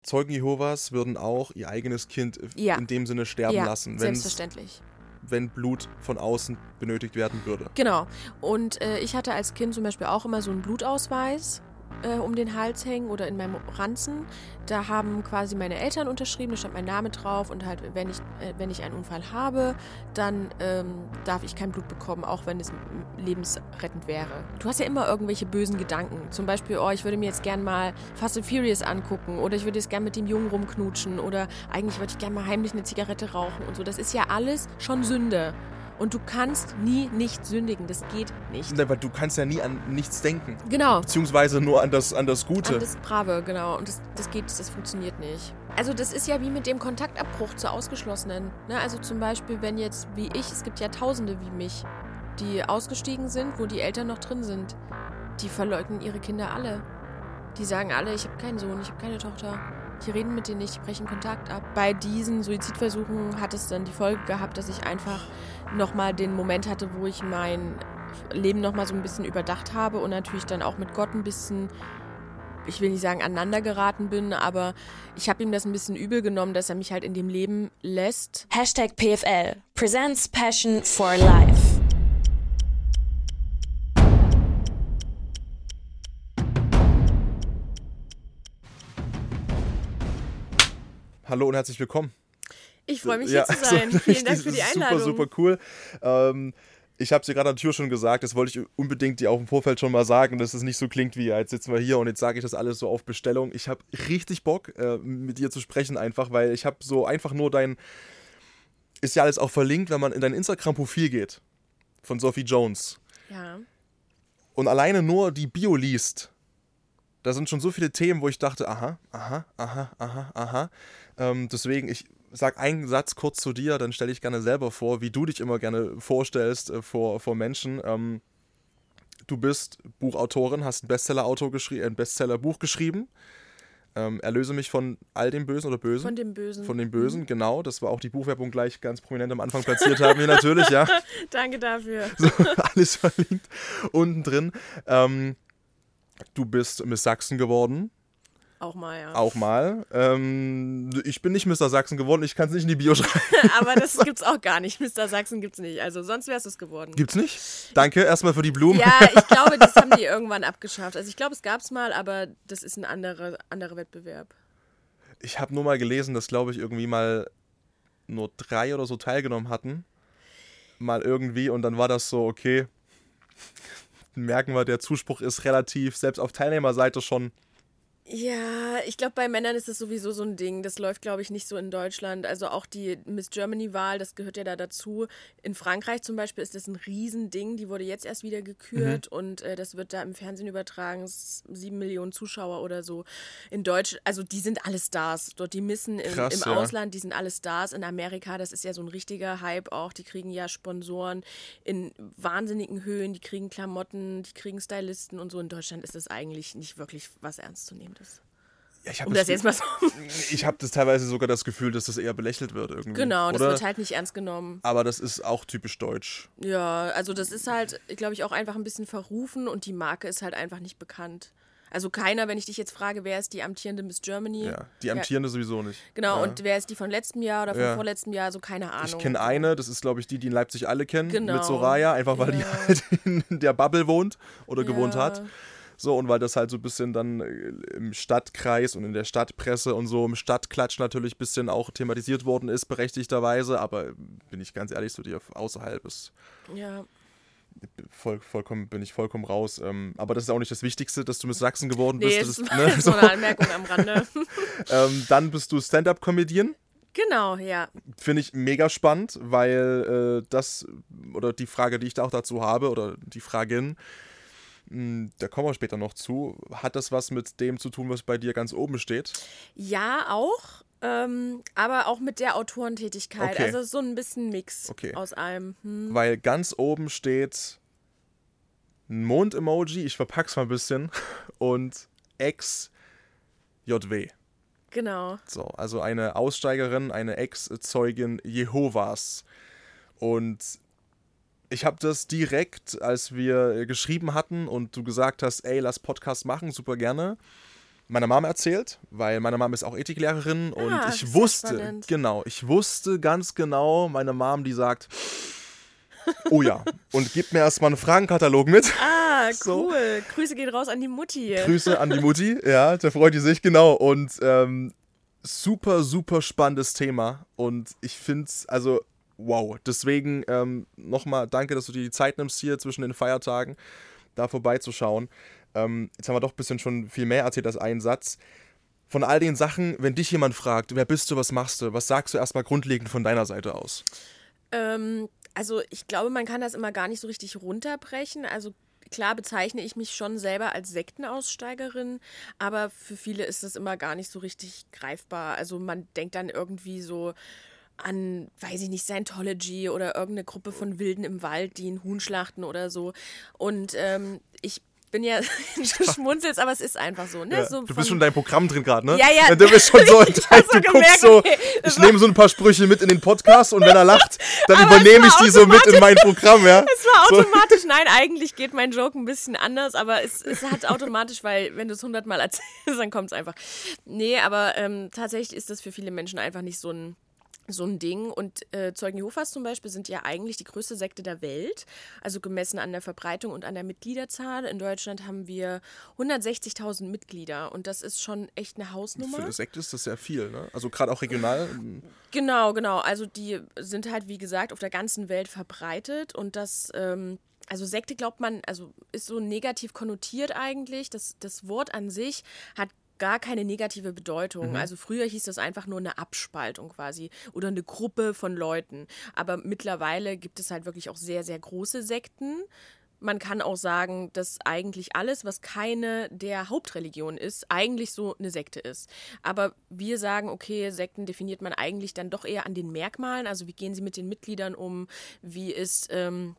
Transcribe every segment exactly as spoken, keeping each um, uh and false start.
Zeugen Jehovas würden auch ihr eigenes Kind Ja. in dem Sinne sterben Ja, lassen, wenn's, selbstverständlich. wenn Blut von außen benötigt werden würde. Genau. Und äh, ich hatte als Kind zum Beispiel auch immer so einen Blutausweis äh, um den Hals hängen oder in meinem Ranzen. Da haben quasi meine Eltern unterschrieben, da stand mein Name drauf und halt, wenn ich, äh, wenn ich einen Unfall habe, dann ähm, darf ich kein Blut bekommen, auch wenn es lebensrettend wäre. Du hast ja immer irgendwelche bösen Gedanken. Zum Beispiel, oh, ich würde mir jetzt gern mal Fast and Furious angucken oder ich würde jetzt gern mit dem Jungen rumknutschen oder eigentlich würde ich gern mal heimlich eine Zigarette rauchen und so. Das ist ja alles schon Sünde. Und du kannst nie nicht sündigen, das geht nicht. Ne, weil du kannst ja nie an nichts denken. Genau. Beziehungsweise nur an das, an das Gute. An das Brave, genau. Und das, das geht, das funktioniert nicht. Also das ist ja wie mit dem Kontaktabbruch zu Ausgeschlossenen. Ne? Also zum Beispiel, wenn jetzt wie ich, es gibt ja Tausende wie mich, die ausgestiegen sind, wo die Eltern noch drin sind. Die verleugnen ihre Kinder alle. Die sagen alle, ich habe keinen Sohn, ich habe keine Tochter. Die reden mit denen nicht, die brechen Kontakt ab. Bei diesen Suizidversuchen hat es dann die Folge gehabt, dass ich einfach nochmal den Moment hatte, wo ich mein Leben nochmal so ein bisschen überdacht habe und natürlich dann auch mit Gott ein bisschen, ich will nicht sagen aneinander geraten bin, aber ich habe ihm das ein bisschen übel genommen, dass er mich halt in dem Leben lässt. Hashtag P F L presents Passion for Life. Hallo und herzlich willkommen. Ich freue mich, Ja, hier zu sein. also, Vielen Dank für die Einladung. Super, super cool. Ähm, ich habe es dir gerade an der Tür schon gesagt, das wollte ich unbedingt dir auch im Vorfeld schon mal sagen, dass es nicht so klingt wie, ja, jetzt sitzen wir hier und jetzt sage ich das alles so auf Bestellung. Ich habe richtig Bock, äh, mit dir zu sprechen einfach, weil ich habe so einfach nur dein, ist ja alles auch verlinkt, wenn man in dein Instagram-Profil geht, von Sophie Jones. Ja. Und alleine nur die Bio liest, da sind schon so viele Themen, wo ich dachte, aha, aha, aha, aha, aha. Ähm, deswegen, ich sag einen Satz kurz zu dir, dann stelle ich gerne selber vor, wie du dich immer gerne vorstellst äh, vor, vor Menschen. Ähm, du bist Buchautorin, hast ein Bestseller-Autor geschri- ein Bestseller-Buch geschrieben. Ähm, Erlöse mich von all dem Bösen oder Bösen? Von dem Bösen. Von dem Bösen, mhm. Genau. Das war auch die Buchwerbung gleich ganz prominent am Anfang platziert haben wir natürlich, ja. Danke dafür. So, alles verlinkt unten drin. Ähm, du bist Miss Sachsen geworden. Auch mal, ja. Auch mal. Ähm, ich bin nicht Mister Sachsen geworden, ich kann es nicht in die Bio schreiben. Aber das gibt's auch gar nicht. Mister Sachsen gibt's nicht. Also sonst wär's es geworden. Gibt's nicht? Danke erstmal für die Blumen. Ja, ich glaube, das haben die irgendwann abgeschafft. Also ich glaube, es gab's mal, aber das ist ein anderer, anderer Wettbewerb. Ich habe nur mal gelesen, dass, glaube ich, irgendwie mal nur drei oder so teilgenommen hatten. Mal irgendwie und dann war das so, okay, merken wir, der Zuspruch ist relativ, selbst auf Teilnehmerseite schon. Ja, ich glaube, bei Männern ist das sowieso so ein Ding. Das läuft, glaube ich, nicht so in Deutschland. Also auch die Miss Germany-Wahl, das gehört ja da dazu. In Frankreich zum Beispiel ist das ein Riesending. Die wurde jetzt erst wieder gekürt mhm. und äh, das wird da im Fernsehen übertragen. Sieben Millionen Zuschauer oder so. In Deutsch, also die sind alle Stars. Dort die Missen im, Krass, im ja. Ausland, die sind alle Stars. In Amerika, das ist ja so ein richtiger Hype auch. Die kriegen ja Sponsoren in wahnsinnigen Höhen. Die kriegen Klamotten, die kriegen Stylisten und so. In Deutschland ist das eigentlich nicht wirklich was ernst zu nehmen. Das. Ja, ich um das, das jetzt mal so. Ich habe das teilweise sogar das Gefühl, dass das eher belächelt wird irgendwie. Genau, das oder? wird halt nicht ernst genommen. Aber das ist auch typisch deutsch. Ja, also das ist halt, glaube ich, auch einfach ein bisschen verrufen und die Marke ist halt einfach nicht bekannt. Also keiner, wenn ich dich jetzt frage, wer ist die amtierende Miss Germany? Ja, die amtierende ja. sowieso nicht. Genau, ja. und wer ist die von letztem Jahr oder von ja. vorletztem Jahr? So keine Ahnung. Ich kenne eine, das ist, glaube ich, die, die in Leipzig alle kennen, genau. mit Soraya, einfach weil ja. die halt in der Bubble wohnt oder ja. gewohnt hat. So, und weil das halt so ein bisschen dann im Stadtkreis und in der Stadtpresse und so im Stadtklatsch natürlich ein bisschen auch thematisiert worden ist, berechtigterweise, aber bin ich ganz ehrlich, so dir außerhalb ist ja. voll, vollkommen, bin ich vollkommen raus. Ähm, aber das ist auch nicht das Wichtigste, dass du Miss Sachsen geworden nee, bist. Das ist, ist ne, so eine Anmerkung am Rande. ähm, dann bist du Stand-Up-Comedian. Genau, ja. Finde ich mega spannend, weil äh, das, oder die Frage, die ich da auch dazu habe, oder die Fragin, da kommen wir später noch zu. Hat das was mit dem zu tun, was bei dir ganz oben steht? Ja, auch. Ähm, aber auch mit der Autorentätigkeit. Okay. Also so ein bisschen Mix okay. aus allem. Hm. Weil ganz oben steht ein Mond-Emoji, ich verpack's mal ein bisschen, und Ex-J W. Genau. So, also eine Aussteigerin, eine Ex-Zeugin Jehovas. Und ich habe das direkt, als wir geschrieben hatten und du gesagt hast, ey, lass Podcast machen, super gerne, meiner Mama erzählt, weil meine Mama ist auch Ethiklehrerin und Ah, ich sehr wusste, spannend. genau, ich wusste ganz genau, meine Mom, die sagt, oh ja, und gib mir erstmal einen Fragenkatalog mit. Ah, So. cool. Grüße gehen raus an die Mutti. Grüße an die Mutti, ja, da freut die sich, genau. Und ähm, super, super spannendes Thema. Und ich finde es, also, wow. Deswegen ähm, nochmal danke, dass du dir die Zeit nimmst, hier zwischen den Feiertagen da vorbeizuschauen. Ähm, jetzt haben wir doch ein bisschen schon viel mehr erzählt als einen Satz. Von all den Sachen, wenn dich jemand fragt, wer bist du, was machst du, was sagst du erstmal grundlegend von deiner Seite aus? Ähm, also ich glaube, man kann das immer gar nicht so richtig runterbrechen. Also klar bezeichne ich mich schon selber als Sektenaussteigerin, aber für viele ist das immer gar nicht so richtig greifbar. Also man denkt dann irgendwie so an, weiß ich nicht, Scientology oder irgendeine Gruppe von Wilden im Wald, die einen Huhn schlachten oder so. Und ähm, ich bin ja, du schmunzelst, aber es ist einfach so. Ne? Ja, so du von, bist schon in deinem Programm drin gerade, ne? Ja, ja. Du bist schon so, in Ich hab dein, so du gemerkt, guckst so, okay, das ich war- nehme so ein paar Sprüche mit in den Podcast und wenn er lacht, dann Aber es übernehme ich war die so mit in mein Programm, ja? Es war So. automatisch, nein, eigentlich geht mein Joke ein bisschen anders, aber es, es hat automatisch, weil wenn du es hundertmal erzählst, dann kommt es einfach. Nee, aber ähm, tatsächlich ist das für viele Menschen einfach nicht so ein so ein Ding. Und äh, Zeugen Jehovas zum Beispiel sind ja eigentlich die größte Sekte der Welt, also gemessen an der Verbreitung und an der Mitgliederzahl. In Deutschland haben wir hundertsechzigtausend Mitglieder und das ist schon echt eine Für Hausnummer. eine Sekte ist das sehr viel, ne? Also gerade auch regional. Genau, genau. Also die sind halt, wie gesagt, auf der ganzen Welt verbreitet und das, ähm, also Sekte glaubt man, also ist so negativ konnotiert eigentlich. Das, das Wort an sich hat gar keine negative Bedeutung. Mhm. Also früher hieß das einfach nur eine Abspaltung quasi oder eine Gruppe von Leuten. Aber mittlerweile gibt es halt wirklich auch sehr, sehr große Sekten. Man kann auch sagen, dass eigentlich alles, was keine der Hauptreligion ist, eigentlich so eine Sekte ist. Aber wir sagen, okay, Sekten definiert man eigentlich dann doch eher an den Merkmalen. Also wie gehen sie mit den Mitgliedern um? Wie ist ähm,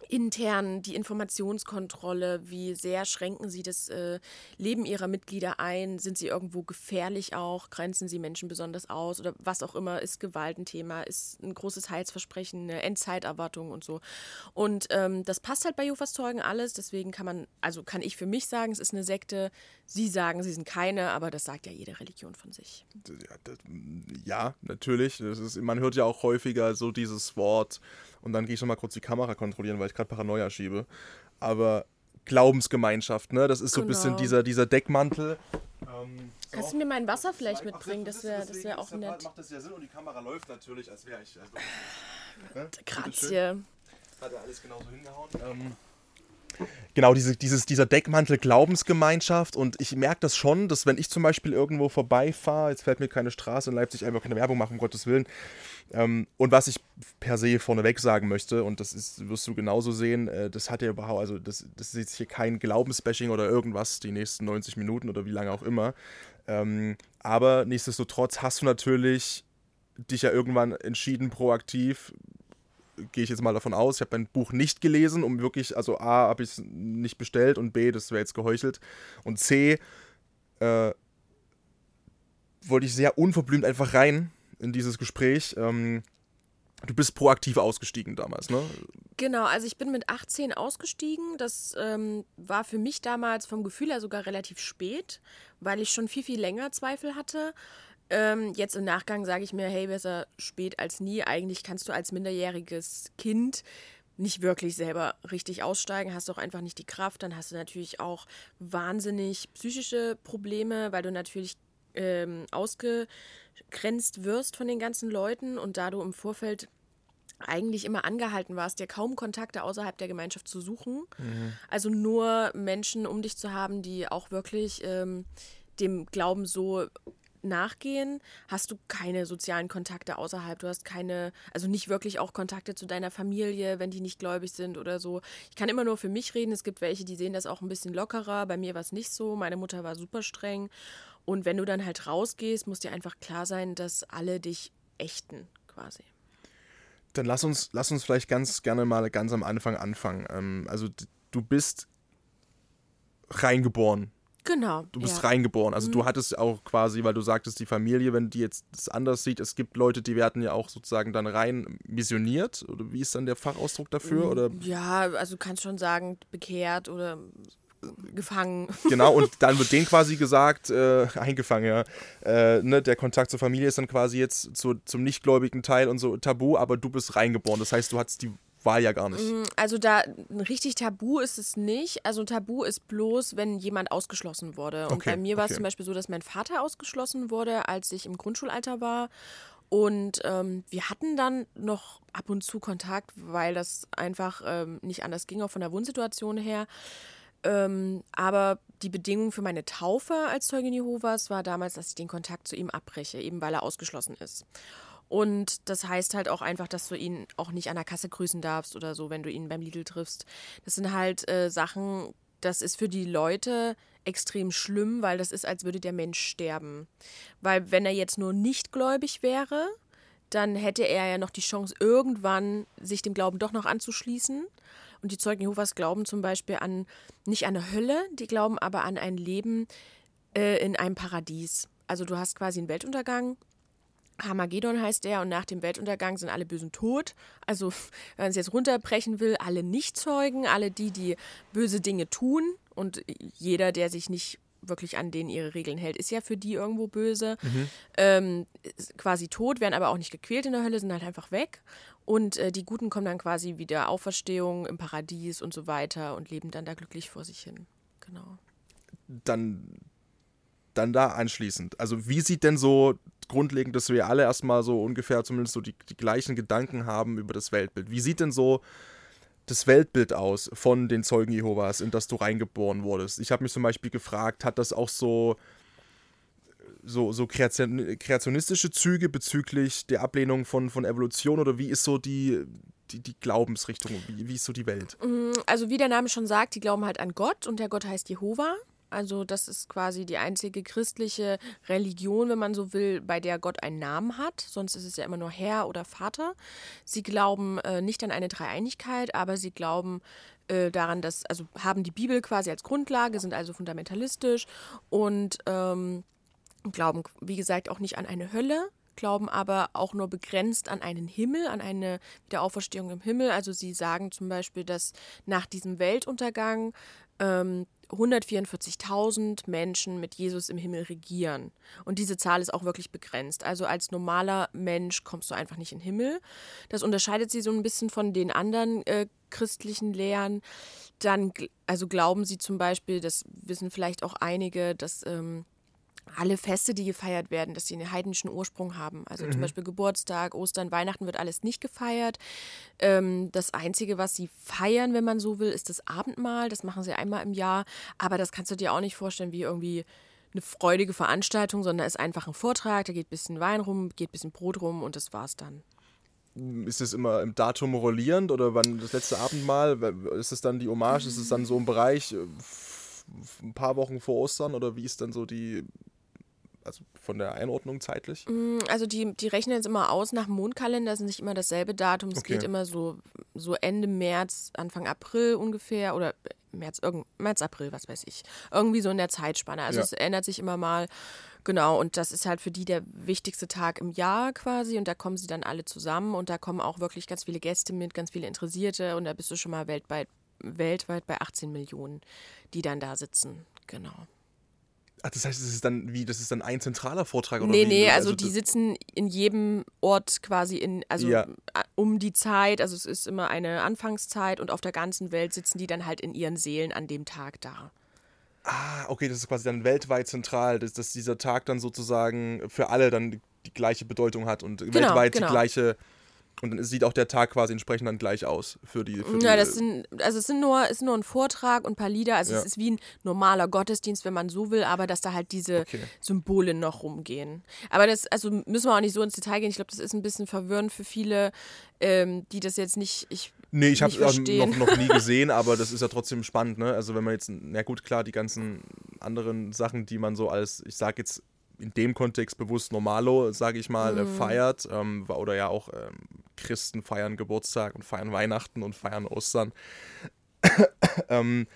intern die Informationskontrolle? Wie sehr schränken sie das äh, Leben ihrer Mitglieder ein? Sind sie irgendwo gefährlich auch? Grenzen sie Menschen besonders aus? Oder was auch immer, ist Gewalt ein Thema? Ist ein großes Heilsversprechen, eine Endzeiterwartung und so. Und ähm, das passt halt bei Jehovas Zeugen alles. Deswegen kann man, also kann ich für mich sagen, es ist eine Sekte. Sie sagen, sie sind keine, aber das sagt ja jede Religion von sich. Ja, das, ja, natürlich. Das ist, man hört ja auch häufiger so dieses Wort. Und dann gehe ich nochmal kurz die Kamera kontrollieren, weil ich gerade Paranoia schiebe. Aber Glaubensgemeinschaft, ne? Das ist so ein Genau. bisschen dieser, dieser Deckmantel. Ähm, Kannst so. du mir mein Wasser vielleicht Ach, mitbringen? Das wäre das wär auch nett. Macht das ja Sinn und die Kamera läuft natürlich, als wäre ich. Also, ne? Grazie. Hat er alles genauso hingehauen. Ähm, genau, diese, dieses, dieser Deckmantel Glaubensgemeinschaft und ich merke das schon, dass wenn ich zum Beispiel irgendwo vorbeifahre, jetzt fällt mir keine Straße in Leipzig, einfach keine Werbung machen, um Gottes Willen, ähm, und was ich per se vorneweg sagen möchte, und das ist, wirst du genauso sehen, äh, das hat ja überhaupt, also das, das ist jetzt hier kein Glaubensbashing oder irgendwas, die nächsten neunzig Minuten oder wie lange auch immer, ähm, aber nichtsdestotrotz hast du natürlich dich ja irgendwann entschieden, proaktiv, gehe ich jetzt mal davon aus, ich habe mein Buch nicht gelesen, um wirklich, also A, habe ich es nicht bestellt und B, das wäre jetzt geheuchelt und C, äh, wollte ich sehr unverblümt einfach rein in dieses Gespräch. Ähm, du bist proaktiv ausgestiegen damals, ne? Genau, also ich bin mit achtzehn ausgestiegen. Das ähm, war für mich damals vom Gefühl her sogar relativ spät, weil ich schon viel, viel länger Zweifel hatte. Ähm, jetzt im Nachgang sage ich mir, hey, besser spät als nie. Eigentlich kannst du als minderjähriges Kind nicht wirklich selber richtig aussteigen, hast auch einfach nicht die Kraft. Dann hast du natürlich auch wahnsinnig psychische Probleme, weil du natürlich ähm, ausgegrenzt wirst von den ganzen Leuten und da du im Vorfeld eigentlich immer angehalten warst, dir kaum Kontakte außerhalb der Gemeinschaft zu suchen. Mhm. Also nur Menschen um dich zu haben, die auch wirklich ähm, dem Glauben so nachgehen, hast du keine sozialen Kontakte außerhalb. Du hast keine, also nicht wirklich auch Kontakte zu deiner Familie, wenn die nicht gläubig sind oder so. Ich kann immer nur für mich reden. Es gibt welche, die sehen das auch ein bisschen lockerer. Bei mir war es nicht so. Meine Mutter war super streng. Und wenn du dann halt rausgehst, muss dir einfach klar sein, dass alle dich ächten, quasi. Dann lass uns, lass uns vielleicht ganz gerne mal ganz am Anfang anfangen. Ähm, also d- du bist reingeboren. Genau. Du bist ja. reingeboren. Also Mhm. du hattest auch quasi, weil du sagtest, die Familie, wenn die jetzt das anders sieht, es gibt Leute, die werden ja auch sozusagen dann rein missioniert. Oder wie ist dann der Fachausdruck dafür? Oder Ja, also du kannst schon sagen, bekehrt oder gefangen. Genau, und dann wird denen quasi gesagt, äh, eingefangen, ja, äh, ne, der Kontakt zur Familie ist dann quasi jetzt zu, zum nichtgläubigen Teil und so tabu, aber du bist reingeboren. Das heißt, du hattest die Wahl ja gar nicht. Also da richtig tabu ist es nicht. Also tabu ist bloß, wenn jemand ausgeschlossen wurde. Und Okay, bei mir war es okay. zum Beispiel so, dass mein Vater ausgeschlossen wurde, als ich im Grundschulalter war. Und ähm, wir hatten dann noch ab und zu Kontakt, weil das einfach ähm, nicht anders ging, auch von der Wohnsituation her. Ähm, aber die Bedingung für meine Taufe als Zeugin Jehovas war damals, dass ich den Kontakt zu ihm abbreche, eben weil er ausgeschlossen ist. Und das heißt halt auch einfach, dass du ihn auch nicht an der Kasse grüßen darfst oder so, wenn du ihn beim Lidl triffst. Das sind halt äh, Sachen, das ist für die Leute extrem schlimm, weil das ist, als würde der Mensch sterben. Weil wenn er jetzt nur nicht gläubig wäre, dann hätte er ja noch die Chance, irgendwann sich dem Glauben doch noch anzuschließen. Und die Zeugen Jehovas glauben zum Beispiel an, nicht an eine Hölle, die glauben aber an ein Leben äh, in einem Paradies. Also du hast quasi einen Weltuntergang, Armageddon heißt der, und nach dem Weltuntergang sind alle Bösen tot. Also wenn man es jetzt runterbrechen will, alle Nichtzeugen, alle die, die böse Dinge tun, und jeder, der sich nicht wirklich an denen ihre Regeln hält, ist ja für die irgendwo böse. Mhm. Ähm, quasi tot, werden aber auch nicht gequält in der Hölle, sind halt einfach weg. Und äh, die Guten kommen dann quasi wieder Auferstehung im Paradies und so weiter und leben dann da glücklich vor sich hin. Genau. Dann, dann da anschließend. Also wie sieht denn so grundlegend, dass wir alle erstmal so ungefähr zumindest so die, die gleichen Gedanken haben über das Weltbild. Wie sieht denn so das Weltbild aus von den Zeugen Jehovas, in das du reingeboren wurdest? Ich habe mich zum Beispiel gefragt, hat das auch so, so, so kreation, kreationistische Züge bezüglich der Ablehnung von, von Evolution, oder wie ist so die, die, die Glaubensrichtung, wie, wie ist so die Welt? Also wie der Name schon sagt, die glauben halt an Gott, und der Gott heißt Jehova. Also das ist quasi die einzige christliche Religion, wenn man so will, bei der Gott einen Namen hat. Sonst ist es ja immer nur Herr oder Vater. Sie glauben äh, nicht an eine Dreieinigkeit, aber sie glauben äh, daran, dass, also haben die Bibel quasi als Grundlage, sind also fundamentalistisch und ähm, glauben, wie gesagt, auch nicht an eine Hölle, glauben aber auch nur begrenzt an einen Himmel, an eine Wiederauferstehung im Himmel. Also sie sagen zum Beispiel, dass nach diesem Weltuntergang ähm, hundertvierundvierzigtausend Menschen mit Jesus im Himmel regieren. Und diese Zahl ist auch wirklich begrenzt. Also als normaler Mensch kommst du einfach nicht in den Himmel. Das unterscheidet sie so ein bisschen von den anderen äh, christlichen Lehren. Dann, also glauben sie zum Beispiel, das wissen vielleicht auch einige, dass ähm, alle Feste, die gefeiert werden, dass sie einen heidnischen Ursprung haben. Also mhm. zum Beispiel Geburtstag, Ostern, Weihnachten wird alles nicht gefeiert. Ähm, das Einzige, was sie feiern, wenn man so will, ist das Abendmahl. Das machen sie einmal im Jahr. Aber das kannst du dir auch nicht vorstellen wie irgendwie eine freudige Veranstaltung, sondern es ist einfach ein Vortrag, da geht ein bisschen Wein rum, geht ein bisschen Brot rum und das war's dann. Ist es immer im Datum rollierend oder wann das letzte Abendmahl? Ist es dann die Hommage? Ist es dann so im Bereich ein paar Wochen vor Ostern oder wie ist dann so die... Also von der Einordnung zeitlich? Also die, die rechnen jetzt immer aus nach dem Mondkalender, das ist nicht immer dasselbe Datum. Es okay. geht immer so, so Ende März, Anfang April ungefähr oder März, irgend, März, April, was weiß ich. Irgendwie so in der Zeitspanne. Also ja. es ändert sich immer mal. Genau, und das ist halt für die der wichtigste Tag im Jahr quasi und da kommen sie dann alle zusammen und da kommen auch wirklich ganz viele Gäste mit, ganz viele Interessierte und da bist du schon mal weltweit, weltweit bei achtzehn Millionen, die dann da sitzen. Genau. Ach, das heißt, das ist dann wie, das ist dann ein zentraler Vortrag oder nee, wie? Nee, nee, also, also die sitzen in jedem Ort quasi in, also ja. um die Zeit, also es ist immer eine Anfangszeit und auf der ganzen Welt sitzen die dann halt in ihren Seelen an dem Tag da. Ah, okay, das ist quasi dann weltweit zentral, dass, dass dieser Tag dann sozusagen für alle dann die gleiche Bedeutung hat und genau, weltweit genau. die gleiche... Und dann sieht auch der Tag quasi entsprechend dann gleich aus für die. Für ja, die, das sind, also es sind nur, ist nur ein Vortrag und ein paar Lieder. Also ja. es ist wie ein normaler Gottesdienst, wenn man so will, aber dass da halt diese okay. Symbole noch rumgehen. Aber das, also müssen wir auch nicht so ins Detail gehen. Ich glaube, das ist ein bisschen verwirrend für viele, ähm, die das jetzt nicht. Ich nee, ich habe es noch, noch nie gesehen, aber das ist ja trotzdem spannend, ne? Also wenn man jetzt, na gut, klar, die ganzen anderen Sachen, die man so als, ich sag jetzt in dem Kontext bewusst Normalo, sage ich mal, mhm. feiert. Ähm, oder ja auch ähm, Christen feiern Geburtstag und feiern Weihnachten und feiern Ostern. ähm,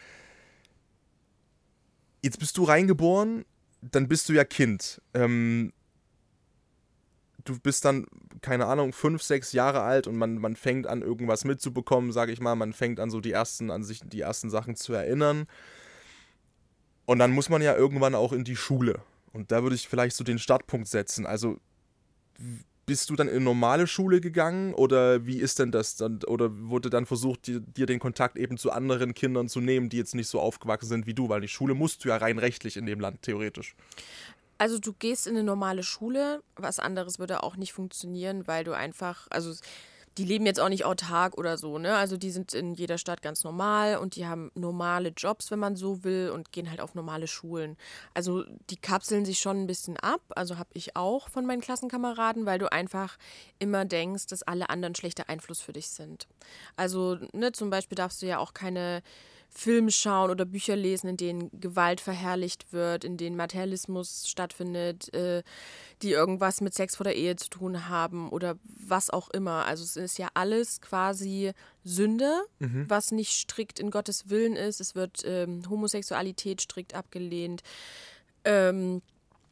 jetzt bist du reingeboren, dann bist du ja Kind. Ähm, du bist dann, keine Ahnung, fünf, sechs Jahre alt und man, man fängt an, irgendwas mitzubekommen, sage ich mal. Man fängt an, so die ersten, an sich die ersten Sachen zu erinnern. Und dann muss man ja irgendwann auch in die Schule. Und da würde ich vielleicht so den Startpunkt setzen. Also bist du dann in eine normale Schule gegangen oder wie ist denn das dann? Oder wurde dann versucht, dir, dir den Kontakt eben zu anderen Kindern zu nehmen, die jetzt nicht so aufgewachsen sind wie du? Weil die Schule musst du ja rein rechtlich in dem Land, theoretisch. Also du gehst in eine normale Schule, was anderes würde auch nicht funktionieren, weil du einfach, also die leben jetzt auch nicht autark oder so, ne? Also die sind in jeder Stadt ganz normal und die haben normale Jobs, wenn man so will, und gehen halt auf normale Schulen. Also die kapseln sich schon ein bisschen ab, also habe ich auch von meinen Klassenkameraden, weil du einfach immer denkst, dass alle anderen schlechter Einfluss für dich sind. Also, ne, zum Beispiel darfst du ja auch keine Filme schauen oder Bücher lesen, in denen Gewalt verherrlicht wird, in denen Materialismus stattfindet, äh, die irgendwas mit Sex vor der Ehe zu tun haben oder was auch immer. Also es ist ja alles quasi Sünde, mhm. was nicht strikt in Gottes Willen ist. Es wird ähm, Homosexualität strikt abgelehnt. Ähm,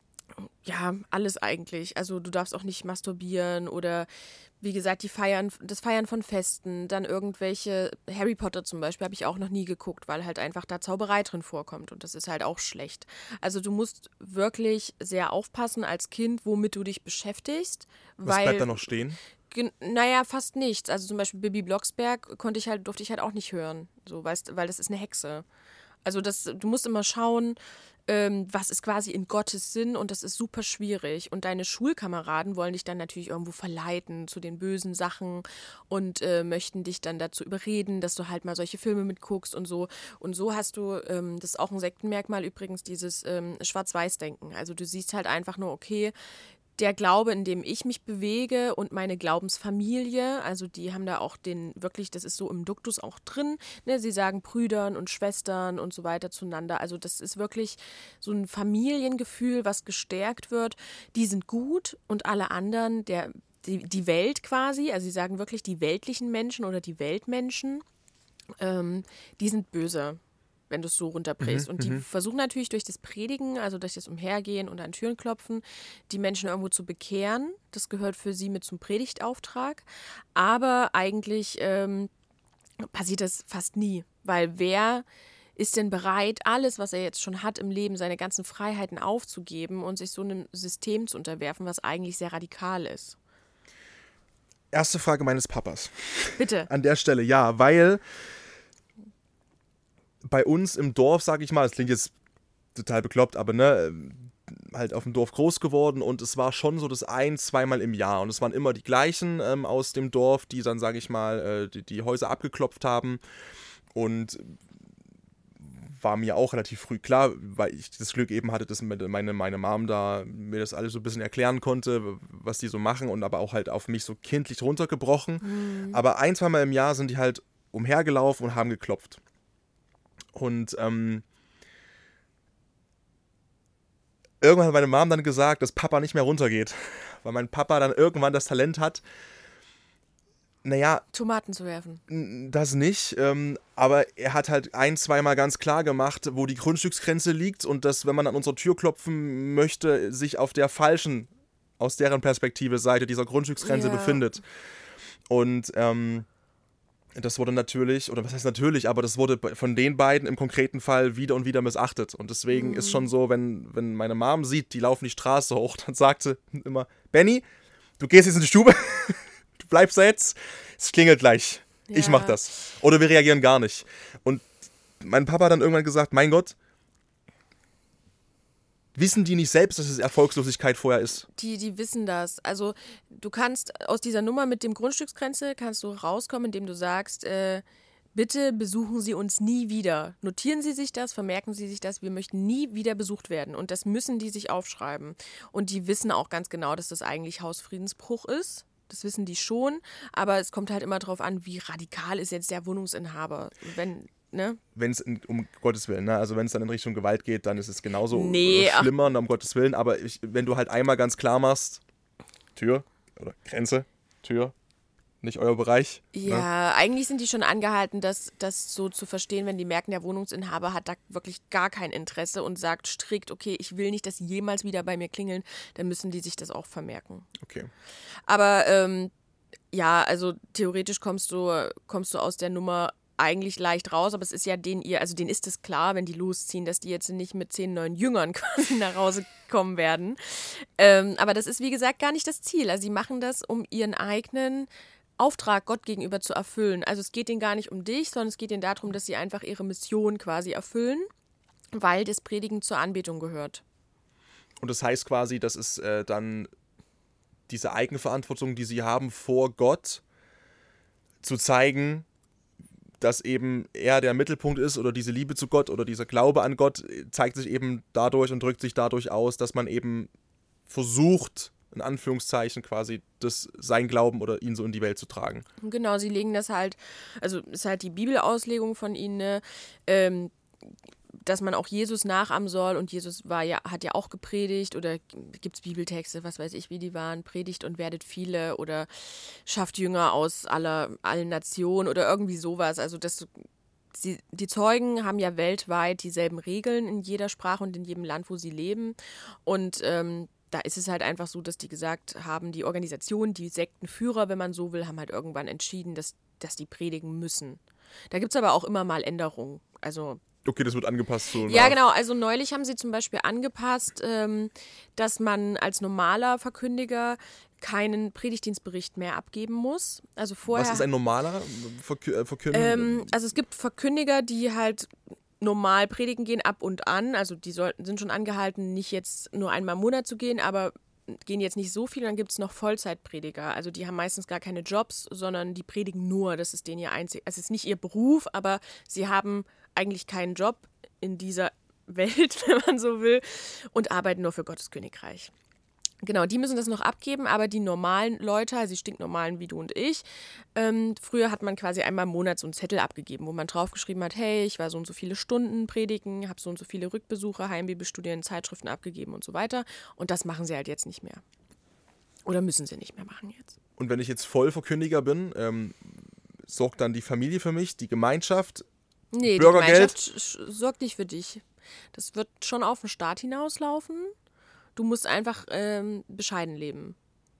ja, alles eigentlich. Also du darfst auch nicht masturbieren oder wie gesagt, die Feiern, das Feiern von Festen, dann irgendwelche, Harry Potter zum Beispiel, habe ich auch noch nie geguckt, weil halt einfach da Zauberei drin vorkommt und das ist halt auch schlecht. Also du musst wirklich sehr aufpassen als Kind, womit du dich beschäftigst. Was weil, bleibt da noch stehen? Gen- naja, fast nichts. Also zum Beispiel Bibi Blocksberg konnte ich halt, durfte ich halt auch nicht hören, so, weißt, weil das ist eine Hexe. Also das, du musst immer schauen, ähm, was ist quasi in Gottes Sinn und das ist super schwierig. Und deine Schulkameraden wollen dich dann natürlich irgendwo verleiten zu den bösen Sachen und äh, möchten dich dann dazu überreden, dass du halt mal solche Filme mitguckst und so. Und so hast du, ähm, das ist auch ein Sektenmerkmal übrigens, dieses ähm, Schwarz-Weiß-Denken. Also du siehst halt einfach nur, okay, der Glaube, in dem ich mich bewege und meine Glaubensfamilie, also die haben da auch den, wirklich, das ist so im Duktus auch drin, ne? Sie sagen Brüdern und Schwestern und so weiter zueinander. Also das ist wirklich so ein Familiengefühl, was gestärkt wird. Die sind gut und alle anderen, der, die, die Welt quasi, also sie sagen wirklich die weltlichen Menschen oder die Weltmenschen, ähm, die sind böse, wenn du es so runterbrichst. Mhm, und die mhm. versuchen natürlich durch das Predigen, also durch das Umhergehen und an Türen klopfen, die Menschen irgendwo zu bekehren. Das gehört für sie mit zum Predigtauftrag. Aber eigentlich ähm, passiert das fast nie, weil wer ist denn bereit, alles, was er jetzt schon hat im Leben, seine ganzen Freiheiten aufzugeben und sich so einem System zu unterwerfen, was eigentlich sehr radikal ist? Erste Frage meines Papas. Bitte. An der Stelle, ja, weil bei uns im Dorf, sag ich mal, das klingt jetzt total bekloppt, aber ne, halt auf dem Dorf groß geworden und es war schon so das ein-, zweimal im Jahr und es waren immer die gleichen ähm, aus dem Dorf, die dann, sag ich mal, äh, die, die Häuser abgeklopft haben und war mir auch relativ früh klar, weil ich das Glück eben hatte, dass meine, meine Mom da mir das alles so ein bisschen erklären konnte, was die so machen und aber auch halt auf mich so kindlich runtergebrochen. Mhm. Aber ein-, zweimal im Jahr sind die halt umhergelaufen und haben geklopft. Und ähm, irgendwann hat meine Mom dann gesagt, dass Papa nicht mehr runtergeht, weil mein Papa dann irgendwann das Talent hat, naja, Tomaten zu werfen. Das nicht, ähm, aber er hat halt ein-, zweimal ganz klar gemacht, wo die Grundstücksgrenze liegt und dass, wenn man an unsere Tür klopfen möchte, sich auf der falschen, aus deren Perspektive Seite dieser Grundstücksgrenze ja. befindet. Und ähm, das wurde natürlich, oder was heißt natürlich, aber das wurde von den beiden im konkreten Fall wieder und wieder missachtet. Und deswegen mhm. ist schon so, wenn, wenn meine Mom sieht, die laufen die Straße hoch, dann sagt sie immer, Benny, du gehst jetzt in die Stube, du bleibst da jetzt, es klingelt gleich, ja. ich mach das. Oder wir reagieren gar nicht. Und mein Papa hat dann irgendwann gesagt, mein Gott, wissen die nicht selbst, dass es Erfolgslosigkeit vorher ist? Die, die wissen das. Also du kannst aus dieser Nummer mit dem Grundstücksgrenze, kannst du rauskommen, indem du sagst, äh, bitte besuchen Sie uns nie wieder. Notieren Sie sich das, vermerken Sie sich das, wir möchten nie wieder besucht werden. Und das müssen die sich aufschreiben. Und die wissen auch ganz genau, dass das eigentlich Hausfriedensbruch ist. Das wissen die schon, aber es kommt halt immer darauf an, wie radikal ist jetzt der Wohnungsinhaber. Wenn... Ne? Wenn es um Gottes Willen, ne? Also wenn es dann in Richtung Gewalt geht, dann ist es genauso nee, schlimmer, um Gottes Willen. Aber ich, wenn du halt einmal ganz klar machst, Tür oder Grenze, Tür, nicht euer Bereich. Ja, ne? Eigentlich sind die schon angehalten, das, das so zu verstehen, wenn die merken, der Wohnungsinhaber hat da wirklich gar kein Interesse und sagt strikt, okay, ich will nicht, dass sie jemals wieder bei mir klingeln, dann müssen die sich das auch vermerken. Okay. Aber ähm, ja, also theoretisch kommst du, kommst du aus der Nummer eigentlich leicht raus, aber es ist ja denen ihr, also denen ist es klar, wenn die losziehen, dass die jetzt nicht mit zehn neuen Jüngern quasi nach Hause kommen werden. Ähm, aber das ist, wie gesagt, gar nicht das Ziel. Also sie machen das, um ihren eigenen Auftrag Gott gegenüber zu erfüllen. Also es geht ihnen gar nicht um dich, sondern es geht ihnen darum, dass sie einfach ihre Mission quasi erfüllen, weil das Predigen zur Anbetung gehört. Und das heißt quasi, das ist äh, dann diese Eigenverantwortung, die sie haben vor Gott, zu zeigen, dass eben er der Mittelpunkt ist oder diese Liebe zu Gott oder dieser Glaube an Gott zeigt sich eben dadurch und drückt sich dadurch aus, dass man eben versucht, in Anführungszeichen quasi, das, sein Glauben oder ihn so in die Welt zu tragen. Genau, sie legen das halt, also ist halt die Bibelauslegung von ihnen, ne? ähm, dass man auch Jesus nachahmen soll und Jesus war ja, hat ja auch gepredigt oder gibt es Bibeltexte, was weiß ich, wie die waren, predigt und werdet viele oder schafft Jünger aus aller, allen Nationen oder irgendwie sowas. Also das, sie, die Zeugen haben ja weltweit dieselben Regeln in jeder Sprache und in jedem Land, wo sie leben und ähm, da ist es halt einfach so, dass die gesagt haben, die Organisation, die Sektenführer, wenn man so will, haben halt irgendwann entschieden, dass, dass die predigen müssen. Da gibt es aber auch immer mal Änderungen, also Okay, das wird angepasst. So ja, nach. genau. Also neulich haben sie zum Beispiel angepasst, ähm, dass man als normaler Verkündiger keinen Predigtdienstbericht mehr abgeben muss. Also vorher. Was ist ein normaler Verkü- äh, Verkünder? Ähm, also es gibt Verkündiger, die halt normal predigen gehen, ab und an. Also die sollten, sind schon angehalten, nicht jetzt nur einmal im Monat zu gehen, aber gehen jetzt nicht so viel. Dann gibt es noch Vollzeitprediger. Also die haben meistens gar keine Jobs, sondern die predigen nur. Das ist denen ihr einzig. Also es ist nicht ihr Beruf, aber sie haben eigentlich keinen Job in dieser Welt, wenn man so will, und arbeiten nur für Gottes Königreich. Genau, die müssen das noch abgeben, aber die normalen Leute, also die stinknormalen wie du und ich, ähm, früher hat man quasi einmal im Monat so einen Zettel abgegeben, wo man draufgeschrieben hat, hey, ich war so und so viele Stunden predigen, habe so und so viele Rückbesuche, Heimbibelstudien, Zeitschriften abgegeben und so weiter. Und das machen sie halt jetzt nicht mehr. Oder müssen sie nicht mehr machen jetzt. Und wenn ich jetzt Vollverkündiger bin, ähm, sorgt dann die Familie für mich, die Gemeinschaft, Nee, Bürgergeld? die Gemeinschaft sch- sorgt nicht für dich. Das wird schon auf den Staat hinauslaufen. Du musst einfach ähm, bescheiden leben.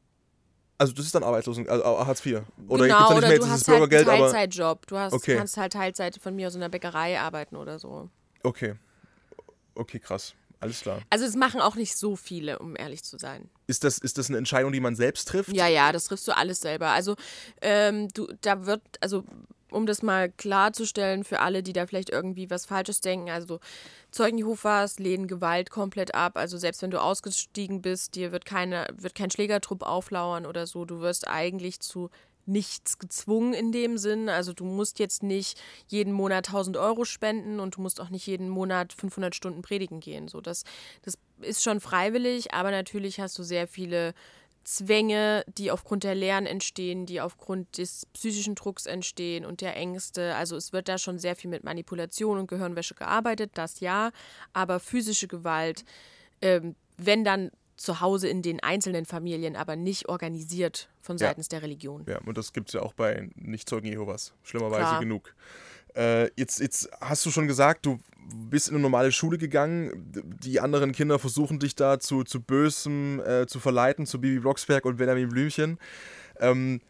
Also das ist dann Arbeitslosen, also Hartz vier. Oder genau, gibt's da nicht oder mehr du dieses hast halt einen Bürgergeld, aber Teilzeitjob. Du hast, Okay. kannst halt Teilzeit von mir aus in der Bäckerei arbeiten oder so. okay. Okay, krass. Alles klar. Also es machen auch nicht so viele, um ehrlich zu sein. Ist das, ist das eine Entscheidung, die man selbst trifft? Ja, ja, das triffst du alles selber. Also ähm, du, da wird, also um das mal klarzustellen für alle, die da vielleicht irgendwie was Falsches denken, also Zeugen Jehovas lehnen Gewalt komplett ab. Also selbst wenn du ausgestiegen bist, dir wird keine, wird kein Schlägertrupp auflauern oder so. Du wirst eigentlich zu nichts gezwungen in dem Sinn. Also du musst jetzt nicht jeden Monat tausend Euro spenden und du musst auch nicht jeden Monat fünfhundert Stunden predigen gehen. So, das, das ist schon freiwillig, aber natürlich hast du sehr viele Zwänge, die aufgrund der Lehren entstehen, die aufgrund des psychischen Drucks entstehen und der Ängste. Also es wird da schon sehr viel mit Manipulation und Gehirnwäsche gearbeitet, das ja, aber physische Gewalt, ähm, wenn dann zu Hause in den einzelnen Familien, aber nicht organisiert von Ja. seitens der Religion. Ja, und das gibt es ja auch bei Nicht-Zeugen Jehovas. Schlimmerweise Klar. genug. Äh, jetzt, jetzt hast du schon gesagt, du bist in eine normale Schule gegangen. Die anderen Kinder versuchen dich da zu, zu Bösem äh, zu verleiten, zu Bibi Blocksberg und Benjamin Blümchen. Ähm,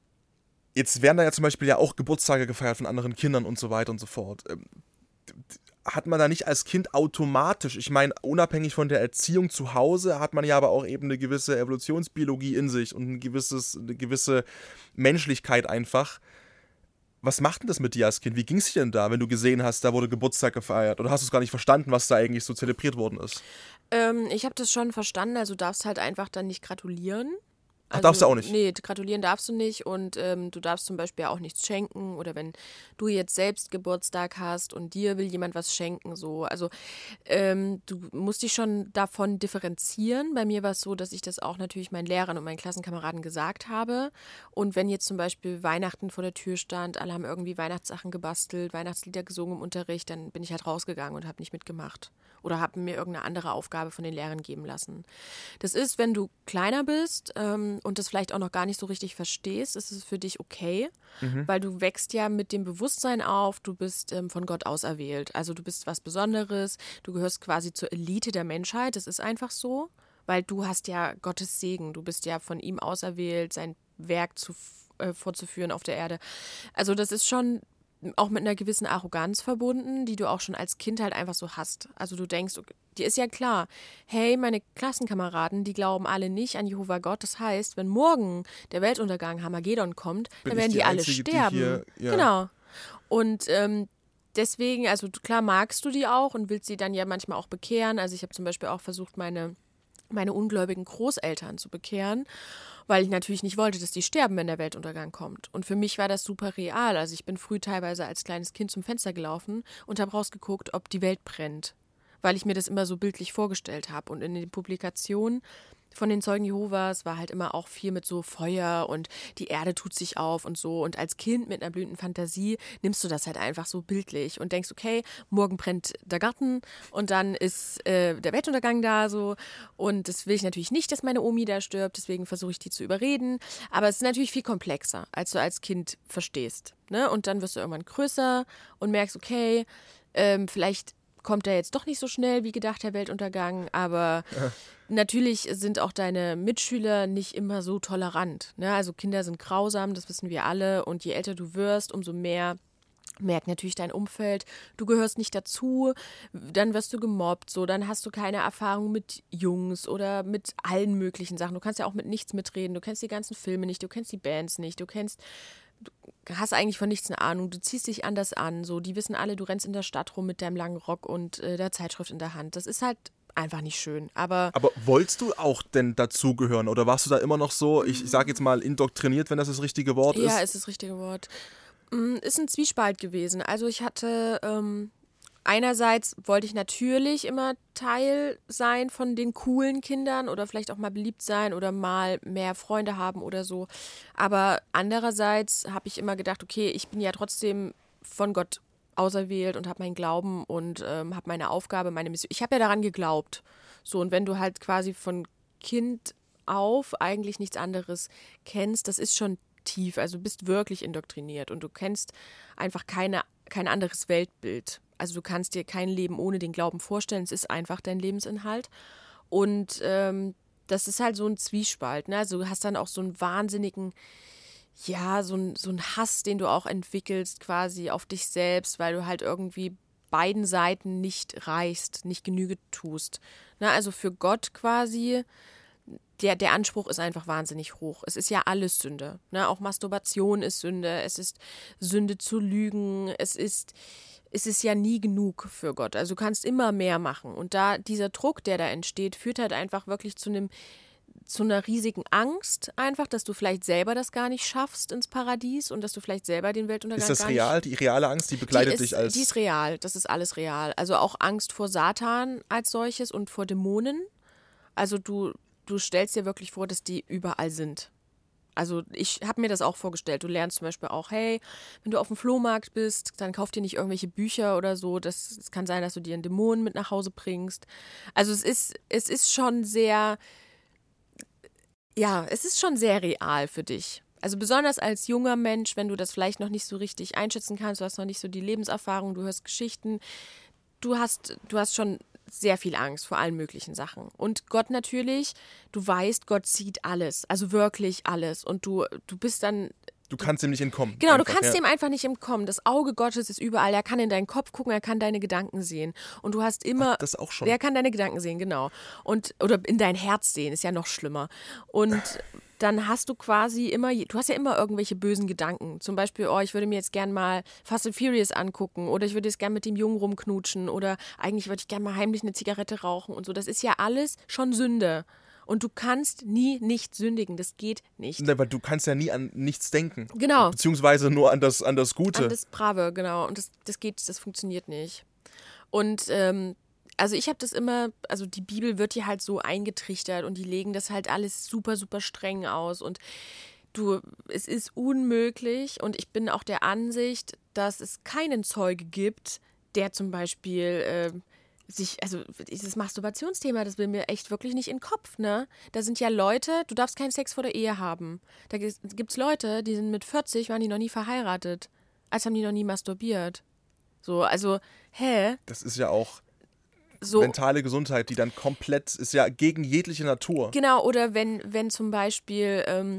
jetzt werden da ja zum Beispiel ja auch Geburtstage gefeiert von anderen Kindern und so weiter und so fort. Ähm, hat man da nicht als Kind automatisch, ich meine, unabhängig von der Erziehung zu Hause, hat man ja aber auch eben eine gewisse Evolutionsbiologie in sich und ein gewisses, eine gewisse Menschlichkeit einfach. Was macht denn das mit dir als Kind? Wie ging es dir denn da, wenn du gesehen hast, da wurde Geburtstag gefeiert? Oder hast du es gar nicht verstanden, was da eigentlich so zelebriert worden ist? Ähm, ich habe das schon verstanden, also du darfst halt einfach dann nicht gratulieren. Ach, darfst du auch nicht? Nee, gratulieren darfst du nicht und ähm, du darfst zum Beispiel auch nichts schenken oder wenn du jetzt selbst Geburtstag hast und dir will jemand was schenken, so. Also ähm, du musst dich schon davon differenzieren. Bei mir war es so, dass ich das auch natürlich meinen Lehrern und meinen Klassenkameraden gesagt habe und wenn jetzt zum Beispiel Weihnachten vor der Tür stand, alle haben irgendwie Weihnachtssachen gebastelt, Weihnachtslieder gesungen im Unterricht, dann bin ich halt rausgegangen und habe nicht mitgemacht oder habe mir irgendeine andere Aufgabe von den Lehrern geben lassen. Das ist, wenn du kleiner bist ähm, und das vielleicht auch noch gar nicht so richtig verstehst, ist es für dich okay, Mhm. weil du wächst ja mit dem Bewusstsein auf, du bist ähm, von Gott auserwählt. Also du bist was Besonderes, du gehörst quasi zur Elite der Menschheit, das ist einfach so, weil du hast ja Gottes Segen, du bist ja von ihm auserwählt, sein Werk zu, äh, fortzuführen auf der Erde. Also das ist schon auch mit einer gewissen Arroganz verbunden, die du auch schon als Kind halt einfach so hast. Also du denkst, okay, dir ist ja klar, hey, meine Klassenkameraden, die glauben alle nicht an Jehova Gott. Das heißt, wenn morgen der Weltuntergang Harmagedon kommt, Bin dann ich werden die die alle Einzige, die sterben. hier- ja. Genau. Und ähm, deswegen, also du- klar magst du die auch und willst sie dann ja manchmal auch bekehren. Also ich habe zum Beispiel auch versucht, meine, meine ungläubigen Großeltern zu bekehren, weil ich natürlich nicht wollte, dass die sterben, wenn der Weltuntergang kommt. Und für mich war das super real. Also ich bin früh teilweise als kleines Kind zum Fenster gelaufen und habe rausgeguckt, ob die Welt brennt, weil ich mir das immer so bildlich vorgestellt habe. Und in den Publikationen von den Zeugen Jehovas war halt immer auch viel mit so Feuer und die Erde tut sich auf und so. Und als Kind mit einer blühenden Fantasie nimmst du das halt einfach so bildlich und denkst, okay, morgen brennt der Garten und dann ist äh, der Weltuntergang da so. Und das will ich natürlich nicht, dass meine Omi da stirbt, deswegen versuche ich die zu überreden. Aber es ist natürlich viel komplexer, als du als Kind verstehst. Ne? Und dann wirst du irgendwann größer und merkst, okay, ähm, vielleicht kommt er jetzt doch nicht so schnell wie gedacht, der Weltuntergang, aber natürlich sind auch deine Mitschüler nicht immer so tolerant. Ne? Also Kinder sind grausam, das wissen wir alle, und je älter du wirst, umso mehr merkt natürlich dein Umfeld, du gehörst nicht dazu, dann wirst du gemobbt, so, dann hast du keine Erfahrung mit Jungs oder mit allen möglichen Sachen. Du kannst ja auch mit nichts mitreden, du kennst die ganzen Filme nicht, du kennst die Bands nicht, du kennst Du hast eigentlich von nichts eine Ahnung, du ziehst dich anders an, so, die wissen alle, du rennst in der Stadt rum mit deinem langen Rock und äh, der Zeitschrift in der Hand. Das ist halt einfach nicht schön, aber... Aber wolltest du auch denn dazugehören oder warst du da immer noch so, ich, ich sage jetzt mal indoktriniert, wenn das das richtige Wort ist? Ja, ist das richtige Wort. Mm, Ist ein Zwiespalt gewesen. Also ich hatte... Ähm, Einerseits wollte ich natürlich immer Teil sein von den coolen Kindern oder vielleicht auch mal beliebt sein oder mal mehr Freunde haben oder so. Aber andererseits habe ich immer gedacht, okay, ich bin ja trotzdem von Gott auserwählt und habe meinen Glauben und ähm, habe meine Aufgabe, meine Mission. Ich habe ja daran geglaubt. So, und wenn du halt quasi von Kind auf eigentlich nichts anderes kennst, das ist schon tief. Also du bist wirklich indoktriniert und du kennst einfach keine, kein anderes Weltbild. Also du kannst dir kein Leben ohne den Glauben vorstellen. Es ist einfach dein Lebensinhalt. Und ähm, das ist halt so ein Zwiespalt. Ne? Also du hast dann auch so einen wahnsinnigen, ja, so, ein, so einen Hass, den du auch entwickelst quasi auf dich selbst, weil du halt irgendwie beiden Seiten nicht reichst, nicht Genüge tust. Ne? Also für Gott quasi, der, der Anspruch ist einfach wahnsinnig hoch. Es ist ja alles Sünde. Ne? Auch Masturbation ist Sünde. Es ist Sünde zu lügen. Es ist... Es ist ja nie genug für Gott. Also du kannst immer mehr machen. Und da dieser Druck, der da entsteht, führt halt einfach wirklich zu einem, zu einer riesigen Angst einfach, dass du vielleicht selber das gar nicht schaffst ins Paradies und dass du vielleicht selber den Weltuntergang Ist das gar real? nicht... Die reale Angst, die begleitet die ist, dich als... Die ist real. Das ist alles real. Also auch Angst vor Satan als solches und vor Dämonen. Also du, du stellst dir wirklich vor, dass die überall sind. Also ich habe mir das auch vorgestellt. Du lernst zum Beispiel auch, hey, wenn du auf dem Flohmarkt bist, dann kauf dir nicht irgendwelche Bücher oder so. Das, es kann sein, dass du dir einen Dämon mit nach Hause bringst. Also es ist, es ist schon sehr, ja, es ist schon sehr real für dich. Also besonders als junger Mensch, wenn du das vielleicht noch nicht so richtig einschätzen kannst, du hast noch nicht so die Lebenserfahrung, du hörst Geschichten, du hast, du hast schon sehr viel Angst vor allen möglichen Sachen. Und Gott natürlich, du weißt, Gott sieht alles, also wirklich alles. Und du, du bist dann... Du kannst ihm nicht entkommen. Genau, einfach, du kannst ja. dem einfach nicht entkommen. Das Auge Gottes ist überall. Er kann in deinen Kopf gucken, er kann deine Gedanken sehen. Und du hast immer... Ach, das auch schon. Er kann deine Gedanken sehen, genau. Und, oder in dein Herz sehen, ist ja noch schlimmer. Und dann hast du quasi immer... Du hast ja immer irgendwelche bösen Gedanken. Zum Beispiel, oh, ich würde mir jetzt gern mal Fast and Furious angucken oder ich würde jetzt gern mit dem Jungen rumknutschen oder eigentlich würde ich gern mal heimlich eine Zigarette rauchen und so. Das ist ja alles schon Sünde. Und du kannst nie nicht sündigen, das geht nicht. Ne, weil du kannst ja nie an nichts denken. Genau. Beziehungsweise nur an das, an das Gute. An das Brave, genau. Und das, das geht, das funktioniert nicht. Und ähm, also ich habe das immer, also die Bibel wird hier halt so eingetrichtert und die legen das halt alles super, super streng aus. Und du, es ist unmöglich und ich bin auch der Ansicht, dass es keinen Zeuge gibt, der zum Beispiel... Äh, sich, also dieses Masturbationsthema, das will mir echt wirklich nicht in den Kopf, ne? Da sind ja Leute, du darfst keinen Sex vor der Ehe haben. Da gibt es Leute, die sind mit vierzig, waren die noch nie verheiratet. Als haben die noch nie masturbiert. So, also, hä? Das ist ja auch So, mentale Gesundheit, die dann komplett, ist ja gegen jegliche Natur. genau, oder wenn, wenn zum Beispiel ähm,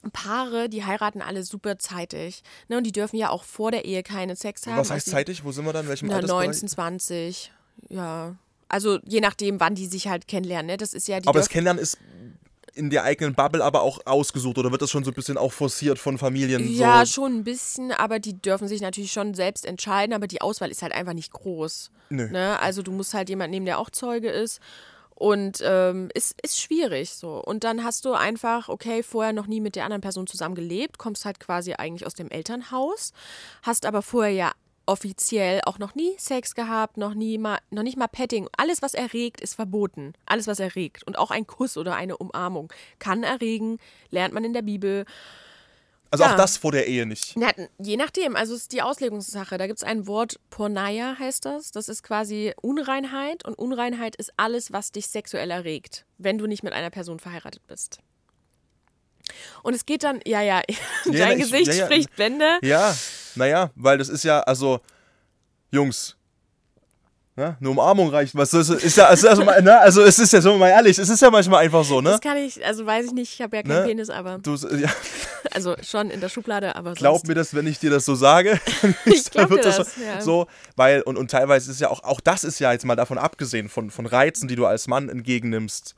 Paare, die heiraten alle super zeitig. Ne, und die dürfen ja auch vor der Ehe keinen Sex haben. Was heißt also zeitig? Wo sind wir dann? In welchem na, Altersbereich? neunzehn, zwanzig, ja. Also je nachdem, wann die sich halt kennenlernen. Ne? Das ist ja die Aber das dürfen- Kennenlernen ist in der eigenen Bubble aber auch ausgesucht oder wird das schon so ein bisschen auch forciert von Familien? Ja, so? schon ein bisschen, aber die dürfen sich natürlich schon selbst entscheiden, aber die Auswahl ist halt einfach nicht groß. Nö. Ne? Also du musst halt jemanden nehmen, der auch Zeuge ist. Und ähm, ist, ist schwierig so. Und dann hast du einfach, okay, vorher noch nie mit der anderen Person zusammen gelebt, kommst halt quasi eigentlich aus dem Elternhaus, hast aber vorher ja offiziell auch noch nie Sex gehabt, noch nie mal, noch nicht mal Petting. Alles, was erregt, ist verboten. Alles, was erregt. Und auch ein Kuss oder eine Umarmung kann erregen, lernt man in der Bibel. Also Ja. auch das vor der Ehe nicht. Na, je nachdem, also es ist die Auslegungssache. Da gibt es ein Wort, Porneia heißt das. Das ist quasi Unreinheit und Unreinheit ist alles, was dich sexuell erregt, wenn du nicht mit einer Person verheiratet bist. Und es geht dann, ja, ja, Ja, dein ich- Gesicht ja, ja. spricht Bände. Ja, naja, weil das ist ja, also, Jungs, ne, eine Umarmung reicht. Was ist, ist ja, ist also, ne, also es ist ja, so mal ehrlich, es ist ja manchmal einfach so, ne? Das kann ich, also weiß ich nicht, ich habe ja keinen Ne? Penis, aber, Du, ja, also schon in der Schublade, aber glaub sonst. mir das, wenn ich dir das so sage. Ich glaub dann wird dir das das, so, ja. so, weil, und, und teilweise ist ja auch, auch das ist ja jetzt mal davon abgesehen, von, von Reizen, die du als Mann entgegennimmst.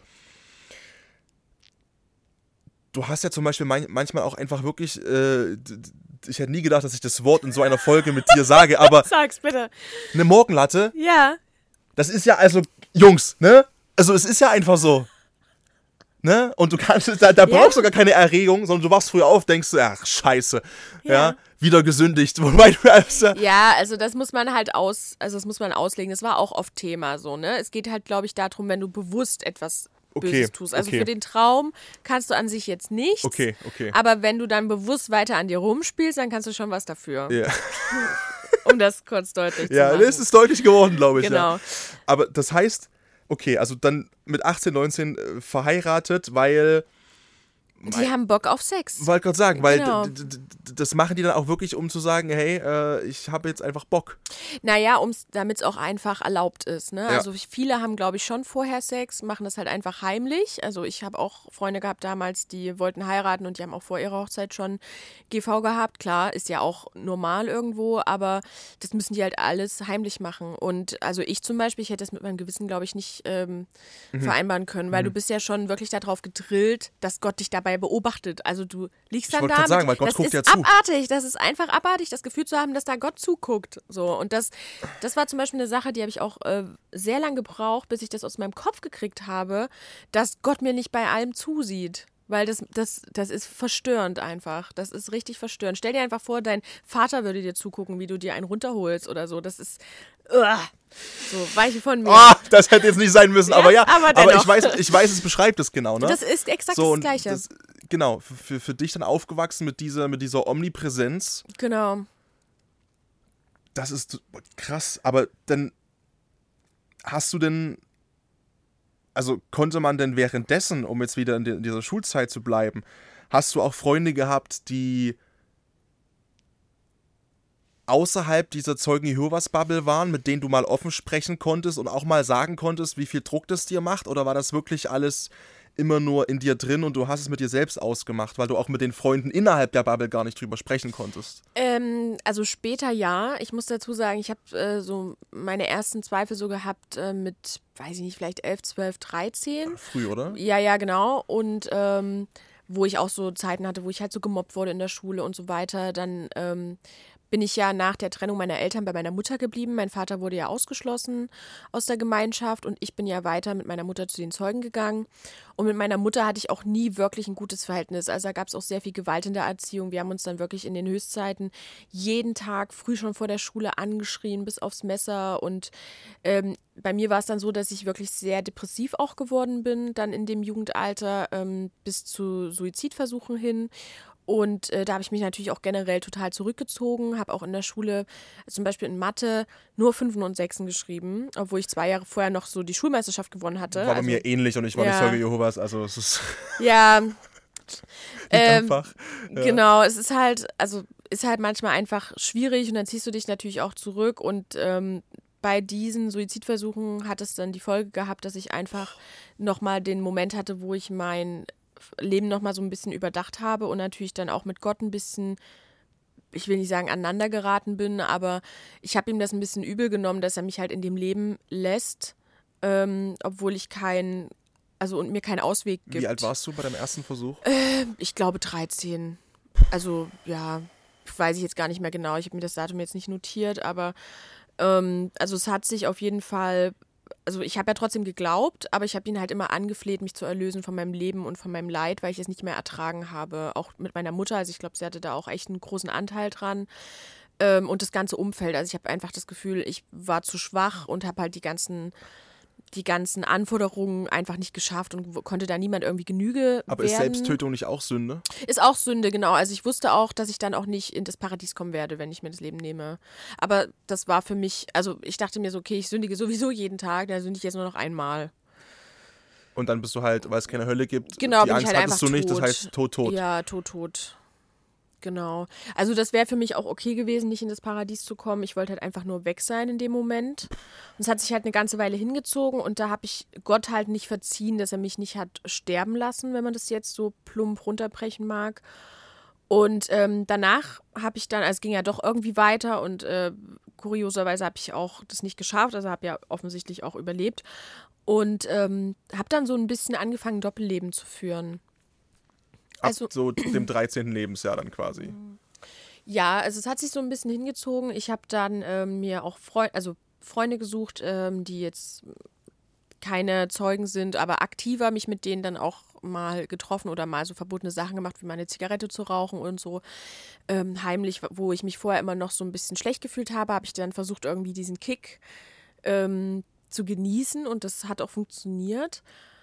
Du hast ja zum Beispiel mein, manchmal auch einfach wirklich, äh, d- d- ich hätte nie gedacht, dass ich das Wort in so einer Folge mit dir sage, aber Sag's bitte. eine Morgenlatte, Ja. das ist ja also, Jungs, ne? Also es ist ja einfach so. Ne? Und du kannst, da, da Ja. brauchst du gar keine Erregung, sondern du wachst früh auf, denkst du, ach, scheiße. Ja. Ja. Wieder gesündigt. Wobei du also, Ja, also das muss man halt aus, also das muss man auslegen. Das war auch oft Thema so, ne? Es geht halt, glaube ich, darum, wenn du bewusst etwas Okay, Böses tust. Also okay. für den Traum kannst du an sich jetzt nichts. Okay, okay. Aber wenn du dann bewusst weiter an dir rumspielst, dann kannst du schon was dafür. Ja, Um das kurz deutlich zu ja machen. das ist deutlich geworden, glaube ich. Genau. Ja. Aber das heißt, okay, also dann mit achtzehn, neunzehn äh, verheiratet, weil, Die haben Bock auf Sex. wollte gerade sagen, weil Genau. d- d- d- das machen die dann auch wirklich, um zu sagen, hey, äh, ich habe jetzt einfach Bock. Naja, damit es auch einfach erlaubt ist. Ne? Ja. Also viele haben, glaube ich, schon vorher Sex, machen das halt einfach heimlich. Also ich habe auch Freunde gehabt damals, die wollten heiraten und die haben auch vor ihrer Hochzeit schon G V gehabt. Klar, ist ja auch normal irgendwo, aber das müssen die halt alles heimlich machen. Und also ich zum Beispiel, ich hätte das mit meinem Gewissen, glaube ich, nicht ähm, Mhm. vereinbaren können, weil du bist ja schon wirklich darauf gedrillt, dass Gott dich dabei beobachtet. Also du liegst Ich dann wollte da. grad sagen, weil mit- Gott das guckt ist ja zu. abartig. Das ist einfach abartig, das Gefühl zu haben, dass da Gott zuguckt. So, und das, das war zum Beispiel eine Sache, die habe ich auch äh, sehr lange gebraucht, bis ich das aus meinem Kopf gekriegt habe, dass Gott mir nicht bei allem zusieht. Weil das, das, das ist verstörend einfach. Das ist richtig verstörend. Stell dir einfach vor, dein Vater würde dir zugucken, wie du dir einen runterholst oder so. Das ist uah, so weiche von mir. Ah, das hätte jetzt nicht sein müssen, Ja, aber ja. aber aber dennoch. ich weiß, ich weiß, es beschreibt es genau, ne? Das ist exakt so, das und Gleiche. Das, genau, für, für, für dich dann aufgewachsen mit dieser, mit dieser Omnipräsenz, Genau. das ist krass, aber dann hast du denn, also konnte man denn währenddessen, um jetzt wieder in, die, in dieser Schulzeit zu bleiben, hast du auch Freunde gehabt, die außerhalb dieser Zeugen Jehovas Bubble waren, mit denen du mal offen sprechen konntest und auch mal sagen konntest, wie viel Druck das dir macht? Oder war das wirklich alles immer nur in dir drin und du hast es mit dir selbst ausgemacht, weil du auch mit den Freunden innerhalb der Bubble gar nicht drüber sprechen konntest? Ähm, also später ja. Ich muss dazu sagen, ich habe äh, so meine ersten Zweifel so gehabt äh, mit, weiß ich nicht, vielleicht elf, zwölf, dreizehn. Früh, oder? Ja, ja, genau. Und ähm, wo ich auch so Zeiten hatte, wo ich halt so gemobbt wurde in der Schule und so weiter. Dann ähm, bin ich ja nach der Trennung meiner Eltern bei meiner Mutter geblieben. Mein Vater wurde ja ausgeschlossen aus der Gemeinschaft und ich bin ja weiter mit meiner Mutter zu den Zeugen gegangen. Und mit meiner Mutter hatte ich auch nie wirklich ein gutes Verhältnis. Also da gab es auch sehr viel Gewalt in der Erziehung. Wir haben uns dann wirklich in den Höchstzeiten jeden Tag früh schon vor der Schule angeschrien bis aufs Messer. Und ähm, bei mir war es dann so, dass ich wirklich sehr depressiv auch geworden bin, dann in dem Jugendalter ähm, bis zu Suizidversuchen hin. Und äh, da habe ich mich natürlich auch generell total zurückgezogen, habe auch in der Schule, zum Beispiel in Mathe, nur Fünfen und Sechsen geschrieben, obwohl ich zwei Jahre vorher noch so die Schulmeisterschaft gewonnen hatte. War bei also, mir ähnlich und ich war ja. nicht Zeuge Jehovas, also es ist Ja, nicht ähm, einfach. Ja. genau, es ist halt, also ist halt manchmal einfach schwierig und dann ziehst du dich natürlich auch zurück und ähm, bei diesen Suizidversuchen hat es dann die Folge gehabt, dass ich einfach nochmal den Moment hatte, wo ich mein Leben nochmal so ein bisschen überdacht habe und natürlich dann auch mit Gott ein bisschen, ich will nicht sagen aneinander geraten bin, aber ich habe ihm das ein bisschen übel genommen, dass er mich halt in dem Leben lässt, ähm, obwohl ich kein, also und mir keinen Ausweg gibt. Wie alt warst du bei deinem ersten Versuch? Äh, ich glaube dreizehn. Also ja, weiß ich jetzt gar nicht mehr genau. Ich habe mir das Datum jetzt nicht notiert, aber ähm, also es hat sich auf jeden Fall, also ich habe ja trotzdem geglaubt, aber ich habe ihn halt immer angefleht, mich zu erlösen von meinem Leben und von meinem Leid, weil ich es nicht mehr ertragen habe. Auch mit meiner Mutter, also ich glaube, sie hatte da auch echt einen großen Anteil dran. Ähm, und das ganze Umfeld, also ich habe einfach das Gefühl, ich war zu schwach und habe halt die ganzen die ganzen Anforderungen einfach nicht geschafft und konnte da niemand irgendwie Genüge Aber werden. ist Selbsttötung nicht auch Sünde? Ist auch Sünde, genau. Also ich wusste auch, dass ich dann auch nicht in das Paradies kommen werde, wenn ich mir das Leben nehme. Aber das war für mich, also ich dachte mir so, okay, ich sündige sowieso jeden Tag, dann sündige ich jetzt nur noch einmal. Und dann bist du halt, weil es keine Hölle gibt, Genau, die bin Angst ich halt hattest einfach du nicht, tot. das heißt tot, tot. Ja, tot, tot. Genau. Also das wäre für mich auch okay gewesen, nicht in das Paradies zu kommen. Ich wollte halt einfach nur weg sein in dem Moment. Und es hat sich halt eine ganze Weile hingezogen und da habe ich Gott halt nicht verziehen, dass er mich nicht hat sterben lassen, wenn man das jetzt so plump runterbrechen mag. Und ähm, danach habe ich dann, also es ging ja doch irgendwie weiter und äh, kurioserweise habe ich auch das nicht geschafft, also habe ja offensichtlich auch überlebt und ähm, habe dann so ein bisschen angefangen, Doppelleben zu führen. Ab Also, so dem dreizehnten Lebensjahr dann quasi. ja, also es hat sich so ein bisschen hingezogen. Ich habe dann ähm, mir auch Freu- also Freunde gesucht, ähm, die jetzt keine Zeugen sind, aber aktiver mich mit denen dann auch mal getroffen oder mal so verbotene Sachen gemacht, wie mal eine Zigarette zu rauchen und so ähm, heimlich, wo ich mich vorher immer noch so ein bisschen schlecht gefühlt habe, habe ich dann versucht, irgendwie diesen Kick ähm, zu genießen und das hat auch funktioniert.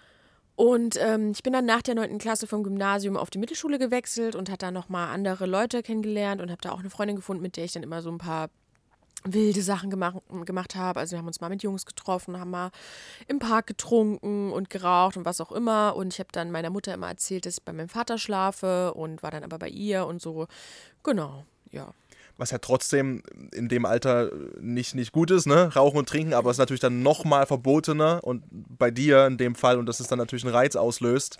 Und ähm, ich bin dann nach der neunten Klasse vom Gymnasium auf die Mittelschule gewechselt und habe da nochmal andere Leute kennengelernt und habe da auch eine Freundin gefunden, mit der ich dann immer so ein paar wilde Sachen gemacht, gemacht habe. Also wir haben uns mal mit Jungs getroffen, haben mal im Park getrunken und geraucht und was auch immer. Und ich habe dann meiner Mutter immer erzählt, dass ich bei meinem Vater schlafe und war dann aber bei ihr und so. Genau, ja. Was ja trotzdem in dem Alter nicht, nicht gut ist, ne? Rauchen und trinken, aber es ist natürlich dann nochmal verbotener und bei dir in dem Fall, und das ist dann natürlich einen Reiz auslöst,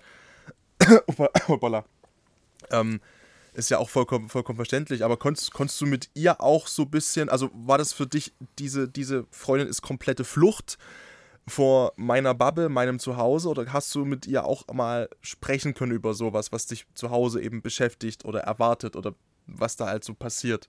Hoppala, ähm, ist ja auch vollkommen, vollkommen verständlich, aber konntest, konntest du mit ihr auch so ein bisschen, also war das für dich, diese, diese Freundin ist komplette Flucht vor meiner Bubble, meinem Zuhause, oder hast du mit ihr auch mal sprechen können über sowas, was dich zu Hause eben beschäftigt oder erwartet oder was da halt so passiert?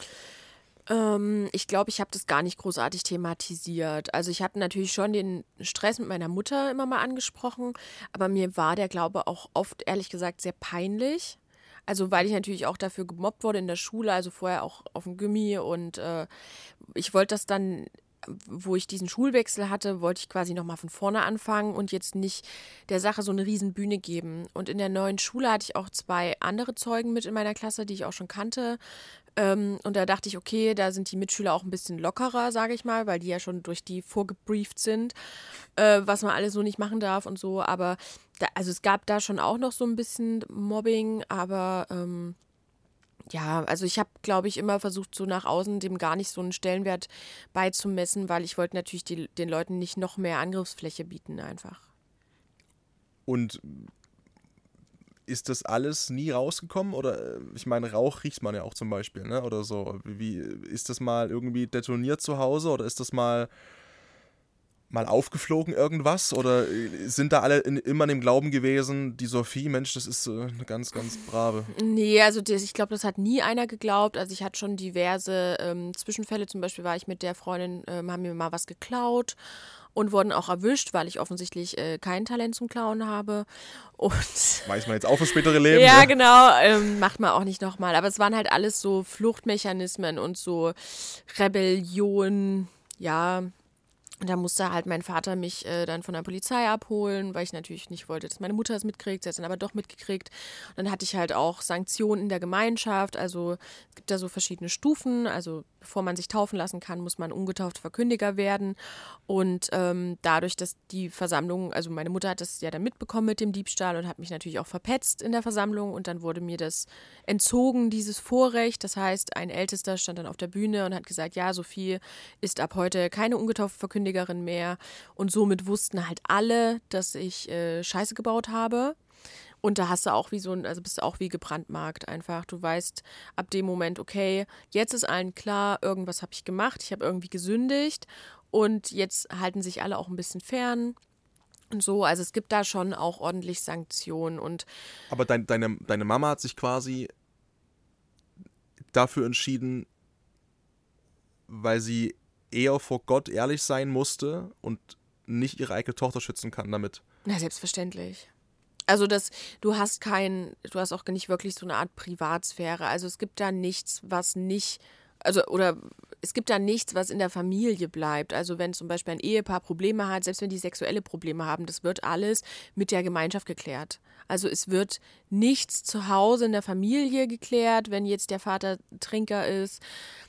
Ähm, ich glaube, ich habe das gar nicht großartig thematisiert. Also ich habe natürlich schon den Stress mit meiner Mutter immer mal angesprochen, aber mir war der Glaube auch oft, ehrlich gesagt, sehr peinlich. Also weil ich natürlich auch dafür gemobbt wurde in der Schule, also vorher auch auf dem Gymi und äh, ich wollte das dann, wo ich diesen Schulwechsel hatte, wollte ich quasi nochmal von vorne anfangen und jetzt nicht der Sache so eine riesen Bühne geben. Und in der neuen Schule hatte ich auch zwei andere Zeugen mit in meiner Klasse, die ich auch schon kannte. Ähm, und da dachte ich, okay, da sind die Mitschüler auch ein bisschen lockerer, sage ich mal, weil die ja schon durch die vorgebrieft sind, äh, was man alles so nicht machen darf und so. Aber da, also es gab da schon auch noch so ein bisschen Mobbing, aber ähm, ja, also ich habe, glaube ich, immer versucht, so nach außen dem gar nicht so einen Stellenwert beizumessen, weil ich wollte natürlich die, den Leuten nicht noch mehr Angriffsfläche bieten einfach. Und ist das alles nie rausgekommen? Oder, ich meine, Rauch riecht man ja auch zum Beispiel, ne? Oder so. Wie, ist das mal irgendwie detoniert zu Hause oder ist das mal, mal aufgeflogen irgendwas? Oder sind da alle in, immer in dem Glauben gewesen, die Sophie, Mensch, das ist äh, eine ganz, ganz brave? Nee, also das, ich glaube, das hat nie einer geglaubt. Also ich hatte schon diverse ähm, Zwischenfälle. Zum Beispiel war ich mit der Freundin, ähm, haben mir mal was geklaut und wurden auch erwischt, weil ich offensichtlich äh, kein Talent zum Klauen habe. Und Weiß man jetzt auch für spätere Leben. ja, ne? genau, ähm, macht man auch nicht nochmal. Aber es waren halt alles so Fluchtmechanismen und so Rebellion, ja. Und da musste halt mein Vater mich äh, dann von der Polizei abholen, weil ich natürlich nicht wollte, dass meine Mutter es mitkriegt. Sie hat es dann aber doch mitgekriegt. Und dann hatte ich halt auch Sanktionen in der Gemeinschaft. Also es gibt da so verschiedene Stufen. Also bevor man sich taufen lassen kann, muss man ungetauft Verkündiger werden. Und ähm, dadurch, dass die Versammlung, also meine Mutter hat das ja dann mitbekommen mit dem Diebstahl und hat mich natürlich auch verpetzt in der Versammlung. Und dann wurde mir das entzogen, dieses Vorrecht. Das heißt, ein Ältester stand dann auf der Bühne und hat gesagt, ja, Sophie ist ab heute keine ungetaufte Verkündigerin mehr und somit wussten halt alle, dass ich äh, Scheiße gebaut habe Und da hast du auch wie so ein, also bist du auch wie gebrandmarkt einfach. Du weißt ab dem Moment, okay, jetzt ist allen klar, irgendwas habe ich gemacht, ich habe irgendwie gesündigt und jetzt halten sich alle auch ein bisschen fern und so. Also es gibt da schon auch ordentlich Sanktionen und Aber dein, deine, deine Mama hat sich quasi dafür entschieden, weil sie eher vor Gott ehrlich sein musste und nicht ihre eigene Tochter schützen kann damit. na, selbstverständlich. Also das, du hast kein, du hast auch nicht wirklich so eine Art Privatsphäre. Also es gibt da nichts, was nicht, also oder es gibt da nichts, was in der Familie bleibt. Also wenn zum Beispiel ein Ehepaar Probleme hat, selbst wenn die sexuelle Probleme haben, das wird alles mit der Gemeinschaft geklärt. Also es wird nichts zu Hause in der Familie geklärt, wenn jetzt der Vater Trinker ist.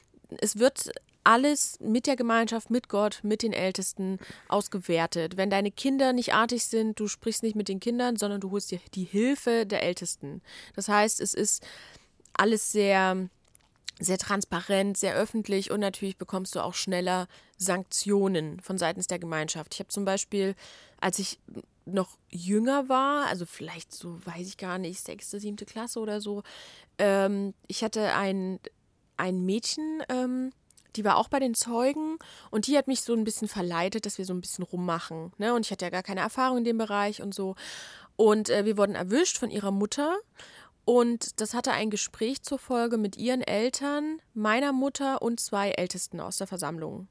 Es wird alles mit der Gemeinschaft, mit Gott, mit den Ältesten ausgewertet. Wenn deine Kinder nicht artig sind, du sprichst nicht mit den Kindern, sondern du holst dir die Hilfe der Ältesten. Das heißt, es ist alles sehr, sehr transparent, sehr öffentlich und natürlich bekommst du auch schneller Sanktionen von seitens der Gemeinschaft. Ich habe zum Beispiel, als ich noch jünger war, also vielleicht so, weiß ich gar nicht, sechste, siebte Klasse oder so, ähm, ich hatte ein, ein Mädchen, ähm, die war auch bei den Zeugen und die hat mich so ein bisschen verleitet, dass wir so ein bisschen rummachen. Ne? Und ich hatte ja gar keine Erfahrung in dem Bereich und so. Und äh, wir wurden erwischt von ihrer Mutter und das hatte ein Gespräch zur Folge mit ihren Eltern, meiner Mutter und zwei Ältesten aus der Versammlung.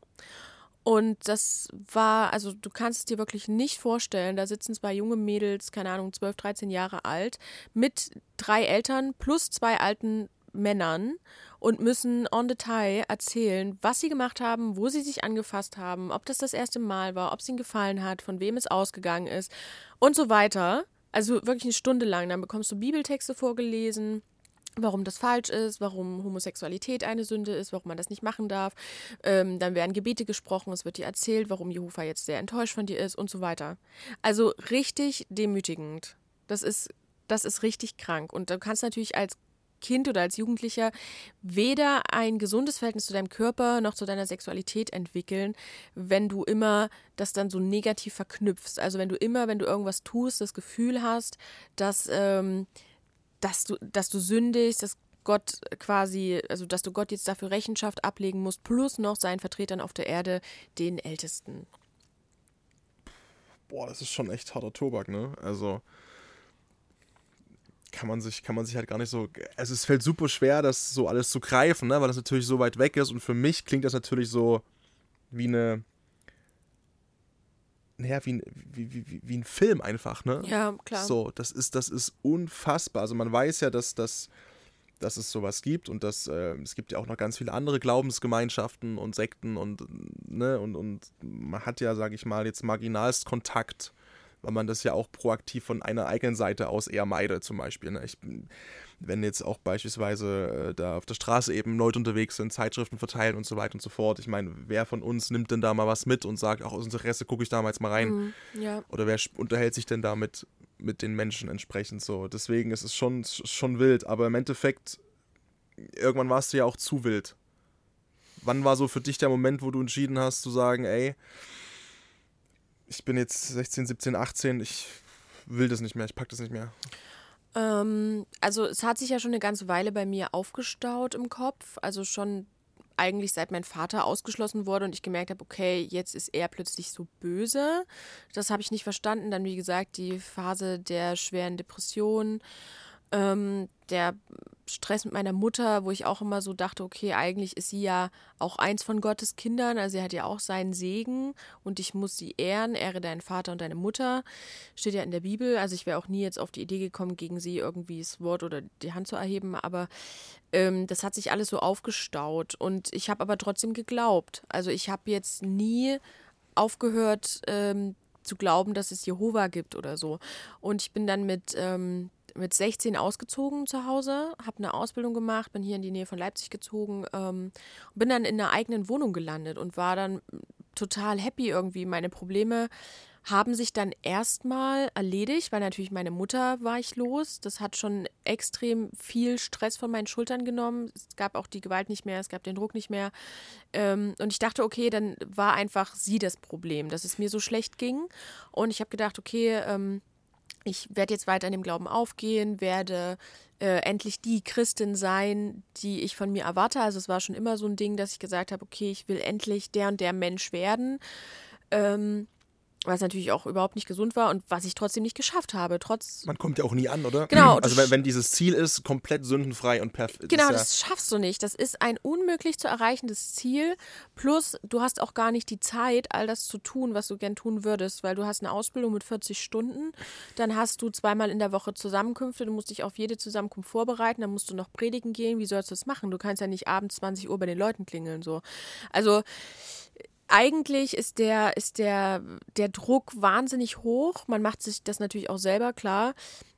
Und das war, also du kannst es dir wirklich nicht vorstellen, da sitzen zwei junge Mädels, keine Ahnung, zwölf, dreizehn Jahre alt, mit drei Eltern plus zwei alten Männern und müssen en Detail erzählen, was sie gemacht haben, wo sie sich angefasst haben, ob das das erste Mal war, ob es ihnen gefallen hat, von wem es ausgegangen ist und so weiter. Also wirklich eine Stunde lang. Dann bekommst du Bibeltexte vorgelesen, warum das falsch ist, warum Homosexualität eine Sünde ist, warum man das nicht machen darf. Ähm, dann werden Gebete gesprochen, es wird dir erzählt, warum Jehova jetzt sehr enttäuscht von dir ist und so weiter. Also richtig demütigend. Das ist, das ist richtig krank. Und du kannst natürlich als Kind oder als Jugendlicher weder ein gesundes Verhältnis zu deinem Körper noch zu deiner Sexualität entwickeln, wenn du immer das dann so negativ verknüpfst. Also wenn du immer, wenn du irgendwas tust, das Gefühl hast, dass, ähm, dass du, dass du sündigst, dass Gott quasi, also dass du Gott jetzt dafür Rechenschaft ablegen musst, plus noch seinen Vertretern auf der Erde, den Ältesten. Boah, das ist schon echt harter Tobak, ne? Also kann man sich, kann man sich halt gar nicht so, also es fällt super schwer, das so alles zu greifen, ne, weil das natürlich so weit weg ist und für mich klingt das natürlich so wie eine, naja, wie, wie, wie, wie ein Film einfach, ne? Ja, klar. So, das ist, das ist unfassbar. Also man weiß ja, dass, dass, dass es sowas gibt und dass äh, es gibt ja auch noch ganz viele andere Glaubensgemeinschaften und Sekten und, ne, und, und man hat ja, sage ich mal, jetzt marginalst Kontakt, weil man das ja auch proaktiv von einer eigenen Seite aus eher meidet, zum Beispiel. Ne? Ich, wenn jetzt auch beispielsweise äh, da auf der Straße eben Leute unterwegs sind, Zeitschriften verteilen und so weiter und so fort. Ich meine, wer von uns nimmt denn da mal was mit und sagt, auch aus Interesse gucke ich da mal jetzt mal rein? Mhm, ja. Oder wer unterhält sich denn da mit, mit den Menschen entsprechend so? Deswegen ist es schon, schon wild, aber im Endeffekt, irgendwann warst du ja auch zu wild. Wann war so für dich der Moment, wo du entschieden hast, zu sagen, ey, ich bin jetzt sechzehn, siebzehn, achtzehn, ich will das nicht mehr, ich pack das nicht mehr. Ähm, also es hat sich ja schon eine ganze Weile bei mir aufgestaut im Kopf, also schon eigentlich seit mein Vater ausgeschlossen wurde und ich gemerkt habe, okay, jetzt ist er plötzlich so böse. Das habe ich nicht verstanden. Dann, wie gesagt, die Phase der schweren Depression, ähm, der Stress mit meiner Mutter, wo ich auch immer so dachte, okay, eigentlich ist sie ja auch eins von Gottes Kindern, also sie hat ja auch seinen Segen und ich muss sie ehren, ehre deinen Vater und deine Mutter, steht ja in der Bibel, also ich wäre auch nie jetzt auf die Idee gekommen, gegen sie irgendwie das Wort oder die Hand zu erheben, aber ähm, das hat sich alles so aufgestaut und ich habe aber trotzdem geglaubt, also ich habe jetzt nie aufgehört ähm, zu glauben, dass es Jehova gibt oder so und ich bin dann mit ähm, mit sechzehn ausgezogen zu Hause, habe eine Ausbildung gemacht, bin hier in die Nähe von Leipzig gezogen, ähm, bin dann in einer eigenen Wohnung gelandet und war dann total happy irgendwie. Meine Probleme haben sich dann erstmal erledigt, weil natürlich meine Mutter war ich los. Das hat schon extrem viel Stress von meinen Schultern genommen. Es gab auch die Gewalt nicht mehr, es gab den Druck nicht mehr. Ähm, und ich dachte, okay, dann war einfach sie das Problem, dass es mir so schlecht ging. Und ich habe gedacht, okay, ähm, ich werde jetzt weiter in dem Glauben aufgehen, werde äh, endlich die Christin sein, die ich von mir erwarte. Also es war schon immer so ein Ding, dass ich gesagt habe, okay, ich will endlich der und der Mensch werden. Ähm, was natürlich auch überhaupt nicht gesund war und was ich trotzdem nicht geschafft habe. Trotz Man kommt ja auch nie an, oder? Genau. Also wenn, wenn dieses Ziel ist, komplett sündenfrei und perfekt. Genau, ja das schaffst du nicht. Das ist ein unmöglich zu erreichendes Ziel. Plus, du hast auch gar nicht die Zeit, all das zu tun, was du gern tun würdest, weil du hast eine Ausbildung mit vierzig Stunden, dann hast du zweimal in der Woche Zusammenkünfte, du musst dich auf jede Zusammenkunft vorbereiten, dann musst du noch predigen gehen. Wie sollst du das machen? Du kannst ja nicht abends zwanzig Uhr bei den Leuten klingeln. So. Also eigentlich ist der, ist der, der Druck wahnsinnig hoch. Man macht sich das natürlich auch selber klar.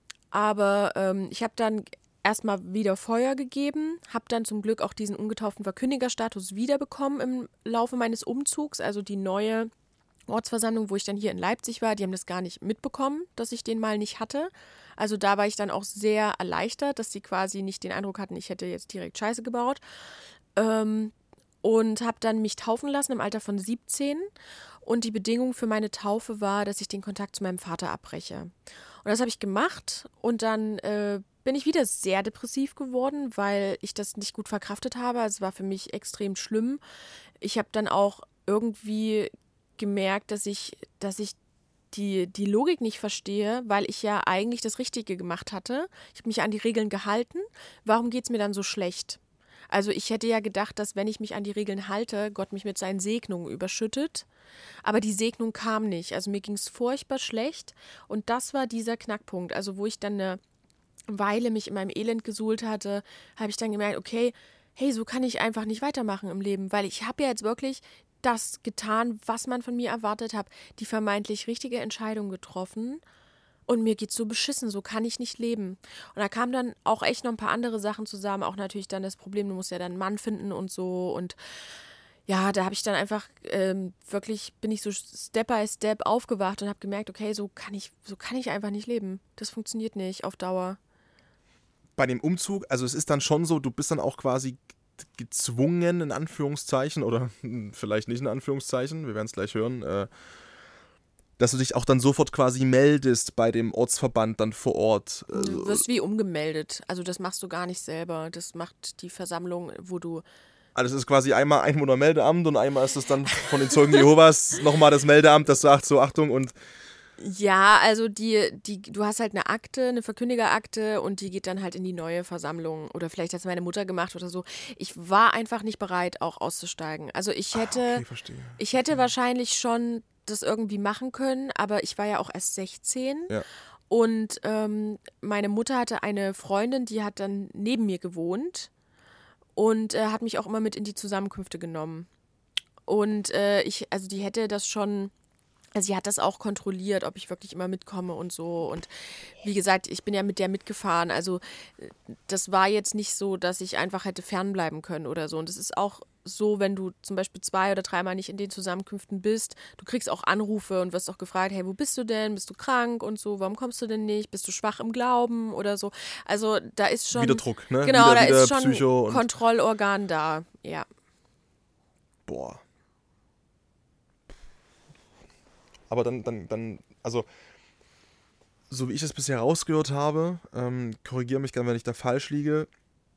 Aber ähm, ich habe dann erstmal wieder Feuer gegeben, habe dann zum Glück auch diesen ungetauften Verkündigerstatus wiederbekommen im Laufe meines Umzugs. Also die neue Ortsversammlung, wo ich dann hier in Leipzig war, die haben das gar nicht mitbekommen, dass ich den mal nicht hatte. Also da war ich dann auch sehr erleichtert, dass sie quasi nicht den Eindruck hatten, ich hätte jetzt direkt Scheiße gebaut. Ähm, Und habe dann mich taufen lassen im Alter von siebzehn. Und die Bedingung für meine Taufe war, dass ich den Kontakt zu meinem Vater abbreche. Und das habe ich gemacht. Und dann äh, bin ich wieder sehr depressiv geworden, weil ich das nicht gut verkraftet habe. Also es war für mich extrem schlimm. Ich habe dann auch irgendwie gemerkt, dass ich, dass ich die, die Logik nicht verstehe, weil ich ja eigentlich das Richtige gemacht hatte. Ich habe mich an die Regeln gehalten. Warum geht es mir dann so schlecht? Also ich hätte ja gedacht, dass wenn ich mich an die Regeln halte, Gott mich mit seinen Segnungen überschüttet. Aber die Segnung kam nicht. Also mir ging es furchtbar schlecht. Und das war dieser Knackpunkt. Also wo ich dann eine Weile mich in meinem Elend gesuhlt hatte, habe ich dann gemerkt, okay, hey, so kann ich einfach nicht weitermachen im Leben. Weil ich habe ja jetzt wirklich das getan, was man von mir erwartet hat. Die vermeintlich richtige Entscheidung getroffen. Und mir geht's so beschissen, so kann ich nicht leben. Und da kamen dann auch echt noch ein paar andere Sachen zusammen. Auch natürlich dann das Problem, du musst ja dann einen Mann finden und so. Und ja, da habe ich dann einfach ähm, wirklich, bin ich so Step by Step aufgewacht und habe gemerkt, okay, so kann ich, so kann ich einfach nicht leben. Das funktioniert nicht auf Dauer. Bei dem Umzug, also es ist dann schon so, du bist dann auch quasi gezwungen, in Anführungszeichen, oder vielleicht nicht in Anführungszeichen, wir werden es gleich hören, äh, dass du dich auch dann sofort quasi meldest bei dem Ortsverband dann vor Ort. Du wirst wie umgemeldet. Also das machst du gar nicht selber. Das macht die Versammlung, wo du... Also es ist quasi einmal Einwohnermeldeamt und einmal ist es dann von den Zeugen Jehovas nochmal das Meldeamt, das sagt so, Achtung und... Ja, also die, die, du hast halt eine Akte, eine Verkündigerakte und die geht dann halt in die neue Versammlung. Oder vielleicht hat es meine Mutter gemacht oder so. Ich war einfach nicht bereit, auch auszusteigen. Also ich hätte, ah, okay, verstehe. ich hätte okay. wahrscheinlich schon das irgendwie machen können, aber ich war ja auch erst sechzehn. Ja. Und ähm, meine Mutter hatte eine Freundin, die hat dann neben mir gewohnt und äh, hat mich auch immer mit in die Zusammenkünfte genommen. Und äh, ich, also die hätte das schon... Also sie hat das auch kontrolliert, ob ich wirklich immer mitkomme und so. Und wie gesagt, ich bin ja mit der mitgefahren. Also das war jetzt nicht so, dass ich einfach hätte fernbleiben können oder so. Und es ist auch so, wenn du zum Beispiel zwei oder dreimal nicht in den Zusammenkünften bist, du kriegst auch Anrufe und wirst auch gefragt, hey, wo bist du denn? Bist du krank und so? Warum kommst du denn nicht? Bist du schwach im Glauben oder so? Also da ist schon... Wieder Druck, ne? Genau, wieder, da wieder ist schon Psycho und Kontrollorgan da, ja. Boah. Aber dann, dann, dann, also, so wie ich es bisher rausgehört habe, ähm, korrigiere mich gerne, wenn ich da falsch liege,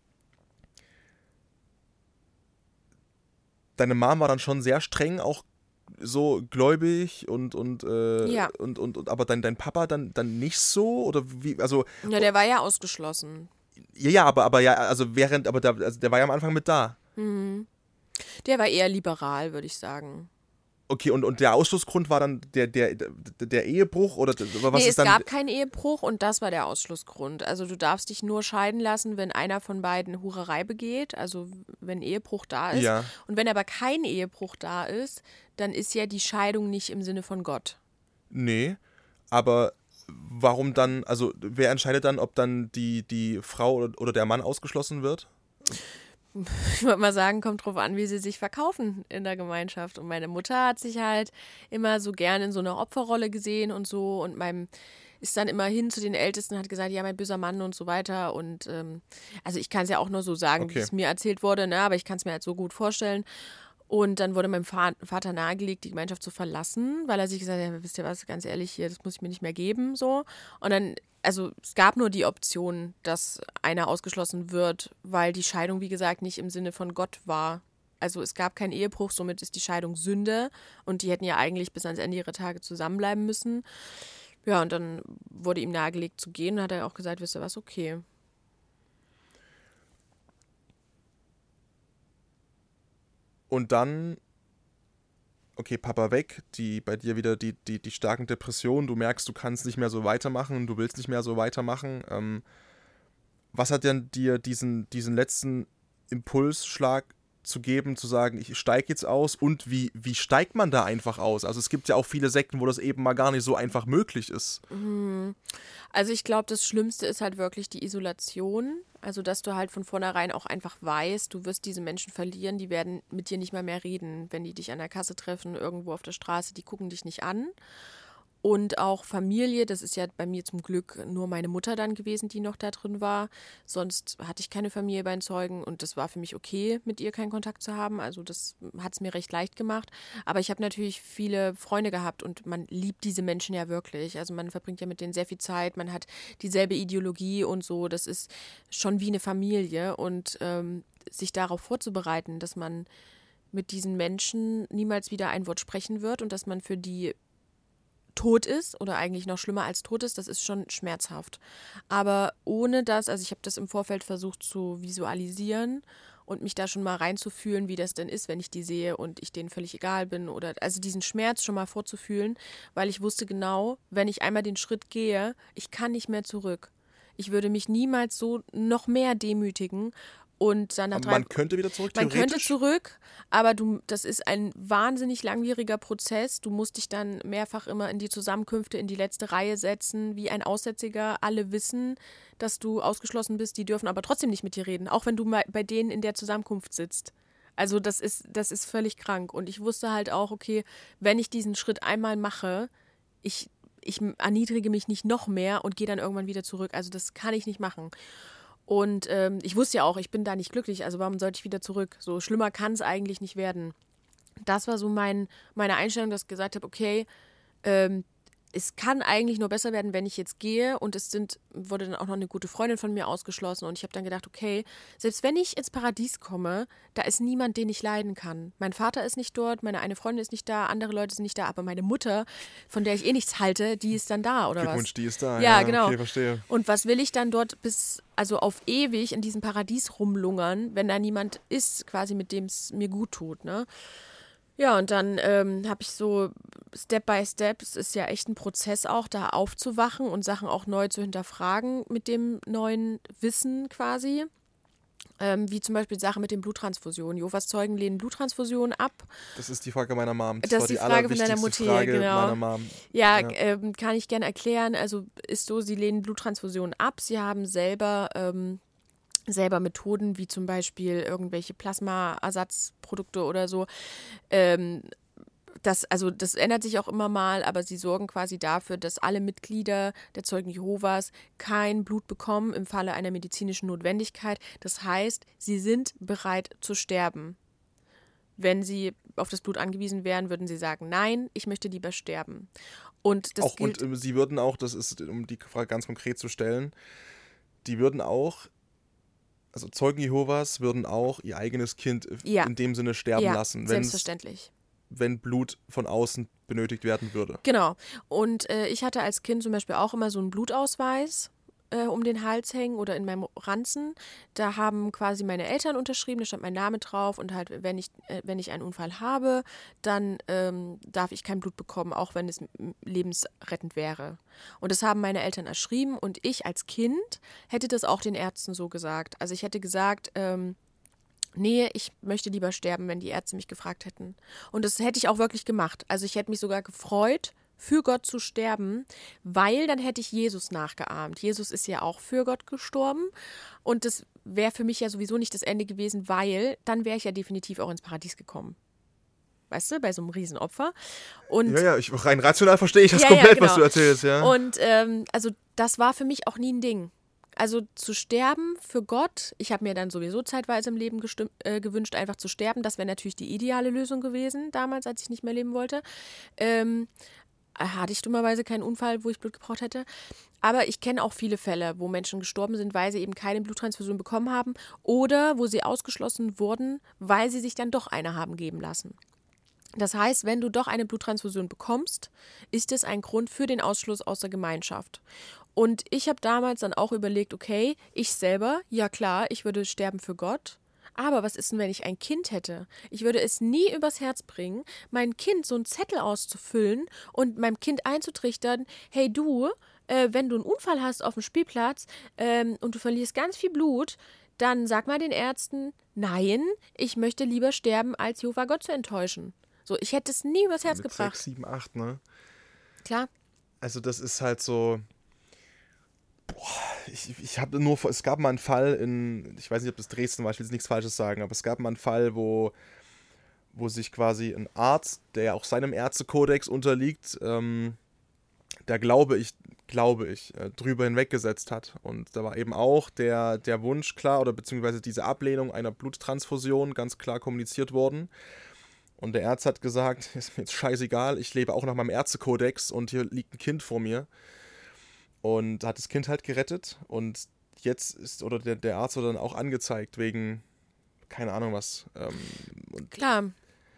deine Mom war dann schon sehr streng, auch so gläubig und, und, äh, ja. und, und, und aber dein, dein Papa dann, dann nicht so? Oder wie, also. Ja, der war ja ausgeschlossen. Ja, ja, aber, aber ja, also während, aber da, also der war ja am Anfang mit da. Mhm. Der war eher liberal, würde ich sagen. Okay, und, und der Ausschlussgrund war dann der, der, der, der Ehebruch? Oder was nee, ist es dann? gab keinen Ehebruch und das war der Ausschlussgrund. Also du darfst dich nur scheiden lassen, wenn einer von beiden Hurerei begeht, also wenn Ehebruch da ist. Ja. Und wenn aber kein Ehebruch da ist, dann ist ja die Scheidung nicht im Sinne von Gott. Nee, aber warum dann, also wer entscheidet dann, ob dann die, die Frau oder, oder der Mann ausgeschlossen wird? Ich würde mal sagen, kommt drauf an, wie sie sich verkaufen in der Gemeinschaft. Und meine Mutter hat sich halt immer so gern in so einer Opferrolle gesehen und so. Und meinem ist dann immer hin zu den Ältesten und hat gesagt, ja, mein böser Mann und so weiter. Und ähm, also ich kann es ja auch nur so sagen, okay. wie es mir erzählt wurde, ne? Aber ich kann es mir halt so gut vorstellen. Und dann wurde meinem Vater nahegelegt, die Gemeinschaft zu verlassen, weil er sich gesagt hat, ja, wisst ihr was, ganz ehrlich, hier, das muss ich mir nicht mehr geben, so. Und dann, also es gab nur die Option, dass einer ausgeschlossen wird, weil die Scheidung, wie gesagt, nicht im Sinne von Gott war. Also es gab keinen Ehebruch, somit ist die Scheidung Sünde und die hätten ja eigentlich bis ans Ende ihrer Tage zusammenbleiben müssen. Ja, und dann wurde ihm nahegelegt zu gehen und hat er auch gesagt, wisst ihr was, okay. Und dann, okay, Papa weg, die bei dir wieder die, die, die starken Depressionen, du merkst, du kannst nicht mehr so weitermachen, du willst nicht mehr so weitermachen. Ähm, was hat denn dir diesen, diesen letzten Impulsschlag zu geben, zu sagen, ich steige jetzt aus und wie, wie steigt man da einfach aus? Also es gibt ja auch viele Sekten, wo das eben mal gar nicht so einfach möglich ist. Also ich glaube, das Schlimmste ist halt wirklich die Isolation. Also dass du halt von vornherein auch einfach weißt, du wirst diese Menschen verlieren, die werden mit dir nicht mal mehr reden, wenn die dich an der Kasse treffen, irgendwo auf der Straße, die gucken dich nicht an. Und auch Familie, das ist ja bei mir zum Glück nur meine Mutter dann gewesen, die noch da drin war. Sonst hatte ich keine Familie bei den Zeugen und das war für mich okay, mit ihr keinen Kontakt zu haben. Also das hat es mir recht leicht gemacht. Aber ich habe natürlich viele Freunde gehabt und man liebt diese Menschen ja wirklich. Also man verbringt ja mit denen sehr viel Zeit, man hat dieselbe Ideologie und so. Das ist schon wie eine Familie und ähm, sich darauf vorzubereiten, dass man mit diesen Menschen niemals wieder ein Wort sprechen wird und dass man für die tot ist oder eigentlich noch schlimmer als tot ist, das ist schon schmerzhaft. Aber ohne das, also ich habe das im Vorfeld versucht zu visualisieren und mich da schon mal reinzufühlen, wie das denn ist, wenn ich die sehe und ich denen völlig egal bin oder also diesen Schmerz schon mal vorzufühlen, weil ich wusste genau, wenn ich einmal den Schritt gehe, ich kann nicht mehr zurück. Ich würde mich niemals so noch mehr demütigen. Und dann nach aber drei, man könnte wieder zurück, man theoretisch? könnte zurück, aber du, das ist ein wahnsinnig langwieriger Prozess. Du musst dich dann mehrfach immer in die Zusammenkünfte, in die letzte Reihe setzen, wie ein Aussätziger. Alle wissen, dass du ausgeschlossen bist, die dürfen aber trotzdem nicht mit dir reden, auch wenn du mal bei denen in der Zusammenkunft sitzt. Also das ist, das ist völlig krank. Und ich wusste halt auch, okay, wenn ich diesen Schritt einmal mache, ich, ich erniedrige mich nicht noch mehr und gehe dann irgendwann wieder zurück. Also das kann ich nicht machen. Und ähm, ich wusste ja auch, ich bin da nicht glücklich, also warum sollte ich wieder zurück? So schlimmer kann es eigentlich nicht werden. Das war so mein, meine Einstellung, dass ich gesagt habe, okay, ähm, es kann eigentlich nur besser werden, wenn ich jetzt gehe und es sind, wurde dann auch noch eine gute Freundin von mir ausgeschlossen und ich habe dann gedacht, okay, selbst wenn ich ins Paradies komme, da ist niemand, den ich leiden kann. Mein Vater ist nicht dort, meine eine Freundin ist nicht da, andere Leute sind nicht da, aber meine Mutter, von der ich eh nichts halte, die ist dann da, oder was? Glückwunsch, die ist da. Ja, ja, genau. Okay, verstehe. Und was will ich dann dort bis, also auf ewig in diesem Paradies rumlungern, wenn da niemand ist, quasi mit dem es mir gut tut, ne? Ja, und dann ähm, habe ich so Step by Step, es ist ja echt ein Prozess auch, da aufzuwachen und Sachen auch neu zu hinterfragen mit dem neuen Wissen quasi. Ähm, wie zum Beispiel Sachen mit den Bluttransfusionen. Jehovas Zeugen lehnen Bluttransfusionen ab. Das ist die Frage meiner Mom. Das, das war ist die die Frage von deiner Mutter, Frage genau. meiner Mom. Ja, Ja. Ähm, kann ich gerne erklären. Also ist so, sie lehnen Bluttransfusionen ab. Sie haben selber... Ähm, selber Methoden, wie zum Beispiel irgendwelche Plasmaersatzprodukte oder so. Ähm, das, also das ändert sich auch immer mal, aber sie sorgen quasi dafür, dass alle Mitglieder der Zeugen Jehovas kein Blut bekommen im Falle einer medizinischen Notwendigkeit. Das heißt, sie sind bereit zu sterben. Wenn sie auf das Blut angewiesen wären, würden sie sagen, nein, ich möchte lieber sterben. Und das auch, gilt, und äh, sie würden auch, das ist, um die Frage ganz konkret zu stellen, die würden auch Also Zeugen Jehovas würden auch ihr eigenes Kind ja. in dem Sinne sterben ja, lassen, selbstverständlich. wenn Blut von außen benötigt werden würde. Genau. Und äh, ich hatte als Kind zum Beispiel auch immer so einen Blutausweis äh, um den Hals hängen oder in meinem Ranzen. Da haben quasi meine Eltern unterschrieben, da stand mein Name drauf und halt, wenn ich, äh, wenn ich einen Unfall habe, dann ähm, darf ich kein Blut bekommen, auch wenn es lebensrettend wäre. Und das haben meine Eltern erschrieben und ich als Kind hätte das auch den Ärzten so gesagt. Also ich hätte gesagt, ähm, nee, ich möchte lieber sterben, wenn die Ärzte mich gefragt hätten. Und das hätte ich auch wirklich gemacht. Also ich hätte mich sogar gefreut, für Gott zu sterben, weil dann hätte ich Jesus nachgeahmt. Jesus ist ja auch für Gott gestorben und das wäre für mich ja sowieso nicht das Ende gewesen, weil dann wäre ich ja definitiv auch ins Paradies gekommen. Weißt du, bei so einem Riesenopfer. Und ja, ja, ich, rein rational verstehe ich das ja, komplett, ja, genau. was du erzählst, ja. Und ähm, also das war für mich auch nie ein Ding. Also zu sterben für Gott, ich habe mir dann sowieso zeitweise im Leben gestimm, äh, gewünscht, einfach zu sterben. Das wäre natürlich die ideale Lösung gewesen, damals, als ich nicht mehr leben wollte. Ähm, hatte ich dummerweise keinen Unfall, wo ich Blut gebraucht hätte. Aber ich kenne auch viele Fälle, wo Menschen gestorben sind, weil sie eben keine Bluttransfusion bekommen haben oder wo sie ausgeschlossen wurden, weil sie sich dann doch eine haben geben lassen. Das heißt, wenn du doch eine Bluttransfusion bekommst, ist es ein Grund für den Ausschluss aus der Gemeinschaft. Und ich habe damals dann auch überlegt, okay, ich selber, ja klar, ich würde sterben für Gott. Aber was ist denn, wenn ich ein Kind hätte? Ich würde es nie übers Herz bringen, mein Kind so einen Zettel auszufüllen und meinem Kind einzutrichtern, hey du, äh, wenn du einen Unfall hast auf dem Spielplatz ähm, und du verlierst ganz viel Blut, dann sag mal den Ärzten, nein, ich möchte lieber sterben, als Jehova Gott zu enttäuschen. So, ich hätte es nie übers Herz Mit gebracht. sechs, sieben, acht, ne? Klar. Also das ist halt so... Boah, ich, ich habe nur... Es gab mal einen Fall in... Ich weiß nicht, ob das Dresden war, ich will jetzt nichts Falsches sagen, aber es gab mal einen Fall, wo, wo sich quasi ein Arzt, der auch seinem Ärztekodex unterliegt, ähm, da glaube ich, glaube ich, äh, drüber hinweggesetzt hat. Und da war eben auch der, der Wunsch klar, oder beziehungsweise diese Ablehnung einer Bluttransfusion ganz klar kommuniziert worden. Und der Arzt hat gesagt, ist mir jetzt scheißegal, ich lebe auch nach meinem Ärztekodex und hier liegt ein Kind vor mir. Und hat das Kind halt gerettet. Und jetzt ist, oder der, der Arzt wurde dann auch angezeigt wegen, keine Ahnung was. Ähm, und Klar.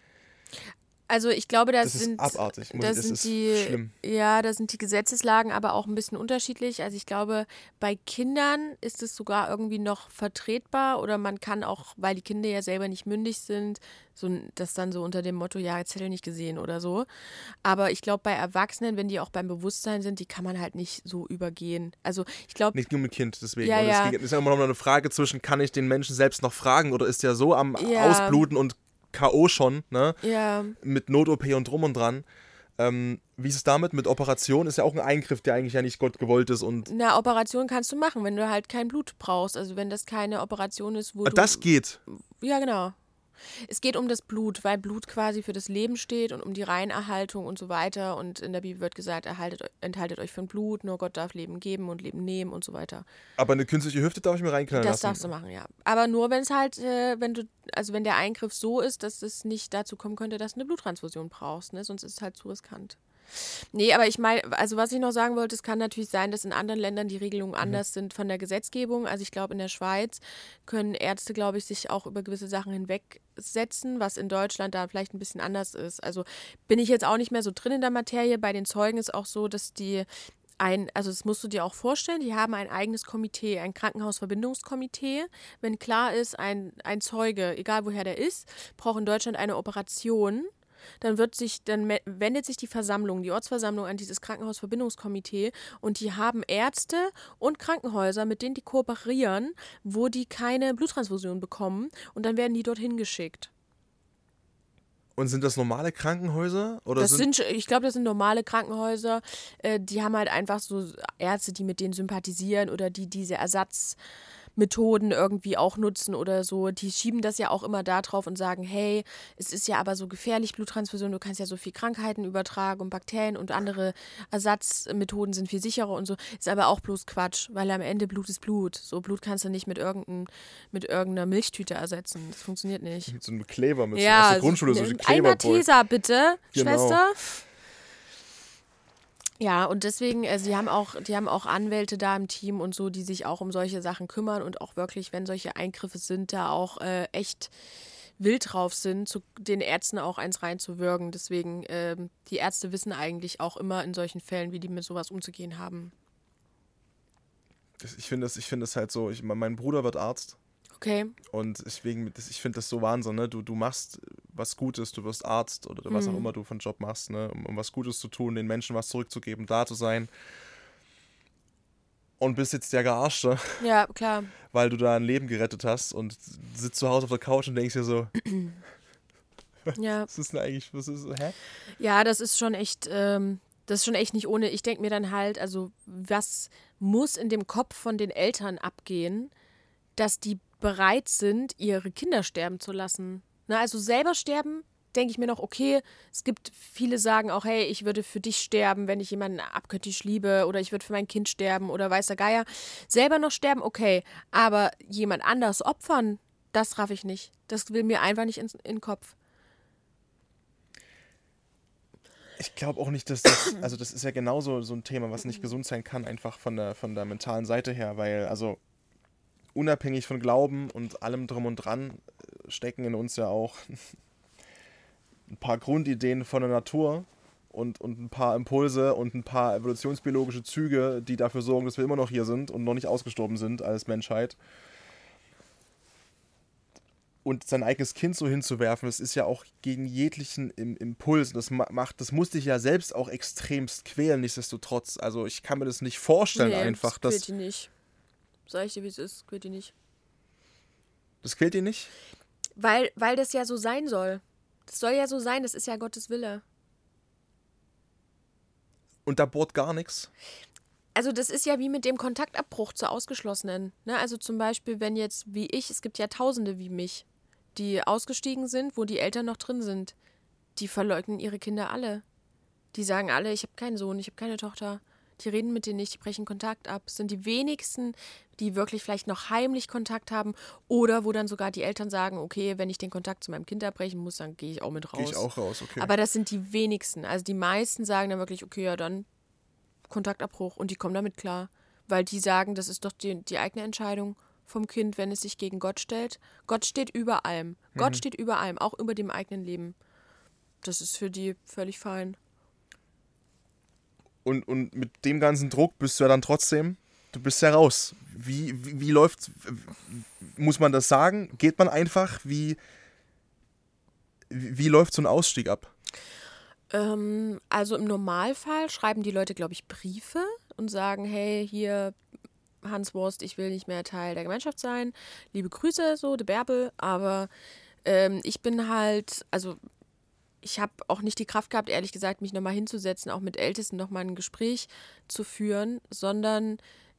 Also ich glaube, das, das sind, ist abartig. Muss das, ich, das sind ist die, schlimm. ja, das sind die Gesetzeslagen aber auch ein bisschen unterschiedlich. Also ich glaube, bei Kindern ist es sogar irgendwie noch vertretbar oder man kann auch, weil die Kinder ja selber nicht mündig sind, so das dann so unter dem Motto, ja, Zettel nicht gesehen oder so. Aber ich glaube, bei Erwachsenen, wenn die auch beim Bewusstsein sind, die kann man halt nicht so übergehen. Also ich glaube... Nicht nur mit Kind, deswegen. Ja, und ja. Es ist ja immer noch eine Frage zwischen, kann ich den Menschen selbst noch fragen oder ist der so am Ja. Ausbluten und K O schon, ne? Ja. Mit Not-O P und drum und dran. Ähm, wie ist es damit? Mit Operation ist ja auch ein Eingriff, der eigentlich ja nicht Gott gewollt ist. Und Eine Operation kannst du machen, wenn du halt kein Blut brauchst. Also wenn das keine Operation ist, wo das du... geht. Ja, genau. Es geht um das Blut, weil Blut quasi für das Leben steht und um die Reinerhaltung und so weiter. Und in der Bibel wird gesagt, erhaltet, enthaltet euch von Blut, nur Gott darf Leben geben und Leben nehmen und so weiter. Aber eine künstliche Hüfte darf ich mir reinknallen Das lassen. darfst du machen, ja. Aber nur, wenn es halt, äh, wenn du, also wenn der Eingriff so ist, dass es nicht dazu kommen könnte, dass du eine Bluttransfusion brauchst, ne? Sonst ist es halt zu riskant. Nee, aber ich meine, also was ich noch sagen wollte, es kann natürlich sein, dass in anderen Ländern die Regelungen anders mhm. sind von der Gesetzgebung. Also ich glaube, in der Schweiz können Ärzte, glaube ich, sich auch über gewisse Sachen hinwegsetzen, was in Deutschland da vielleicht ein bisschen anders ist. Also bin ich jetzt auch nicht mehr so drin in der Materie. Bei den Zeugen ist auch so, dass die ein, also das musst du dir auch vorstellen, die haben ein eigenes Komitee, ein Krankenhausverbindungskomitee. Wenn klar ist, ein, ein Zeuge, egal woher der ist, braucht in Deutschland eine Operation, dann wird sich, dann wendet sich die Versammlung, die Ortsversammlung an dieses Krankenhausverbindungskomitee und die haben Ärzte und Krankenhäuser, mit denen die kooperieren, wo die keine Bluttransfusion bekommen und dann werden die dorthin geschickt. Und sind das normale Krankenhäuser? Oder das sind, sind, ich glaube, das sind normale Krankenhäuser, äh, die haben halt einfach so Ärzte, die mit denen sympathisieren oder die diese Ersatzmethoden irgendwie auch nutzen oder so. Die schieben das ja auch immer da drauf und sagen, hey, es ist ja aber so gefährlich, Bluttransfusion, du kannst ja so viel Krankheiten übertragen und Bakterien und andere Ersatzmethoden sind viel sicherer und so. Ist aber auch bloß Quatsch, weil am Ende Blut ist Blut. So Blut kannst du nicht mit, irgendein, mit irgendeiner Milchtüte ersetzen. Das funktioniert nicht. Mit so einem Kleber, mit ja, so, aus der Grundschule, so, so ein Kleber. Tesa bitte, genau. Schwester. Ja, und deswegen, äh, sie haben auch, die haben auch Anwälte da im Team und so, die sich auch um solche Sachen kümmern und auch wirklich, wenn solche Eingriffe sind, da auch äh, echt wild drauf sind, zu den Ärzten auch eins reinzuwürgen. Deswegen, äh, die Ärzte wissen eigentlich auch immer in solchen Fällen, wie die mit sowas umzugehen haben. Ich finde das, ich finde das halt so, ich, mein Bruder wird Arzt. Okay. Und deswegen, ich finde das so Wahnsinn, ne? Du, du machst was Gutes, du wirst Arzt oder was mhm. auch immer du für einen Job machst, ne? Um, um was Gutes zu tun, den Menschen was zurückzugeben, da zu sein. Und bist jetzt der Gearschte. Ja, klar. Weil du da ein Leben gerettet hast und sitzt zu Hause auf der Couch und denkst dir so, ja. was ist denn eigentlich, was ist, hä? Ja, das ist schon echt, ähm, das ist schon echt nicht ohne. Ich denke mir dann halt, also was muss in dem Kopf von den Eltern abgehen, dass die bereit sind, ihre Kinder sterben zu lassen. Na, also selber sterben denke ich mir noch, okay, es gibt viele sagen auch, hey, ich würde für dich sterben, wenn ich jemanden abgöttisch liebe oder ich würde für mein Kind sterben oder weiß der Geier. Selber noch sterben, okay, aber jemand anders opfern, das raff ich nicht. Das will mir einfach nicht in, in den Kopf. Ich glaube auch nicht, dass das, also das ist ja genauso so ein Thema, was nicht gesund sein kann, einfach von der, von der mentalen Seite her, weil, also unabhängig von Glauben und allem drum und dran stecken in uns ja auch ein paar Grundideen von der Natur und, und ein paar Impulse und ein paar evolutionsbiologische Züge, die dafür sorgen, dass wir immer noch hier sind und noch nicht ausgestorben sind als Menschheit. Und sein eigenes Kind so hinzuwerfen, das ist ja auch gegen jeglichen Im- Impuls. Das macht, das musste ich ja selbst auch extremst quälen, nichtsdestotrotz. Also ich kann mir das nicht vorstellen nee, einfach. das dass quält die nicht. Sag ich dir, wie es ist, quält die nicht. Das quält ihn nicht? Weil, weil das ja so sein soll. Das soll ja so sein, das ist ja Gottes Wille. Und da bohrt gar nichts? Also das ist ja wie mit dem Kontaktabbruch zu Ausgeschlossenen. Ne? Also zum Beispiel, wenn jetzt wie ich, es gibt ja Tausende wie mich, die ausgestiegen sind, wo die Eltern noch drin sind. Die verleugnen ihre Kinder alle. Die sagen alle, ich habe keinen Sohn, ich habe keine Tochter. Die reden mit denen nicht, die brechen Kontakt ab. Es sind die wenigsten, die wirklich vielleicht noch heimlich Kontakt haben oder wo dann sogar die Eltern sagen, okay, wenn ich den Kontakt zu meinem Kind abbrechen muss, dann gehe ich auch mit raus. Gehe ich auch raus, okay. Aber das sind die wenigsten. Also die meisten sagen dann wirklich, okay, ja dann Kontaktabbruch und die kommen damit klar. Weil die sagen, das ist doch die, die eigene Entscheidung vom Kind, wenn es sich gegen Gott stellt. Gott steht über allem. Mhm. Gott steht über allem, auch über dem eigenen Leben. Das ist für die völlig fein. Und, und mit dem ganzen Druck bist du ja dann trotzdem, du bist ja raus. Wie, wie, wie läuft, muss man das sagen? Geht man einfach? Wie, wie, wie läuft so ein Ausstieg ab? Ähm, also im Normalfall schreiben die Leute, glaube ich, Briefe und sagen, hey, hier, Hans Wurst, ich will nicht mehr Teil der Gemeinschaft sein. Liebe Grüße, so, de Bärbel. Aber ähm, ich bin halt, also ich habe auch nicht die Kraft gehabt, ehrlich gesagt, mich nochmal hinzusetzen, auch mit Ältesten nochmal ein Gespräch zu führen, sondern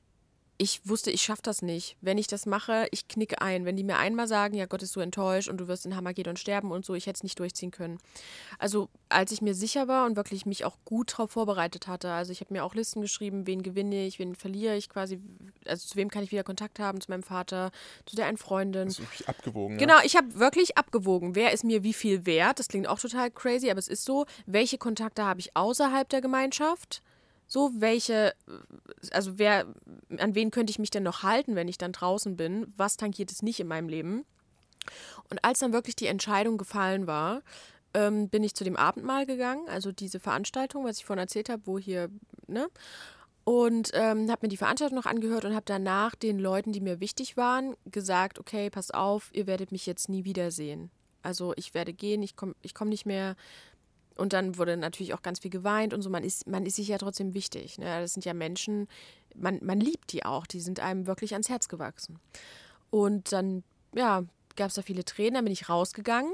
ich wusste, ich schaffe das nicht. Wenn ich das mache, ich knicke ein. Wenn die mir einmal sagen, ja, Gott ist so enttäuscht und du wirst in Hamagedon sterben und so, ich hätte es nicht durchziehen können. Also als ich mir sicher war und wirklich mich auch gut darauf vorbereitet hatte, also ich habe mir auch Listen geschrieben, wen gewinne ich, wen verliere ich quasi, also zu wem kann ich wieder Kontakt haben, zu meinem Vater, zu der einen Freundin. Das ist wirklich abgewogen. Genau, ja? ich habe wirklich abgewogen, wer ist mir wie viel wert, das klingt auch total crazy, aber es ist so, welche Kontakte habe ich außerhalb der Gemeinschaft? So, welche, also wer, an wen könnte ich mich denn noch halten, wenn ich dann draußen bin? Was tangiert es nicht in meinem Leben? Und als dann wirklich die Entscheidung gefallen war, ähm, bin ich zu dem Abendmahl gegangen, also diese Veranstaltung, was ich vorhin erzählt habe, wo hier, ne? Und ähm, habe mir die Veranstaltung noch angehört und habe danach den Leuten, die mir wichtig waren, gesagt, okay, passt auf, ihr werdet mich jetzt nie wiedersehen. Also ich werde gehen, ich komme ich komm nicht mehr. Und dann wurde natürlich auch ganz viel geweint und so. Man ist, man ist sich ja trotzdem wichtig. Ne? Das sind ja Menschen, man, man liebt die auch. Die sind einem wirklich ans Herz gewachsen. Und dann, ja, gab es da viele Tränen. Dann bin ich rausgegangen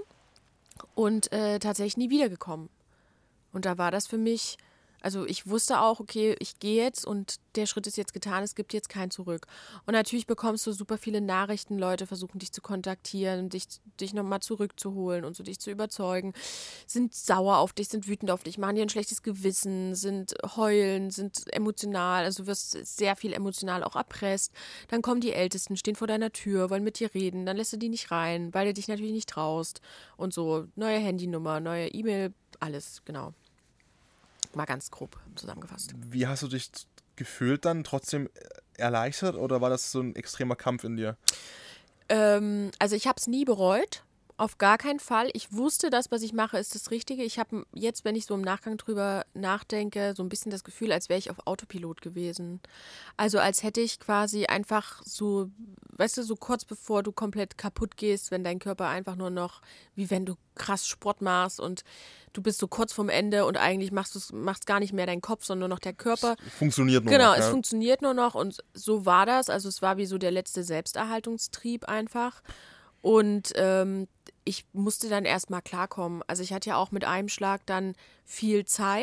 und äh, tatsächlich nie wiedergekommen. Und da war das für mich, also ich wusste auch, okay, ich gehe jetzt und der Schritt ist jetzt getan, es gibt jetzt kein Zurück. Und natürlich bekommst du super viele Nachrichten, Leute versuchen dich zu kontaktieren, dich, dich nochmal zurückzuholen und so dich zu überzeugen, sind sauer auf dich, sind wütend auf dich, machen dir ein schlechtes Gewissen, sind heulen, sind emotional, also du wirst sehr viel emotional auch erpresst. Dann kommen die Ältesten, stehen vor deiner Tür, wollen mit dir reden, dann lässt du die nicht rein, weil du dich natürlich nicht traust und so, neue Handynummer, neue E-Mail, alles, genau. Mal ganz grob zusammengefasst. Wie hast du dich gefühlt dann? Trotzdem erleichtert oder war das so ein extremer Kampf in dir? Ähm, also ich habe es nie bereut, auf gar keinen Fall. Ich wusste, das, was ich mache, ist das Richtige. Ich habe jetzt, wenn ich so im Nachgang drüber nachdenke, so ein bisschen das Gefühl, als wäre ich auf Autopilot gewesen. Also als hätte ich quasi einfach so, weißt du, so kurz bevor du komplett kaputt gehst, wenn dein Körper einfach nur noch, wie wenn du krass Sport machst und du bist so kurz vorm Ende und eigentlich machst du machst gar nicht mehr dein Kopf, sondern nur noch der Körper. Es funktioniert nur genau, noch. Genau, es ja. funktioniert nur noch und so war das. Also es war wie so der letzte Selbsterhaltungstrieb einfach. Und ähm, ich musste dann erstmal klarkommen. Also ich hatte ja auch mit einem Schlag dann viel Zeit,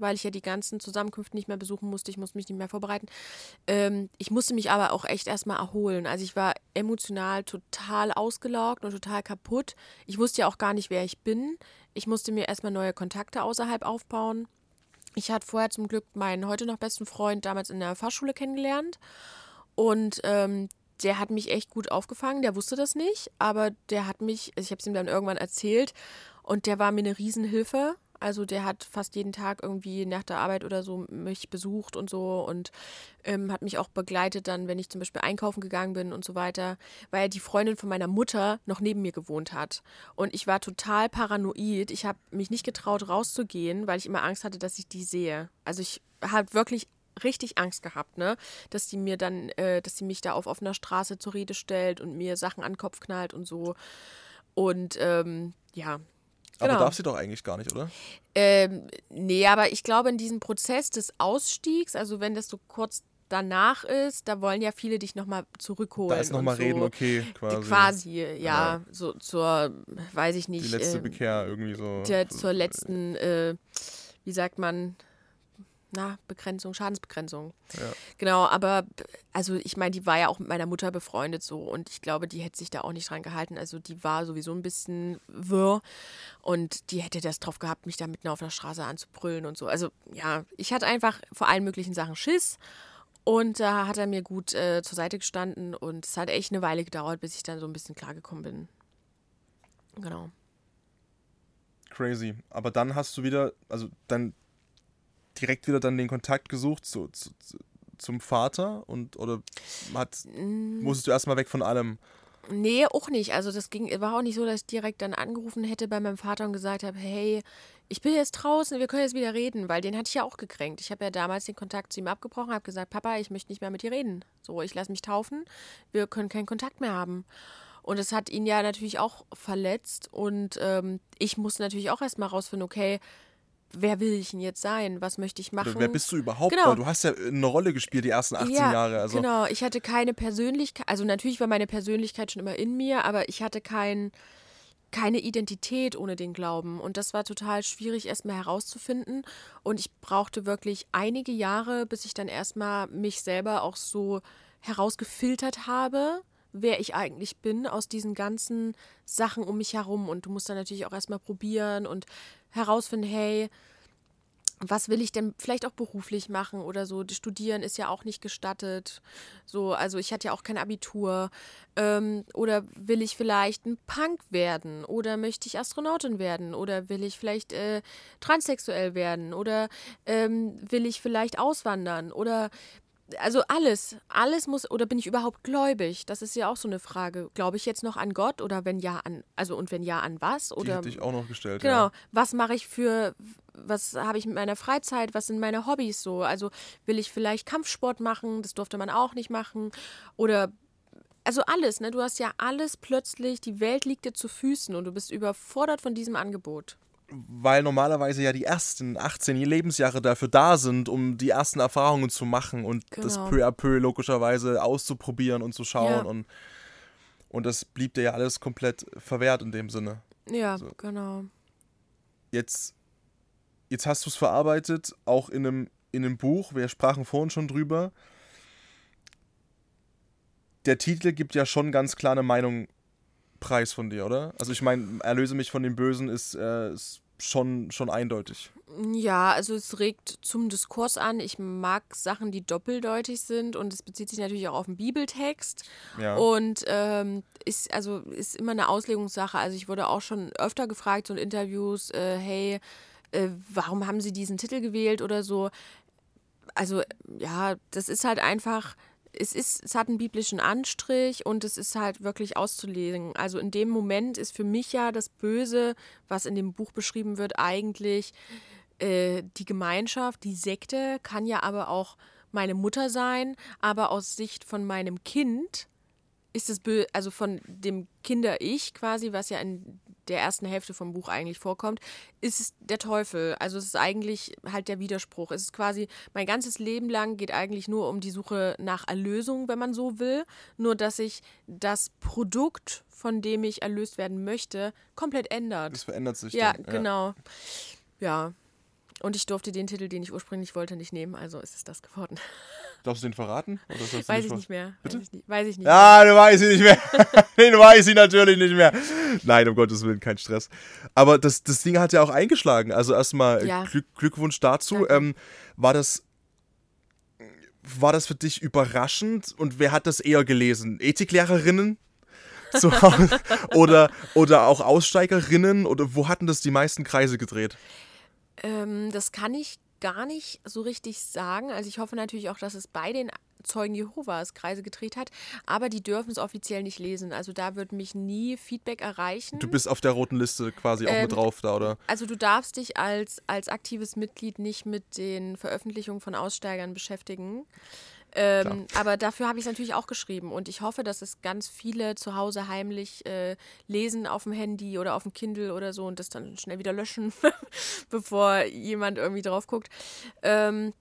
weil ich ja die ganzen Zusammenkünfte nicht mehr besuchen musste. Ich musste mich nicht mehr vorbereiten. Ähm, ich musste mich aber auch echt erstmal erholen. Also ich war emotional total ausgelaugt und total kaputt. Ich wusste ja auch gar nicht, wer ich bin. Ich musste mir erstmal neue Kontakte außerhalb aufbauen. Ich hatte vorher zum Glück meinen heute noch besten Freund damals in der Fachschule kennengelernt. Und ähm, der hat mich echt gut aufgefangen. Der wusste das nicht, aber der hat mich, also ich habe es ihm dann irgendwann erzählt und der war mir eine Riesenhilfe. Also der hat fast jeden Tag irgendwie nach der Arbeit oder so mich besucht und so und ähm, hat mich auch begleitet dann, wenn ich zum Beispiel einkaufen gegangen bin und so weiter, weil die Freundin von meiner Mutter noch neben mir gewohnt hat. Und ich war total paranoid. Ich habe mich nicht getraut, rauszugehen, weil ich immer Angst hatte, dass ich die sehe. Also ich habe wirklich richtig Angst gehabt, ne, dass die mir dann, äh, dass sie mich da auf offener Straße zur Rede stellt und mir Sachen an den Kopf knallt und so. Und ähm, ja, Aber genau. darf sie doch eigentlich gar nicht, oder? Ähm, nee, aber ich glaube, in diesem Prozess des Ausstiegs, also wenn das so kurz danach ist, da wollen ja viele dich nochmal zurückholen. Da ist nochmal so. reden, okay, quasi. Quasi, ja, Ja. so zur, weiß ich nicht. Die letzte ähm, Bekehr irgendwie so. der, zur letzten, äh, wie sagt man, na, Begrenzung, Schadensbegrenzung. Ja. Genau, aber also ich meine, die war ja auch mit meiner Mutter befreundet so und ich glaube, die hätte sich da auch nicht dran gehalten. Also die war sowieso ein bisschen wirr und die hätte das drauf gehabt, mich da mitten auf der Straße anzubrüllen und so. Also ja, ich hatte einfach vor allen möglichen Sachen Schiss und da hat er mir gut äh, zur Seite gestanden und es hat echt eine Weile gedauert, bis ich dann so ein bisschen klargekommen bin. Genau. Crazy. Aber dann hast du wieder, also dann direkt wieder dann den Kontakt gesucht zu, zu, zu, zum Vater und oder hat, musstest du erstmal weg von allem? Nee, auch nicht. Also das ging, war auch nicht so, dass ich direkt dann angerufen hätte bei meinem Vater und gesagt habe, hey, ich bin jetzt draußen, wir können jetzt wieder reden, weil den hatte ich ja auch gekränkt. Ich habe ja damals den Kontakt zu ihm abgebrochen, habe gesagt, Papa, ich möchte nicht mehr mit dir reden. So, ich lasse mich taufen, wir können keinen Kontakt mehr haben. Und es hat ihn ja natürlich auch verletzt und ähm, ich musste natürlich auch erstmal rausfinden, okay, wer will ich denn jetzt sein? Was möchte ich machen? Oder wer bist du überhaupt? Genau. Weil du hast ja eine Rolle gespielt die ersten achtzehn ja, Jahre. Also. Genau, ich hatte keine Persönlichkeit, also natürlich war meine Persönlichkeit schon immer in mir, aber ich hatte kein, keine Identität ohne den Glauben. Und das war total schwierig erstmal herauszufinden. Und ich brauchte wirklich einige Jahre, bis ich dann erstmal mich selber auch so herausgefiltert habe, wer ich eigentlich bin aus diesen ganzen Sachen um mich herum. Und du musst dann natürlich auch erstmal probieren und herausfinden, hey, was will ich denn vielleicht auch beruflich machen oder so? Studieren ist ja auch nicht gestattet. So, also ich hatte ja auch kein Abitur. Ähm, oder will ich vielleicht ein Punk werden? Oder möchte ich Astronautin werden? Oder will ich vielleicht äh, transsexuell werden? Oder ähm, will ich vielleicht auswandern? Oder also alles, alles muss, oder bin ich überhaupt gläubig? Das ist ja auch so eine Frage. Glaube ich jetzt noch an Gott oder wenn ja an, also und wenn ja an was? Oder, Die hätte ich auch noch gestellt, genau, ja. was mache ich für, was habe ich mit meiner Freizeit, was sind meine Hobbys so? Also will ich vielleicht Kampfsport machen, das durfte man auch nicht machen. Oder, also alles, ne? Du hast ja alles plötzlich, die Welt liegt dir zu Füßen und du bist überfordert von diesem Angebot. Weil normalerweise ja die ersten achtzehn Lebensjahre dafür da sind, um die ersten Erfahrungen zu machen und Genau. das peu à peu logischerweise auszuprobieren und zu schauen. Ja. Und, und das blieb dir ja alles komplett verwehrt in dem Sinne. Ja, So. genau. Jetzt, jetzt hast du es verarbeitet, auch in einem, in einem Buch. Wir sprachen vorhin schon drüber. Der Titel gibt ja schon ganz klar eine Meinung preis von dir, oder? Also ich meine, erlöse mich von dem Bösen ist, äh, ist schon, schon eindeutig. Ja, also es regt zum Diskurs an. Ich mag Sachen, die doppeldeutig sind und es bezieht sich natürlich auch auf den Bibeltext. Ja. Und ähm, ist also ist immer eine Auslegungssache. Also ich wurde auch schon öfter gefragt, so in Interviews, äh, hey, äh, warum haben Sie diesen Titel gewählt oder so. Also ja, das ist halt einfach, es ist, es hat einen biblischen Anstrich und es ist halt wirklich auszulegen. Also in dem Moment ist für mich ja das Böse, was in dem Buch beschrieben wird, eigentlich äh, die Gemeinschaft, die Sekte, kann ja aber auch meine Mutter sein, aber aus Sicht von meinem Kind ist es bö- also von dem Kinder-Ich quasi, was ja in der ersten Hälfte vom Buch eigentlich vorkommt, ist es der Teufel. Also es ist eigentlich halt der Widerspruch. Es ist quasi, mein ganzes Leben lang geht eigentlich nur um die Suche nach Erlösung, wenn man so will. Nur, dass sich das Produkt, von dem ich erlöst werden möchte, komplett ändert. Das verändert sich Ja, dann. genau. Ja. Und ich durfte den Titel, den ich ursprünglich wollte, nicht nehmen, also ist es das geworden. Darfst du den verraten? Oder Weiß ich ver- nicht mehr. Bitte? Weiß ich nicht, weiß ich nicht Ja, den weiß ich nicht mehr. Den weiß ich natürlich nicht mehr. Nein, um Gottes Willen, kein Stress. Aber das, das Ding hat ja auch eingeschlagen. Also erstmal Ja. Glück, Glückwunsch dazu. Danke. Ähm, war das war das für dich überraschend? Und wer hat das eher gelesen? Ethiklehrerinnen? Zu Hause? oder, oder auch Aussteigerinnen? Oder wo hatten das die meisten Kreise gedreht? Ähm, das kann ich gar nicht so richtig sagen. Also ich hoffe natürlich auch, dass es bei den Zeugen Jehovas Kreise gedreht hat, aber die dürfen es offiziell nicht lesen. Also da wird mich nie Feedback erreichen. Du bist auf der roten Liste quasi auch Ähm, mit drauf da, oder? Also du darfst dich als, als aktives Mitglied nicht mit den Veröffentlichungen von Aussteigern beschäftigen. Ähm, aber dafür habe ich es natürlich auch geschrieben und ich hoffe, dass es ganz viele zu Hause heimlich äh, lesen auf dem Handy oder auf dem Kindle oder so und das dann schnell wieder löschen, bevor jemand irgendwie drauf guckt. Ähm,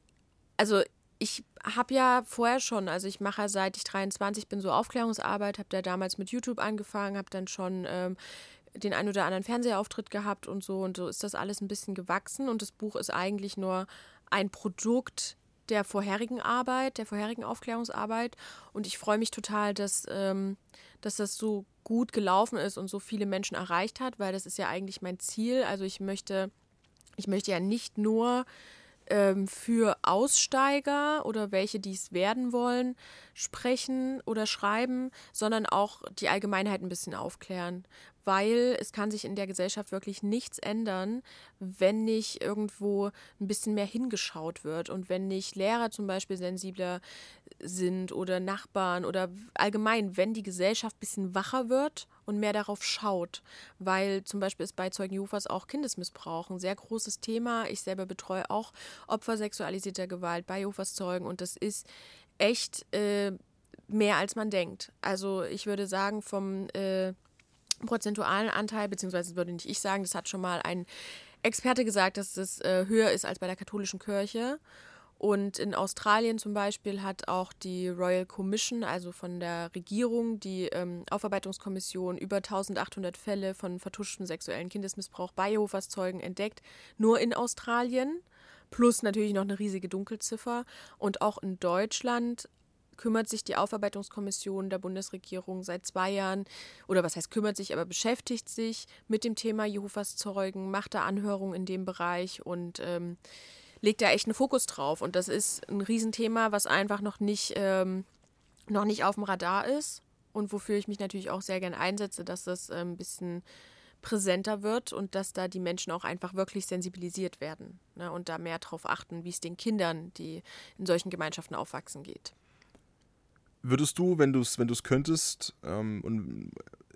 also ich habe ja vorher schon, also ich mache ja seit ich dreiundzwanzig bin so Aufklärungsarbeit, habe da damals mit YouTube angefangen, habe dann schon ähm, den ein oder anderen Fernsehauftritt gehabt und so und so ist das alles ein bisschen gewachsen und das Buch ist eigentlich nur ein Produkt der vorherigen Arbeit, der vorherigen Aufklärungsarbeit und ich freue mich total, dass, ähm, dass das so gut gelaufen ist und so viele Menschen erreicht hat, weil das ist ja eigentlich mein Ziel, also ich möchte, ich möchte ja nicht nur ähm, für Aussteiger oder welche, die es werden wollen, sprechen oder schreiben, sondern auch die Allgemeinheit ein bisschen aufklären. Weil es kann sich in der Gesellschaft wirklich nichts ändern, wenn nicht irgendwo ein bisschen mehr hingeschaut wird und wenn nicht Lehrer zum Beispiel sensibler sind oder Nachbarn oder allgemein, wenn die Gesellschaft ein bisschen wacher wird und mehr darauf schaut, weil zum Beispiel ist bei Zeugen Jehovas auch Kindesmissbrauch ein sehr großes Thema. Ich selber betreue auch Opfer sexualisierter Gewalt bei Jehovas Zeugen und das ist echt äh, mehr als man denkt. Also ich würde sagen vom äh, prozentualen Anteil, beziehungsweise das würde nicht ich sagen, das hat schon mal ein Experte gesagt, dass es äh, höher ist als bei der katholischen Kirche. Und in Australien zum Beispiel hat auch die Royal Commission, also von der Regierung, die ähm, Aufarbeitungskommission, über eintausendachthundert Fälle von vertuschtem sexuellen Kindesmissbrauch bei Jehovas Zeugen entdeckt. Nur in Australien, plus natürlich noch eine riesige Dunkelziffer. Und auch in Deutschland kümmert sich die Aufarbeitungskommission der Bundesregierung seit zwei Jahren, oder was heißt kümmert sich, aber beschäftigt sich mit dem Thema Jehovas Zeugen, macht da Anhörungen in dem Bereich und ähm, legt da echt einen Fokus drauf. Und das ist ein Riesenthema, was einfach noch nicht, ähm, noch nicht auf dem Radar ist und wofür ich mich natürlich auch sehr gern einsetze, dass das ein ähm, bisschen präsenter wird und dass da die Menschen auch einfach wirklich sensibilisiert werden, ne, und da mehr drauf achten, wie es den Kindern, die in solchen Gemeinschaften aufwachsen, geht. Würdest du, wenn du es wenn du's könntest, ähm, und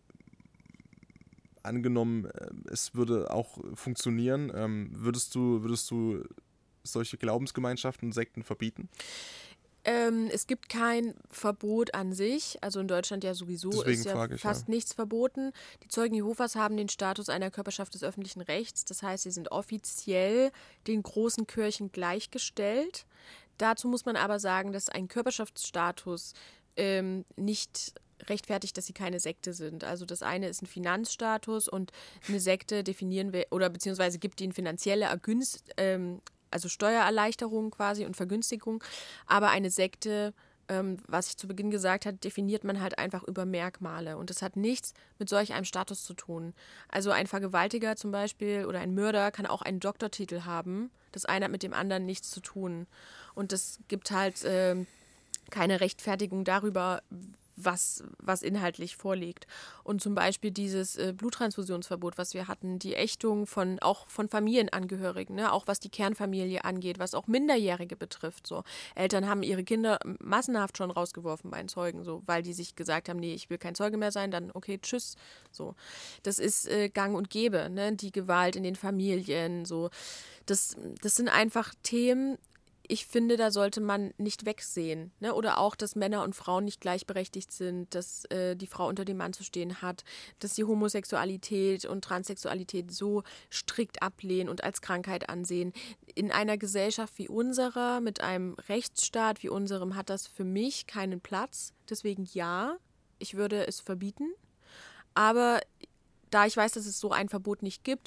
angenommen, äh, es würde auch funktionieren, ähm, würdest du, würdest du solche Glaubensgemeinschaften und Sekten verbieten? Ähm, es gibt kein Verbot an sich, also in Deutschland ja sowieso Deswegen ist ja frage ich, fast ja. nichts verboten. Die Zeugen Jehovas haben den Status einer Körperschaft des öffentlichen Rechts, das heißt, sie sind offiziell den großen Kirchen gleichgestellt. Dazu muss man aber sagen, dass ein Körperschaftsstatus ähm, nicht rechtfertigt, dass sie keine Sekte sind. Also das eine ist ein Finanzstatus und eine Sekte definieren wir, oder beziehungsweise gibt ihnen finanzielle Ergünst, ähm, also Steuererleichterung quasi und Vergünstigung, aber eine Sekte, ähm, was ich zu Beginn gesagt habe, definiert man halt einfach über Merkmale und das hat nichts mit solch einem Status zu tun. Also ein Vergewaltiger zum Beispiel oder ein Mörder kann auch einen Doktortitel haben, das eine hat mit dem anderen nichts zu tun und das gibt halt ähm, keine Rechtfertigung darüber, was, was inhaltlich vorliegt. Und zum Beispiel dieses äh, Bluttransfusionsverbot, was wir hatten, die Ächtung von auch von Familienangehörigen, ne? Auch was die Kernfamilie angeht, was auch Minderjährige betrifft. So. Eltern haben ihre Kinder massenhaft schon rausgeworfen bei den Zeugen, so, weil die sich gesagt haben, nee, ich will kein Zeuge mehr sein, dann okay, tschüss. So. Das ist äh, gang und gäbe, ne? Die Gewalt in den Familien, so. Das, das sind einfach Themen, ich finde, da sollte man nicht wegsehen. Ne? Oder auch, dass Männer und Frauen nicht gleichberechtigt sind, dass äh, die Frau unter dem Mann zu stehen hat, dass sie Homosexualität und Transsexualität so strikt ablehnen und als Krankheit ansehen. In einer Gesellschaft wie unserer, mit einem Rechtsstaat wie unserem, hat das für mich keinen Platz. Deswegen ja, ich würde es verbieten. Aber da ich weiß, dass es so ein Verbot nicht gibt,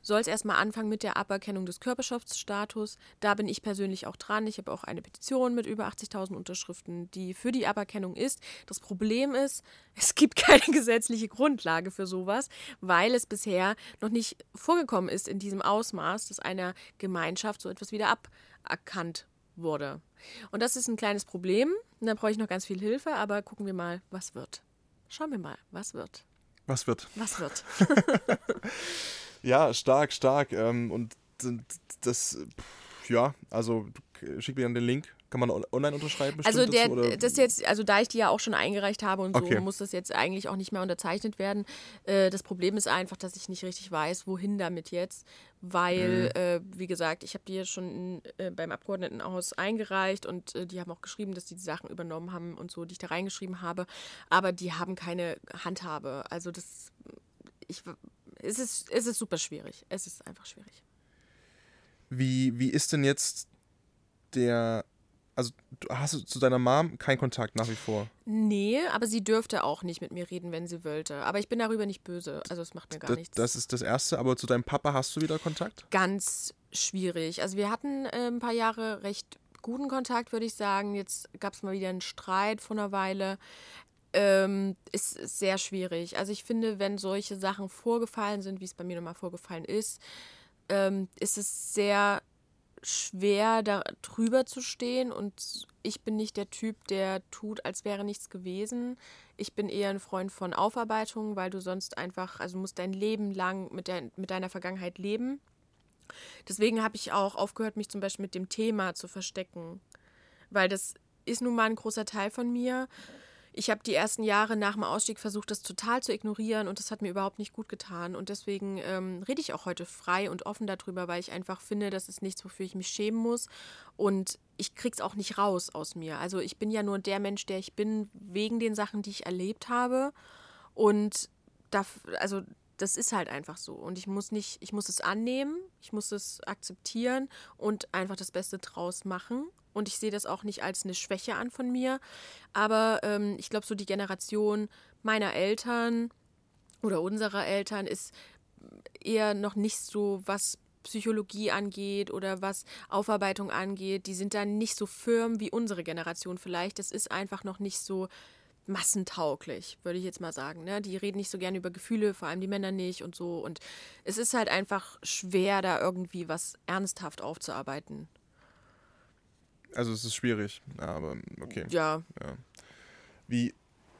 soll es erstmal anfangen mit der Aberkennung des Körperschaftsstatus. Da bin ich persönlich auch dran. Ich habe auch eine Petition mit über achtzigtausend Unterschriften, die für die Aberkennung ist. Das Problem ist, es gibt keine gesetzliche Grundlage für sowas, weil es bisher noch nicht vorgekommen ist in diesem Ausmaß, dass einer Gemeinschaft so etwas wieder aberkannt wurde. Und das ist ein kleines Problem. Und da brauche ich noch ganz viel Hilfe, aber gucken wir mal, was wird. Schauen wir mal, was wird. Was wird? Was wird. Ja, stark, stark. Ähm, und das, ja, also schick mir dann den Link. Kann man online unterschreiben? Also der, dazu, oder? das jetzt, also da ich die ja auch schon eingereicht habe und so, Okay. muss das jetzt eigentlich auch nicht mehr unterzeichnet werden. Äh, das Problem ist einfach, dass ich nicht richtig weiß, wohin damit jetzt, weil, mhm. äh, wie gesagt, ich habe die ja schon in, äh, beim Abgeordnetenhaus eingereicht und äh, die haben auch geschrieben, dass die die Sachen übernommen haben und so, die ich da reingeschrieben habe, aber die haben keine Handhabe. Also das, ich, es ist, es ist super schwierig. Es ist einfach schwierig. Wie, wie ist denn jetzt der... Also hast du zu deiner Mom keinen Kontakt nach wie vor? Nee, aber sie dürfte auch nicht mit mir reden, wenn sie wollte. Aber ich bin darüber nicht böse, also es macht mir gar das, nichts. Das ist das Erste, aber zu deinem Papa hast du wieder Kontakt? Ganz schwierig. Also wir hatten äh, ein paar Jahre recht guten Kontakt, würde ich sagen. Jetzt gab es mal wieder einen Streit vor einer Weile. Ähm, ist sehr schwierig. Also ich finde, wenn solche Sachen vorgefallen sind, wie es bei mir nochmal vorgefallen ist, ähm, ist es sehr schwer, da drüber zu stehen, und ich bin nicht der Typ, der tut, als wäre nichts gewesen. Ich bin eher ein Freund von Aufarbeitung, weil du sonst einfach, also musst dein Leben lang mit, der, mit deiner Vergangenheit leben. Deswegen habe ich auch aufgehört, mich zum Beispiel mit dem Thema zu verstecken, weil das ist nun mal ein großer Teil von mir. Ich habe die ersten Jahre nach dem Ausstieg versucht, das total zu ignorieren, und das hat mir überhaupt nicht gut getan. Und deswegen ähm, rede ich auch heute frei und offen darüber, weil ich einfach finde, das ist nichts, wofür ich mich schämen muss. Und ich krieg's auch nicht raus aus mir. Also ich bin ja nur der Mensch, der ich bin, wegen den Sachen, die ich erlebt habe. Und da, also das ist halt einfach so. Und ich muss nicht, ich muss es annehmen, ich muss es akzeptieren und einfach das Beste draus machen. Und ich sehe das auch nicht als eine Schwäche an von mir. Aber ähm, ich glaube, so die Generation meiner Eltern oder unserer Eltern ist eher noch nicht so, was Psychologie angeht oder was Aufarbeitung angeht. Die sind da nicht so firm wie unsere Generation vielleicht. Das ist einfach noch nicht so massentauglich, würde ich jetzt mal sagen. Ne? Die reden nicht so gerne über Gefühle, vor allem die Männer nicht und so. Und es ist halt einfach schwer, da irgendwie was ernsthaft aufzuarbeiten. Also es ist schwierig, aber okay. Ja. ja. Wie,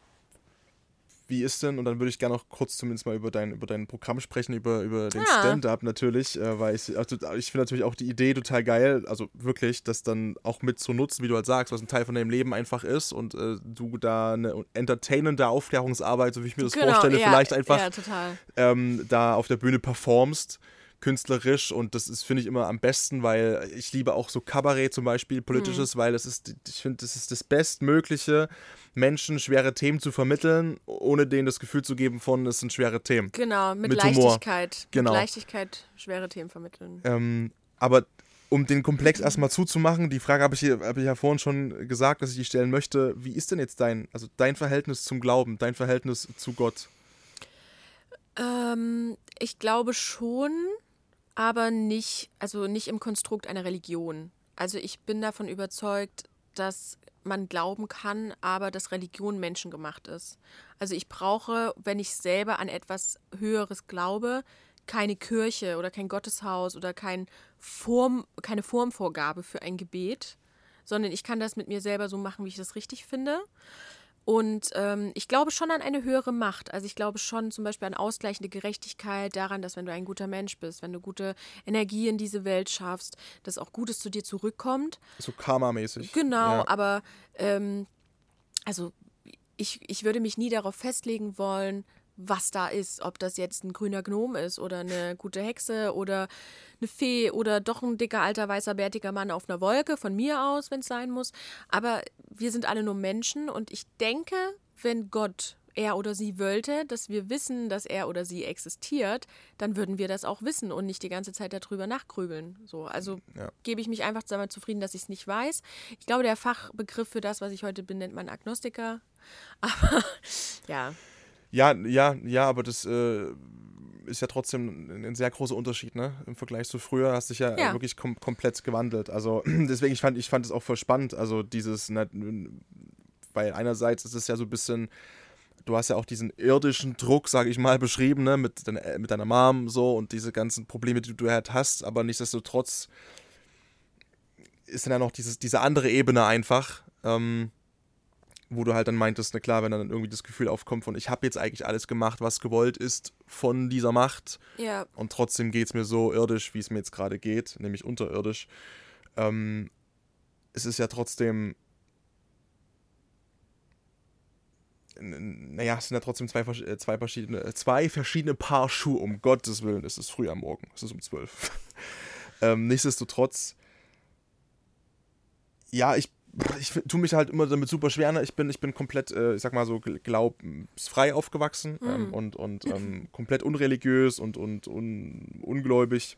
wie ist denn, und dann würde ich gerne noch kurz zumindest mal über dein, über dein Programm sprechen, über, über den Ja. Stand-Up natürlich, äh, weil ich, also ich finde natürlich auch die Idee total geil, also wirklich, das dann auch mit zu nutzen, wie du halt sagst, was ein Teil von deinem Leben einfach ist, und äh, du da eine entertainende Aufklärungsarbeit, so wie ich mir das Genau, vorstelle, ja, vielleicht einfach ja, total. ähm, da auf der Bühne performst, künstlerisch, und das ist, finde ich, immer am besten, weil ich liebe auch so Kabarett zum Beispiel, politisches, mhm. weil das ist, ich finde, das ist das Bestmögliche, Menschen schwere Themen zu vermitteln, ohne denen das Gefühl zu geben von, es sind schwere Themen. Genau, mit, mit Leichtigkeit. Humor. Genau. Mit Leichtigkeit schwere Themen vermitteln. Ähm, aber um den Komplex erstmal zuzumachen, die Frage habe ich, hier, hab ich ja vorhin schon gesagt, dass ich die stellen möchte, wie ist denn jetzt dein, also dein Verhältnis zum Glauben, dein Verhältnis zu Gott? Ähm, ich glaube schon, aber nicht, also nicht im Konstrukt einer Religion. Also ich bin davon überzeugt, dass man glauben kann, aber dass Religion menschengemacht ist. Also ich brauche, wenn ich selber an etwas Höheres glaube, keine Kirche oder kein Gotteshaus oder kein Form, keine Formvorgabe für ein Gebet, sondern ich kann das mit mir selber so machen, wie ich das richtig finde. Und ähm, ich glaube schon an eine höhere Macht. Also ich glaube schon zum Beispiel an ausgleichende Gerechtigkeit, daran, dass wenn du ein guter Mensch bist, wenn du gute Energie in diese Welt schaffst, dass auch Gutes zu dir zurückkommt. So karmamäßig. Genau, ja. aber ähm, also ich, ich würde mich nie darauf festlegen wollen, was da ist, ob das jetzt ein grüner Gnom ist oder eine gute Hexe oder eine Fee oder doch ein dicker, alter, weißer, bärtiger Mann auf einer Wolke, von mir aus, wenn es sein muss. Aber wir sind alle nur Menschen, und ich denke, wenn Gott, er oder sie wollte, dass wir wissen, dass er oder sie existiert, dann würden wir das auch wissen und nicht die ganze Zeit darüber nachgrübeln. So, also ja. gebe ich mich einfach damit zufrieden, dass ich es nicht weiß. Ich glaube, der Fachbegriff für das, was ich heute bin, nennt man Agnostiker. Aber ja. Ja, ja, ja, aber das äh, ist ja trotzdem ein, ein sehr großer Unterschied, ne? Im Vergleich zu früher hast dich ja, Ja. wirklich kom- komplett gewandelt. Also deswegen, ich fand ich fand es auch voll spannend, also dieses, ne, weil einerseits ist es ja so ein bisschen, du hast ja auch diesen irdischen Druck, sage ich mal, beschrieben, ne, mit, deiner, mit deiner Mom so und diese ganzen Probleme, die du halt hast, aber nichtsdestotrotz ist dann ja noch dieses, diese andere Ebene einfach, ähm, wo du halt dann meintest, na klar, wenn dann irgendwie das Gefühl aufkommt von, ich habe jetzt eigentlich alles gemacht, was gewollt ist von dieser Macht Ja. und trotzdem geht es mir so irdisch, wie es mir jetzt gerade geht, nämlich unterirdisch. Ähm, es ist ja trotzdem, naja, es sind ja trotzdem zwei, zwei, verschiedene, zwei verschiedene Paar Schuhe, um Gottes Willen, es ist früh am Morgen, es ist um zwölf. ähm, nichtsdestotrotz, ja, ich Ich tue mich halt immer damit super schwer. Ne? Ich bin, ich bin komplett, äh, ich sag mal so, glaubensfrei aufgewachsen Mhm. ähm, und, und ähm, komplett unreligiös und, und un, ungläubig.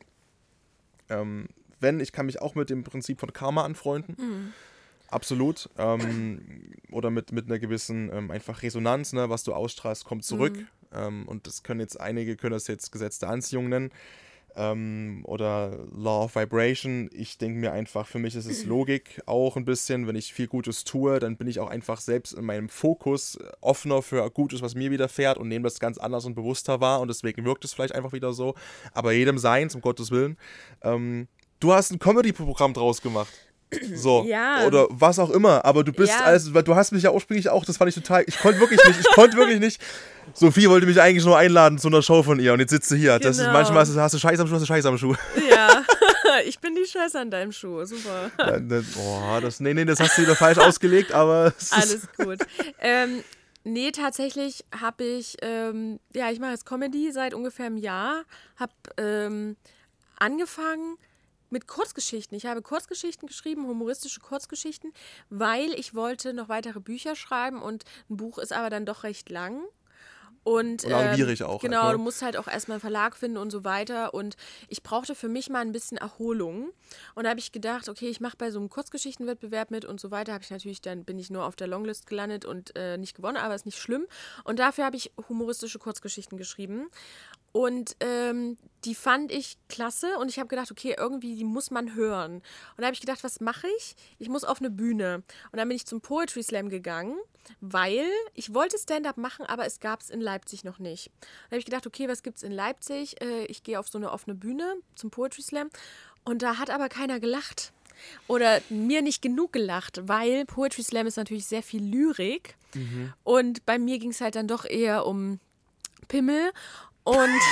Ähm, wenn, ich kann mich auch mit dem Prinzip von Karma anfreunden. Mhm. Absolut. Ähm, oder mit, mit einer gewissen ähm, einfach Resonanz, ne? Was du ausstrahlst, kommt zurück. Mhm. Ähm, und das können jetzt einige, können das jetzt Gesetz der Anziehung nennen. Ähm, oder Law of Vibration. Ich denke mir einfach, für mich ist es Logik auch ein bisschen, wenn ich viel Gutes tue, dann bin ich auch einfach selbst in meinem Fokus offener für Gutes, was mir widerfährt und nehme das ganz anders und bewusster wahr und deswegen wirkt es vielleicht einfach wieder so. Aber jedem seins, um Gottes Willen. Ähm, du hast ein Comedy-Programm draus gemacht. So, Ja. oder was auch immer, aber du bist Ja. als, weil du hast mich ja ursprünglich auch, das fand ich total, ich konnte wirklich nicht, ich konnte wirklich nicht, Sophie wollte mich eigentlich nur einladen zu einer Show von ihr und jetzt sitzt du hier, das ist, Genau. manchmal hast du, hast du Scheiß am Schuh, hast du Scheiß am Schuh. Ja, ich bin die Scheiße an deinem Schuh, super. Boah, das, nee, nee, das hast du wieder falsch ausgelegt, aber es ist, Alles gut. Ähm, nee, tatsächlich habe ich, ähm, ja, ich mache jetzt Comedy seit ungefähr einem Jahr, habe ähm, angefangen mit Kurzgeschichten. Ich habe Kurzgeschichten geschrieben, humoristische Kurzgeschichten, weil ich wollte noch weitere Bücher schreiben und ein Buch ist aber dann doch recht lang. Und, Und langwierig auch Genau, halt, ne? du musst halt auch erstmal einen Verlag finden und so weiter. Und ich brauchte für mich mal ein bisschen Erholung. Und da habe ich gedacht, okay, ich mache bei so einem Kurzgeschichtenwettbewerb mit und so weiter. Habe ich natürlich, dann bin ich nur auf der Longlist gelandet und äh, nicht gewonnen, aber ist nicht schlimm. Und dafür habe ich humoristische Kurzgeschichten geschrieben. Und ähm, die fand ich klasse und ich habe gedacht, okay, irgendwie, die muss man hören. Und da habe ich gedacht, was mache ich? Ich muss auf eine Bühne. Und dann bin ich zum Poetry Slam gegangen, weil ich wollte Stand-up machen, aber es gab es in Leipzig noch nicht. Da habe ich gedacht, okay, was gibt es in Leipzig? Äh, ich gehe auf so eine offene Bühne zum Poetry Slam und da hat aber keiner gelacht. Oder mir nicht genug gelacht, weil Poetry Slam ist natürlich sehr viel Lyrik. Mhm. Und bei mir ging es halt dann doch eher um Pimmel. Und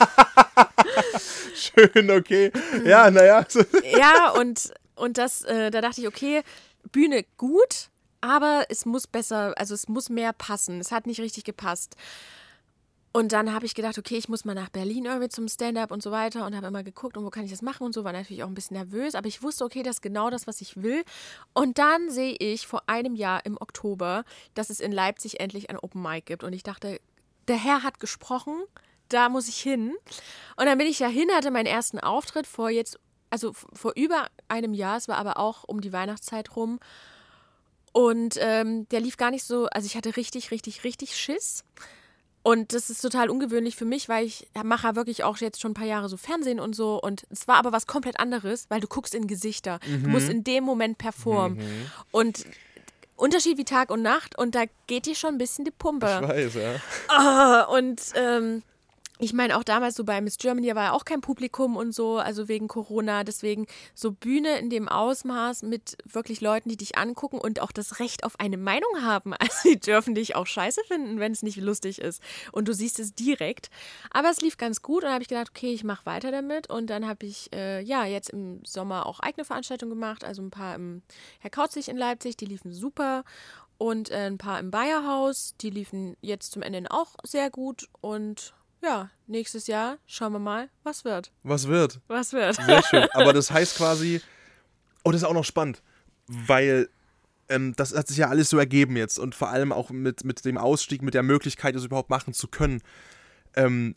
schön, okay. Ja, naja. ja, und, und das, äh, da dachte ich, okay, Bühne gut, aber es muss besser, also es muss mehr passen. Es hat nicht richtig gepasst. Und dann habe ich gedacht, okay, ich muss mal nach Berlin irgendwie zum Stand-up und so weiter und habe immer geguckt, und wo kann ich das machen und so, war natürlich auch ein bisschen nervös, aber ich wusste, okay, das ist genau das, was ich will. Und dann sehe ich vor einem Jahr im Oktober, dass es in Leipzig endlich ein Open Mic gibt und ich dachte, der Herr hat gesprochen, da muss ich hin. Und dann bin ich ja hin, hatte meinen ersten Auftritt vor jetzt, also vor über einem Jahr, es war aber auch um die Weihnachtszeit rum. Und ähm, der lief gar nicht so, also ich hatte richtig, richtig, richtig Schiss. Und das ist total ungewöhnlich für mich, weil ich mache wirklich auch jetzt schon ein paar Jahre so Fernsehen und so. Und es war aber was komplett anderes, weil du guckst in Gesichter. Mhm. Du musst in dem Moment performen. Mhm. Und Unterschied wie Tag und Nacht. Und da geht dir schon ein bisschen die Pumpe. Ich weiß, ja. Oh, und ähm, ich meine, auch damals so bei Miss Germany, da war ja auch kein Publikum und so, also wegen Corona. Deswegen so Bühne in dem Ausmaß mit wirklich Leuten, die dich angucken und auch das Recht auf eine Meinung haben. Also die dürfen dich auch scheiße finden, wenn es nicht lustig ist. Und du siehst es direkt. Aber es lief ganz gut und dann habe ich gedacht, okay, ich mache weiter damit. Und dann habe ich äh, ja jetzt im Sommer auch eigene Veranstaltungen gemacht. Also ein paar im Herr Kautzig in Leipzig, die liefen super. Und äh, ein paar im Bayerhaus, die liefen jetzt zum Ende auch sehr gut. Und ja, nächstes Jahr schauen wir mal, was wird. Was wird? Was wird. Sehr schön. Aber das heißt quasi, oh, das ist auch noch spannend, weil ähm, das hat sich ja alles so ergeben jetzt und vor allem auch mit, mit dem Ausstieg, mit der Möglichkeit, das überhaupt machen zu können. Ähm,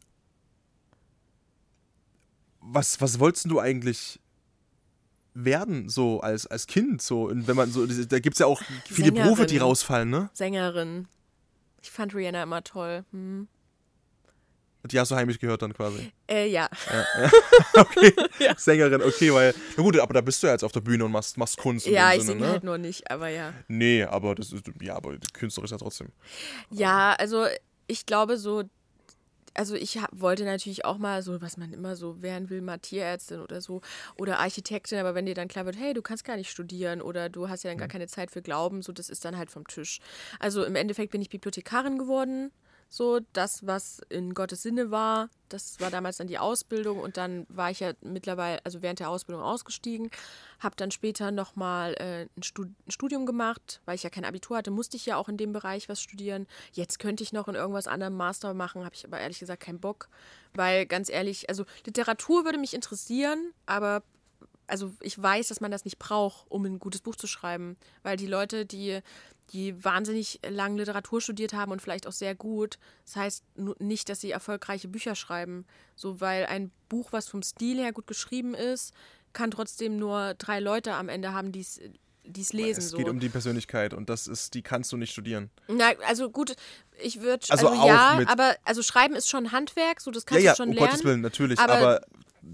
was, was wolltest du eigentlich werden, so als, als Kind? So, und wenn man so, da gibt es ja auch viele Sängerin. Berufe, die rausfallen, ne? Sängerin. Ich fand Rihanna immer toll. Hm. Die hast du heimlich gehört dann quasi? Äh, ja. ja, ja. Okay, ja. Sängerin, okay, weil, na gut, aber da bist du ja jetzt auf der Bühne und machst, machst Kunst in Ja, dem ich Sinne, singe ne? halt nur nicht, aber ja. Nee, aber das ist, ja, aber künstlerisch ja trotzdem. Ja, also ich glaube so, also ich hab, wollte natürlich auch mal so, was man immer so werden will, mal Tierärztin oder so oder Architektin, aber wenn dir dann klar wird, hey, du kannst gar nicht studieren oder du hast ja dann gar keine Zeit für Glauben, so das ist dann halt vom Tisch. Also im Endeffekt bin ich Bibliothekarin geworden, so das, was in Gottes Sinne war, das war damals dann die Ausbildung und dann war ich ja mittlerweile, also während der Ausbildung ausgestiegen, habe dann später nochmal äh, ein, Stud- ein Studium gemacht, weil ich ja kein Abitur hatte, musste ich ja auch in dem Bereich was studieren. Jetzt könnte ich noch in irgendwas anderem Master machen, habe ich aber ehrlich gesagt keinen Bock, weil ganz ehrlich, also Literatur würde mich interessieren, aber also ich weiß, dass man das nicht braucht, um ein gutes Buch zu schreiben, weil die Leute, die die wahnsinnig lang Literatur studiert haben und vielleicht auch sehr gut. Das heißt nicht, dass sie erfolgreiche Bücher schreiben. So, weil ein Buch, was vom Stil her gut geschrieben ist, kann trotzdem nur drei Leute am Ende haben, die es lesen. Es so. geht um die Persönlichkeit und das ist, die kannst du nicht studieren. Na, also gut, ich würde, also, also auch ja, mit aber also Schreiben ist schon Handwerk, so das kannst ja, ja, du schon um lernen. Gottes Willen, natürlich, aber, aber,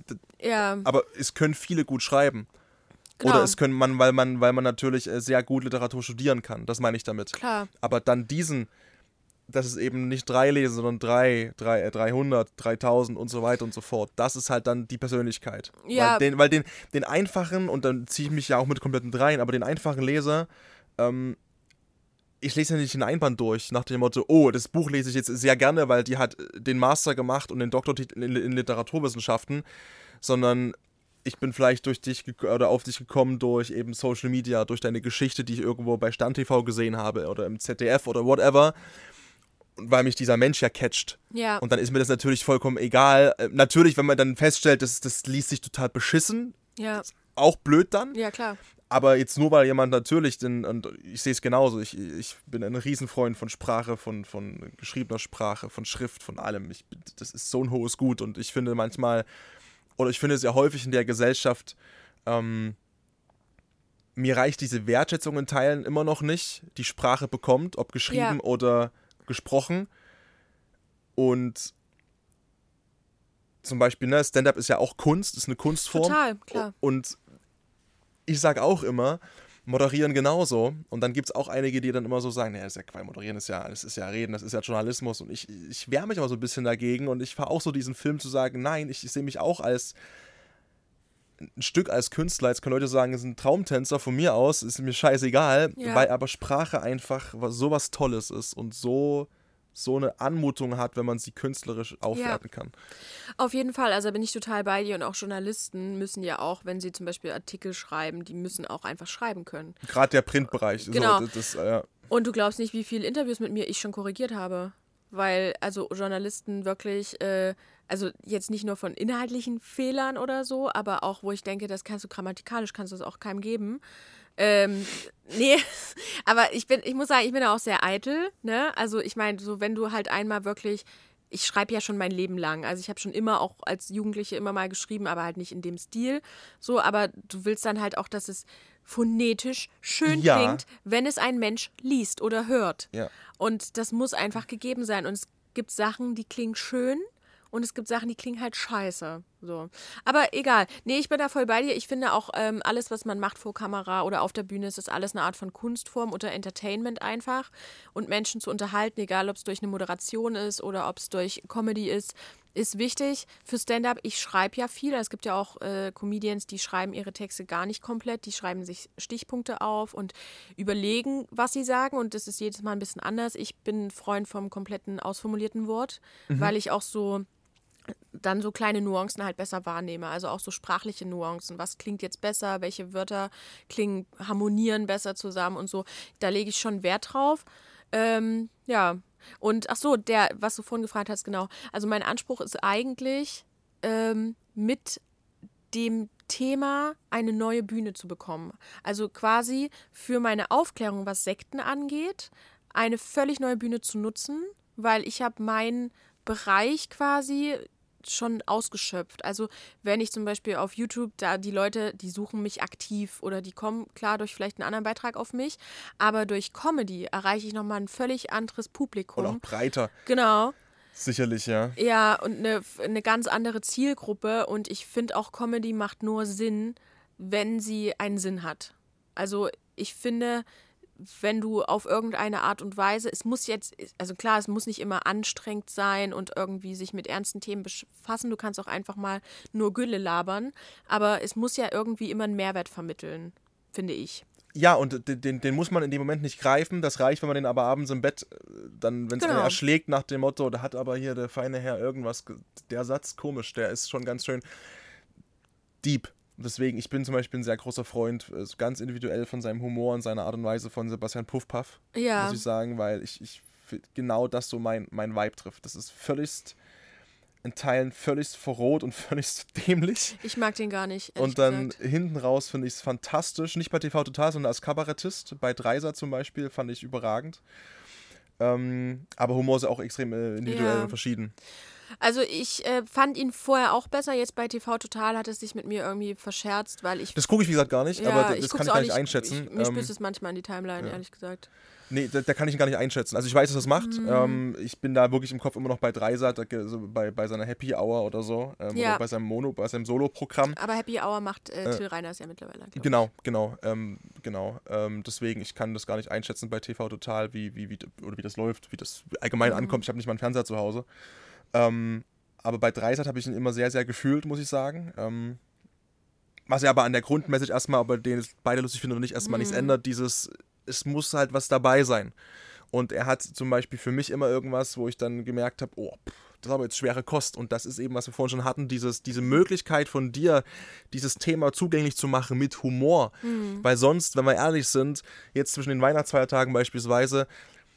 ja. aber es können viele gut schreiben. Genau. Oder es können man, weil man, weil man natürlich sehr gut Literatur studieren kann. Das meine ich damit. Klar. Aber dann diesen, dass es eben nicht drei lesen, sondern drei, drei, äh, dreihundert, dreitausend und so weiter und so fort. Das ist halt dann die Persönlichkeit. Ja. Weil den, weil den, den einfachen, und dann ziehe ich mich ja auch mit kompletten dreien, aber den einfachen Leser, ähm, ich lese ja nicht den Einband durch, nach dem Motto, oh, das Buch lese ich jetzt sehr gerne, weil die hat den Master gemacht und den Doktortitel in, in Literaturwissenschaften, sondern ich bin vielleicht durch dich ge- oder auf dich gekommen durch eben Social Media, durch deine Geschichte, die ich irgendwo bei Stern T V gesehen habe oder im Z D F oder whatever, weil mich dieser Mensch ja catcht. Ja. Und dann ist mir das natürlich vollkommen egal. Äh, natürlich, wenn man dann feststellt, das, das liest sich total beschissen, Ja. auch blöd dann. Ja, klar. Aber jetzt nur, weil jemand natürlich, den, und ich sehe es genauso, ich, ich bin ein Riesenfreund von Sprache, von, von geschriebener Sprache, von Schrift, von allem. Ich, das ist so ein hohes Gut und ich finde manchmal, oder ich finde sehr häufig in der Gesellschaft, ähm, mir reicht diese Wertschätzung in Teilen immer noch nicht, die Sprache bekommt, ob geschrieben Ja. oder gesprochen. Und zum Beispiel, ne, Stand-up ist ja auch Kunst, ist eine Kunstform. Total, klar. Und ich sage auch immer, moderieren genauso. Und dann gibt es auch einige, die dann immer so sagen, naja, das ist ja Quatsch, moderieren ist ja, das ist ja Reden, das ist ja Journalismus. Und ich, ich wehre mich aber so ein bisschen dagegen und ich fahre auch so diesen Film zu sagen, nein, ich, ich sehe mich auch als ein Stück als Künstler. Jetzt können Leute sagen, es ist ein Traumtänzer von mir aus, ist mir scheißegal, Ja. weil aber Sprache einfach so was Tolles ist und so, so eine Anmutung hat, wenn man sie künstlerisch aufwerten kann. Auf jeden Fall, also bin ich total bei dir und auch Journalisten müssen ja auch, wenn sie zum Beispiel Artikel schreiben, die müssen auch einfach schreiben können. Gerade der Printbereich. Genau. So, das, das, äh, Und du glaubst nicht, wie viele Interviews mit mir ich schon korrigiert habe, weil also Journalisten wirklich, äh, also jetzt nicht nur von inhaltlichen Fehlern oder so, aber auch, wo ich denke, das kannst du grammatikalisch, kannst du das auch keinem geben. Ähm, nee, aber ich bin, ich muss sagen, ich bin auch sehr eitel, ne? Also ich meine, so wenn du halt einmal wirklich, ich schreibe ja schon mein Leben lang, also ich habe schon immer auch als Jugendliche immer mal geschrieben, aber halt nicht in dem Stil, so, aber du willst dann halt auch, dass es phonetisch schön Ja. klingt, wenn es ein Mensch liest oder hört. ja. Und das muss einfach gegeben sein. Und es gibt Sachen, die klingen schön und es gibt Sachen, die klingen halt scheiße. So. Aber egal. Nee, ich bin da voll bei dir. Ich finde auch, ähm, alles, was man macht vor Kamera oder auf der Bühne, ist das alles eine Art von Kunstform oder Entertainment einfach. Und Menschen zu unterhalten, egal ob es durch eine Moderation ist oder ob es durch Comedy ist, ist wichtig. Für Stand-up, ich schreibe ja viel. Es gibt ja auch äh, Comedians, die schreiben ihre Texte gar nicht komplett. Die schreiben sich Stichpunkte auf und überlegen, was sie sagen. Und das ist jedes Mal ein bisschen anders. Ich bin ein Freund vom kompletten ausformulierten Wort, weil ich auch so dann so kleine Nuancen halt besser wahrnehme. Also auch so sprachliche Nuancen. Was klingt jetzt besser? Welche Wörter klingen, harmonieren besser zusammen und so. Da lege ich schon Wert drauf. Ähm, ja. Und ach so, der, was du vorhin gefragt hast, genau. Also mein Anspruch ist eigentlich, ähm, mit dem Thema eine neue Bühne zu bekommen. Also quasi für meine Aufklärung, was Sekten angeht, eine völlig neue Bühne zu nutzen, weil ich habe meinen Bereich quasi schon ausgeschöpft. Also wenn ich zum Beispiel auf YouTube, da die Leute, die suchen mich aktiv oder die kommen klar durch vielleicht einen anderen Beitrag auf mich, aber durch Comedy erreiche ich nochmal ein völlig anderes Publikum. Und auch breiter. Genau. Sicherlich, ja. Ja, und eine, eine ganz andere Zielgruppe. Und ich finde auch, Comedy macht nur Sinn, wenn sie einen Sinn hat. Also ich finde, wenn du auf irgendeine Art und Weise, es muss jetzt, also klar, es muss nicht immer anstrengend sein und irgendwie sich mit ernsten Themen befassen. Du kannst auch einfach mal nur Gülle labern. Aber es muss ja irgendwie immer einen Mehrwert vermitteln, finde ich. Ja, und den, den, den muss man in dem Moment nicht greifen. Das reicht, wenn man den aber abends im Bett, dann, wenn es Genau. einen erschlägt nach dem Motto, da hat aber hier der feine Herr irgendwas, ge- der Satz komisch, der ist schon ganz schön deep. Deswegen, ich bin zum Beispiel ein sehr großer Freund, äh, ganz individuell von seinem Humor und seiner Art und Weise von Sebastian Puffpaff, Ja. muss ich sagen, weil ich, ich fi- genau das so mein, mein Vibe trifft. Das ist völligst, in Teilen völligst verroht und völligst dämlich. Ich mag den gar nicht, ehrlich Und dann gesagt. hinten raus finde ich es fantastisch. Nicht bei T V Total, sondern als Kabarettist. Bei Dreiser zum Beispiel fand ich überragend. Ähm, aber Humor ist auch extrem äh, individuell Ja. und verschieden. Also ich äh, fand ihn vorher auch besser. Jetzt bei T V Total hat es sich mit mir irgendwie verscherzt, weil ich... Das gucke ich, wie gesagt, gar nicht, ja, aber d- das guck's kann ich auch gar nicht einschätzen. Ich, mir Ähm, spürt es manchmal in die Timeline, ja. ehrlich gesagt. nee, da, da kann ich ihn gar nicht einschätzen. Also ich weiß, dass er es macht. Mhm. Ähm, ich bin da wirklich im Kopf immer noch bei Dreiser, da, ge- so bei, bei seiner Happy Hour oder so. Ähm, Ja. Oder bei seinem Mono, bei seinem Solo-Programm. Aber Happy Hour macht äh, Äh, Till Reiners ja mittlerweile. glaub ich. Genau, genau, ähm, genau. Ähm, deswegen, ich kann das gar nicht einschätzen bei T V Total, wie, wie, wie, oder wie das läuft, wie das allgemein Mhm. ankommt. Ich habe nicht mal einen Fernseher zu Hause. Ähm, aber bei Dreisat habe ich ihn immer sehr, sehr gefühlt, muss ich sagen. Ähm, was ja aber an der Grundmessage erstmal, ob er den jetzt beide lustig findet oder nicht, erstmal nichts Mhm. ändert, dieses, es muss halt was dabei sein. Und er hat zum Beispiel für mich immer irgendwas, wo ich dann gemerkt habe, oh, pff, das ist aber jetzt schwere Kost. Und das ist eben, was wir vorhin schon hatten, dieses, diese Möglichkeit von dir, dieses Thema zugänglich zu machen mit Humor. Mhm. Weil sonst, wenn wir ehrlich sind, jetzt zwischen den Weihnachtsfeiertagen beispielsweise,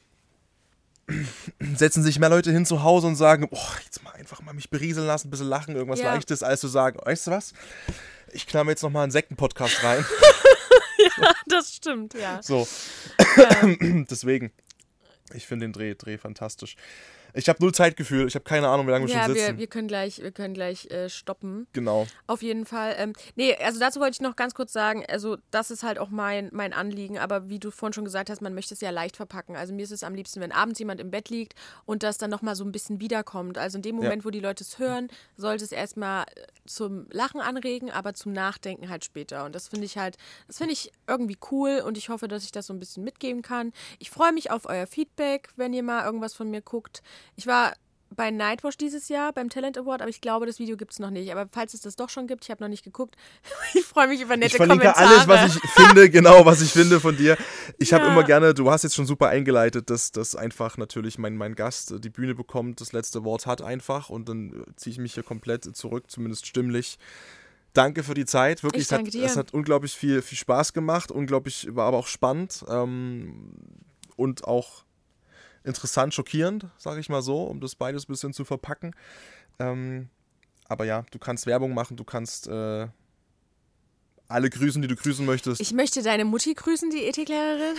setzen sich mehr Leute hin zu Hause und sagen, oh, jetzt mal einfach mal mich berieseln lassen, ein bisschen lachen, irgendwas Ja. Leichtes, als zu sagen, weißt du was, ich knall mir jetzt nochmal einen Sektenpodcast rein. Das stimmt, ja. So, ja. deswegen, ich finde den Dreh, Dreh fantastisch. Ich habe null Zeitgefühl, ich habe keine Ahnung, wie lange wir Ja, schon wir, sitzen. wir können gleich, wir können gleich äh, stoppen. Genau. Auf jeden Fall. Ähm, nee, also dazu wollte ich noch ganz kurz sagen, also das ist halt auch mein, mein Anliegen, aber wie du vorhin schon gesagt hast, man möchte es ja leicht verpacken. Also mir ist es am liebsten, wenn abends jemand im Bett liegt und das dann nochmal so ein bisschen wiederkommt. Also in dem Moment, Ja. wo die Leute es hören, sollte es erstmal zum Lachen anregen, aber zum Nachdenken halt später. Und das finde ich halt, das finde ich irgendwie cool und ich hoffe, dass ich das so ein bisschen mitgeben kann. Ich freue mich auf euer Feedback, wenn ihr mal irgendwas von mir guckt. Ich war bei Nightwatch dieses Jahr, beim Talent Award, aber ich glaube, das Video gibt es noch nicht. Aber falls es das doch schon gibt, ich habe noch nicht geguckt, ich freue mich über nette Ich verlinke Kommentare. alles, was ich finde, genau, was ich finde von dir. Ich habe Ja. immer gerne, du hast jetzt schon super eingeleitet, dass, dass einfach natürlich mein, mein Gast die Bühne bekommt, das letzte Wort hat einfach und dann ziehe ich mich hier komplett zurück, zumindest stimmlich. Danke für die Zeit, wirklich, Ich es hat, danke dir. es hat unglaublich viel, viel Spaß gemacht, unglaublich, war aber auch spannend ähm, und auch interessant, schockierend, sage ich mal so, um das beides ein bisschen zu verpacken. Ähm, aber ja, du kannst Werbung machen, du kannst äh, alle grüßen, die du grüßen möchtest. Ich möchte deine Mutti grüßen, die Ethiklehrerin.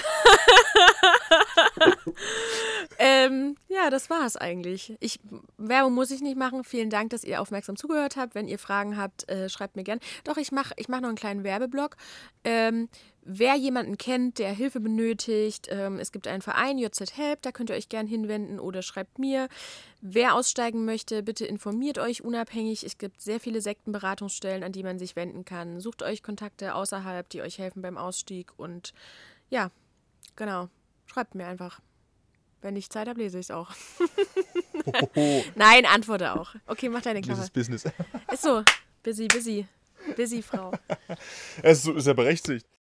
ähm, ja, das war's eigentlich. Ich, Werbung muss ich nicht machen. Vielen Dank, dass ihr aufmerksam zugehört habt. Wenn ihr Fragen habt, äh, schreibt mir gern. Doch, ich mache ich mach noch einen kleinen Werbeblock. Ähm, wer jemanden kennt, der Hilfe benötigt, ähm, es gibt einen Verein, J Z Help, da könnt ihr euch gern hinwenden oder schreibt mir. Wer aussteigen möchte, bitte informiert euch unabhängig. Es gibt sehr viele Sektenberatungsstellen, an die man sich wenden kann. Sucht euch Kontakte außerhalb, die euch helfen beim Ausstieg. Und ja, genau. Schreibt mir einfach. Wenn ich Zeit habe, lese ich es auch. Hohoho, Nein, antworte auch. Okay, mach deine Klappe. dieses Business. Ist so. Busy, busy. Busy Frau. Es ist, ist ja berechtigt.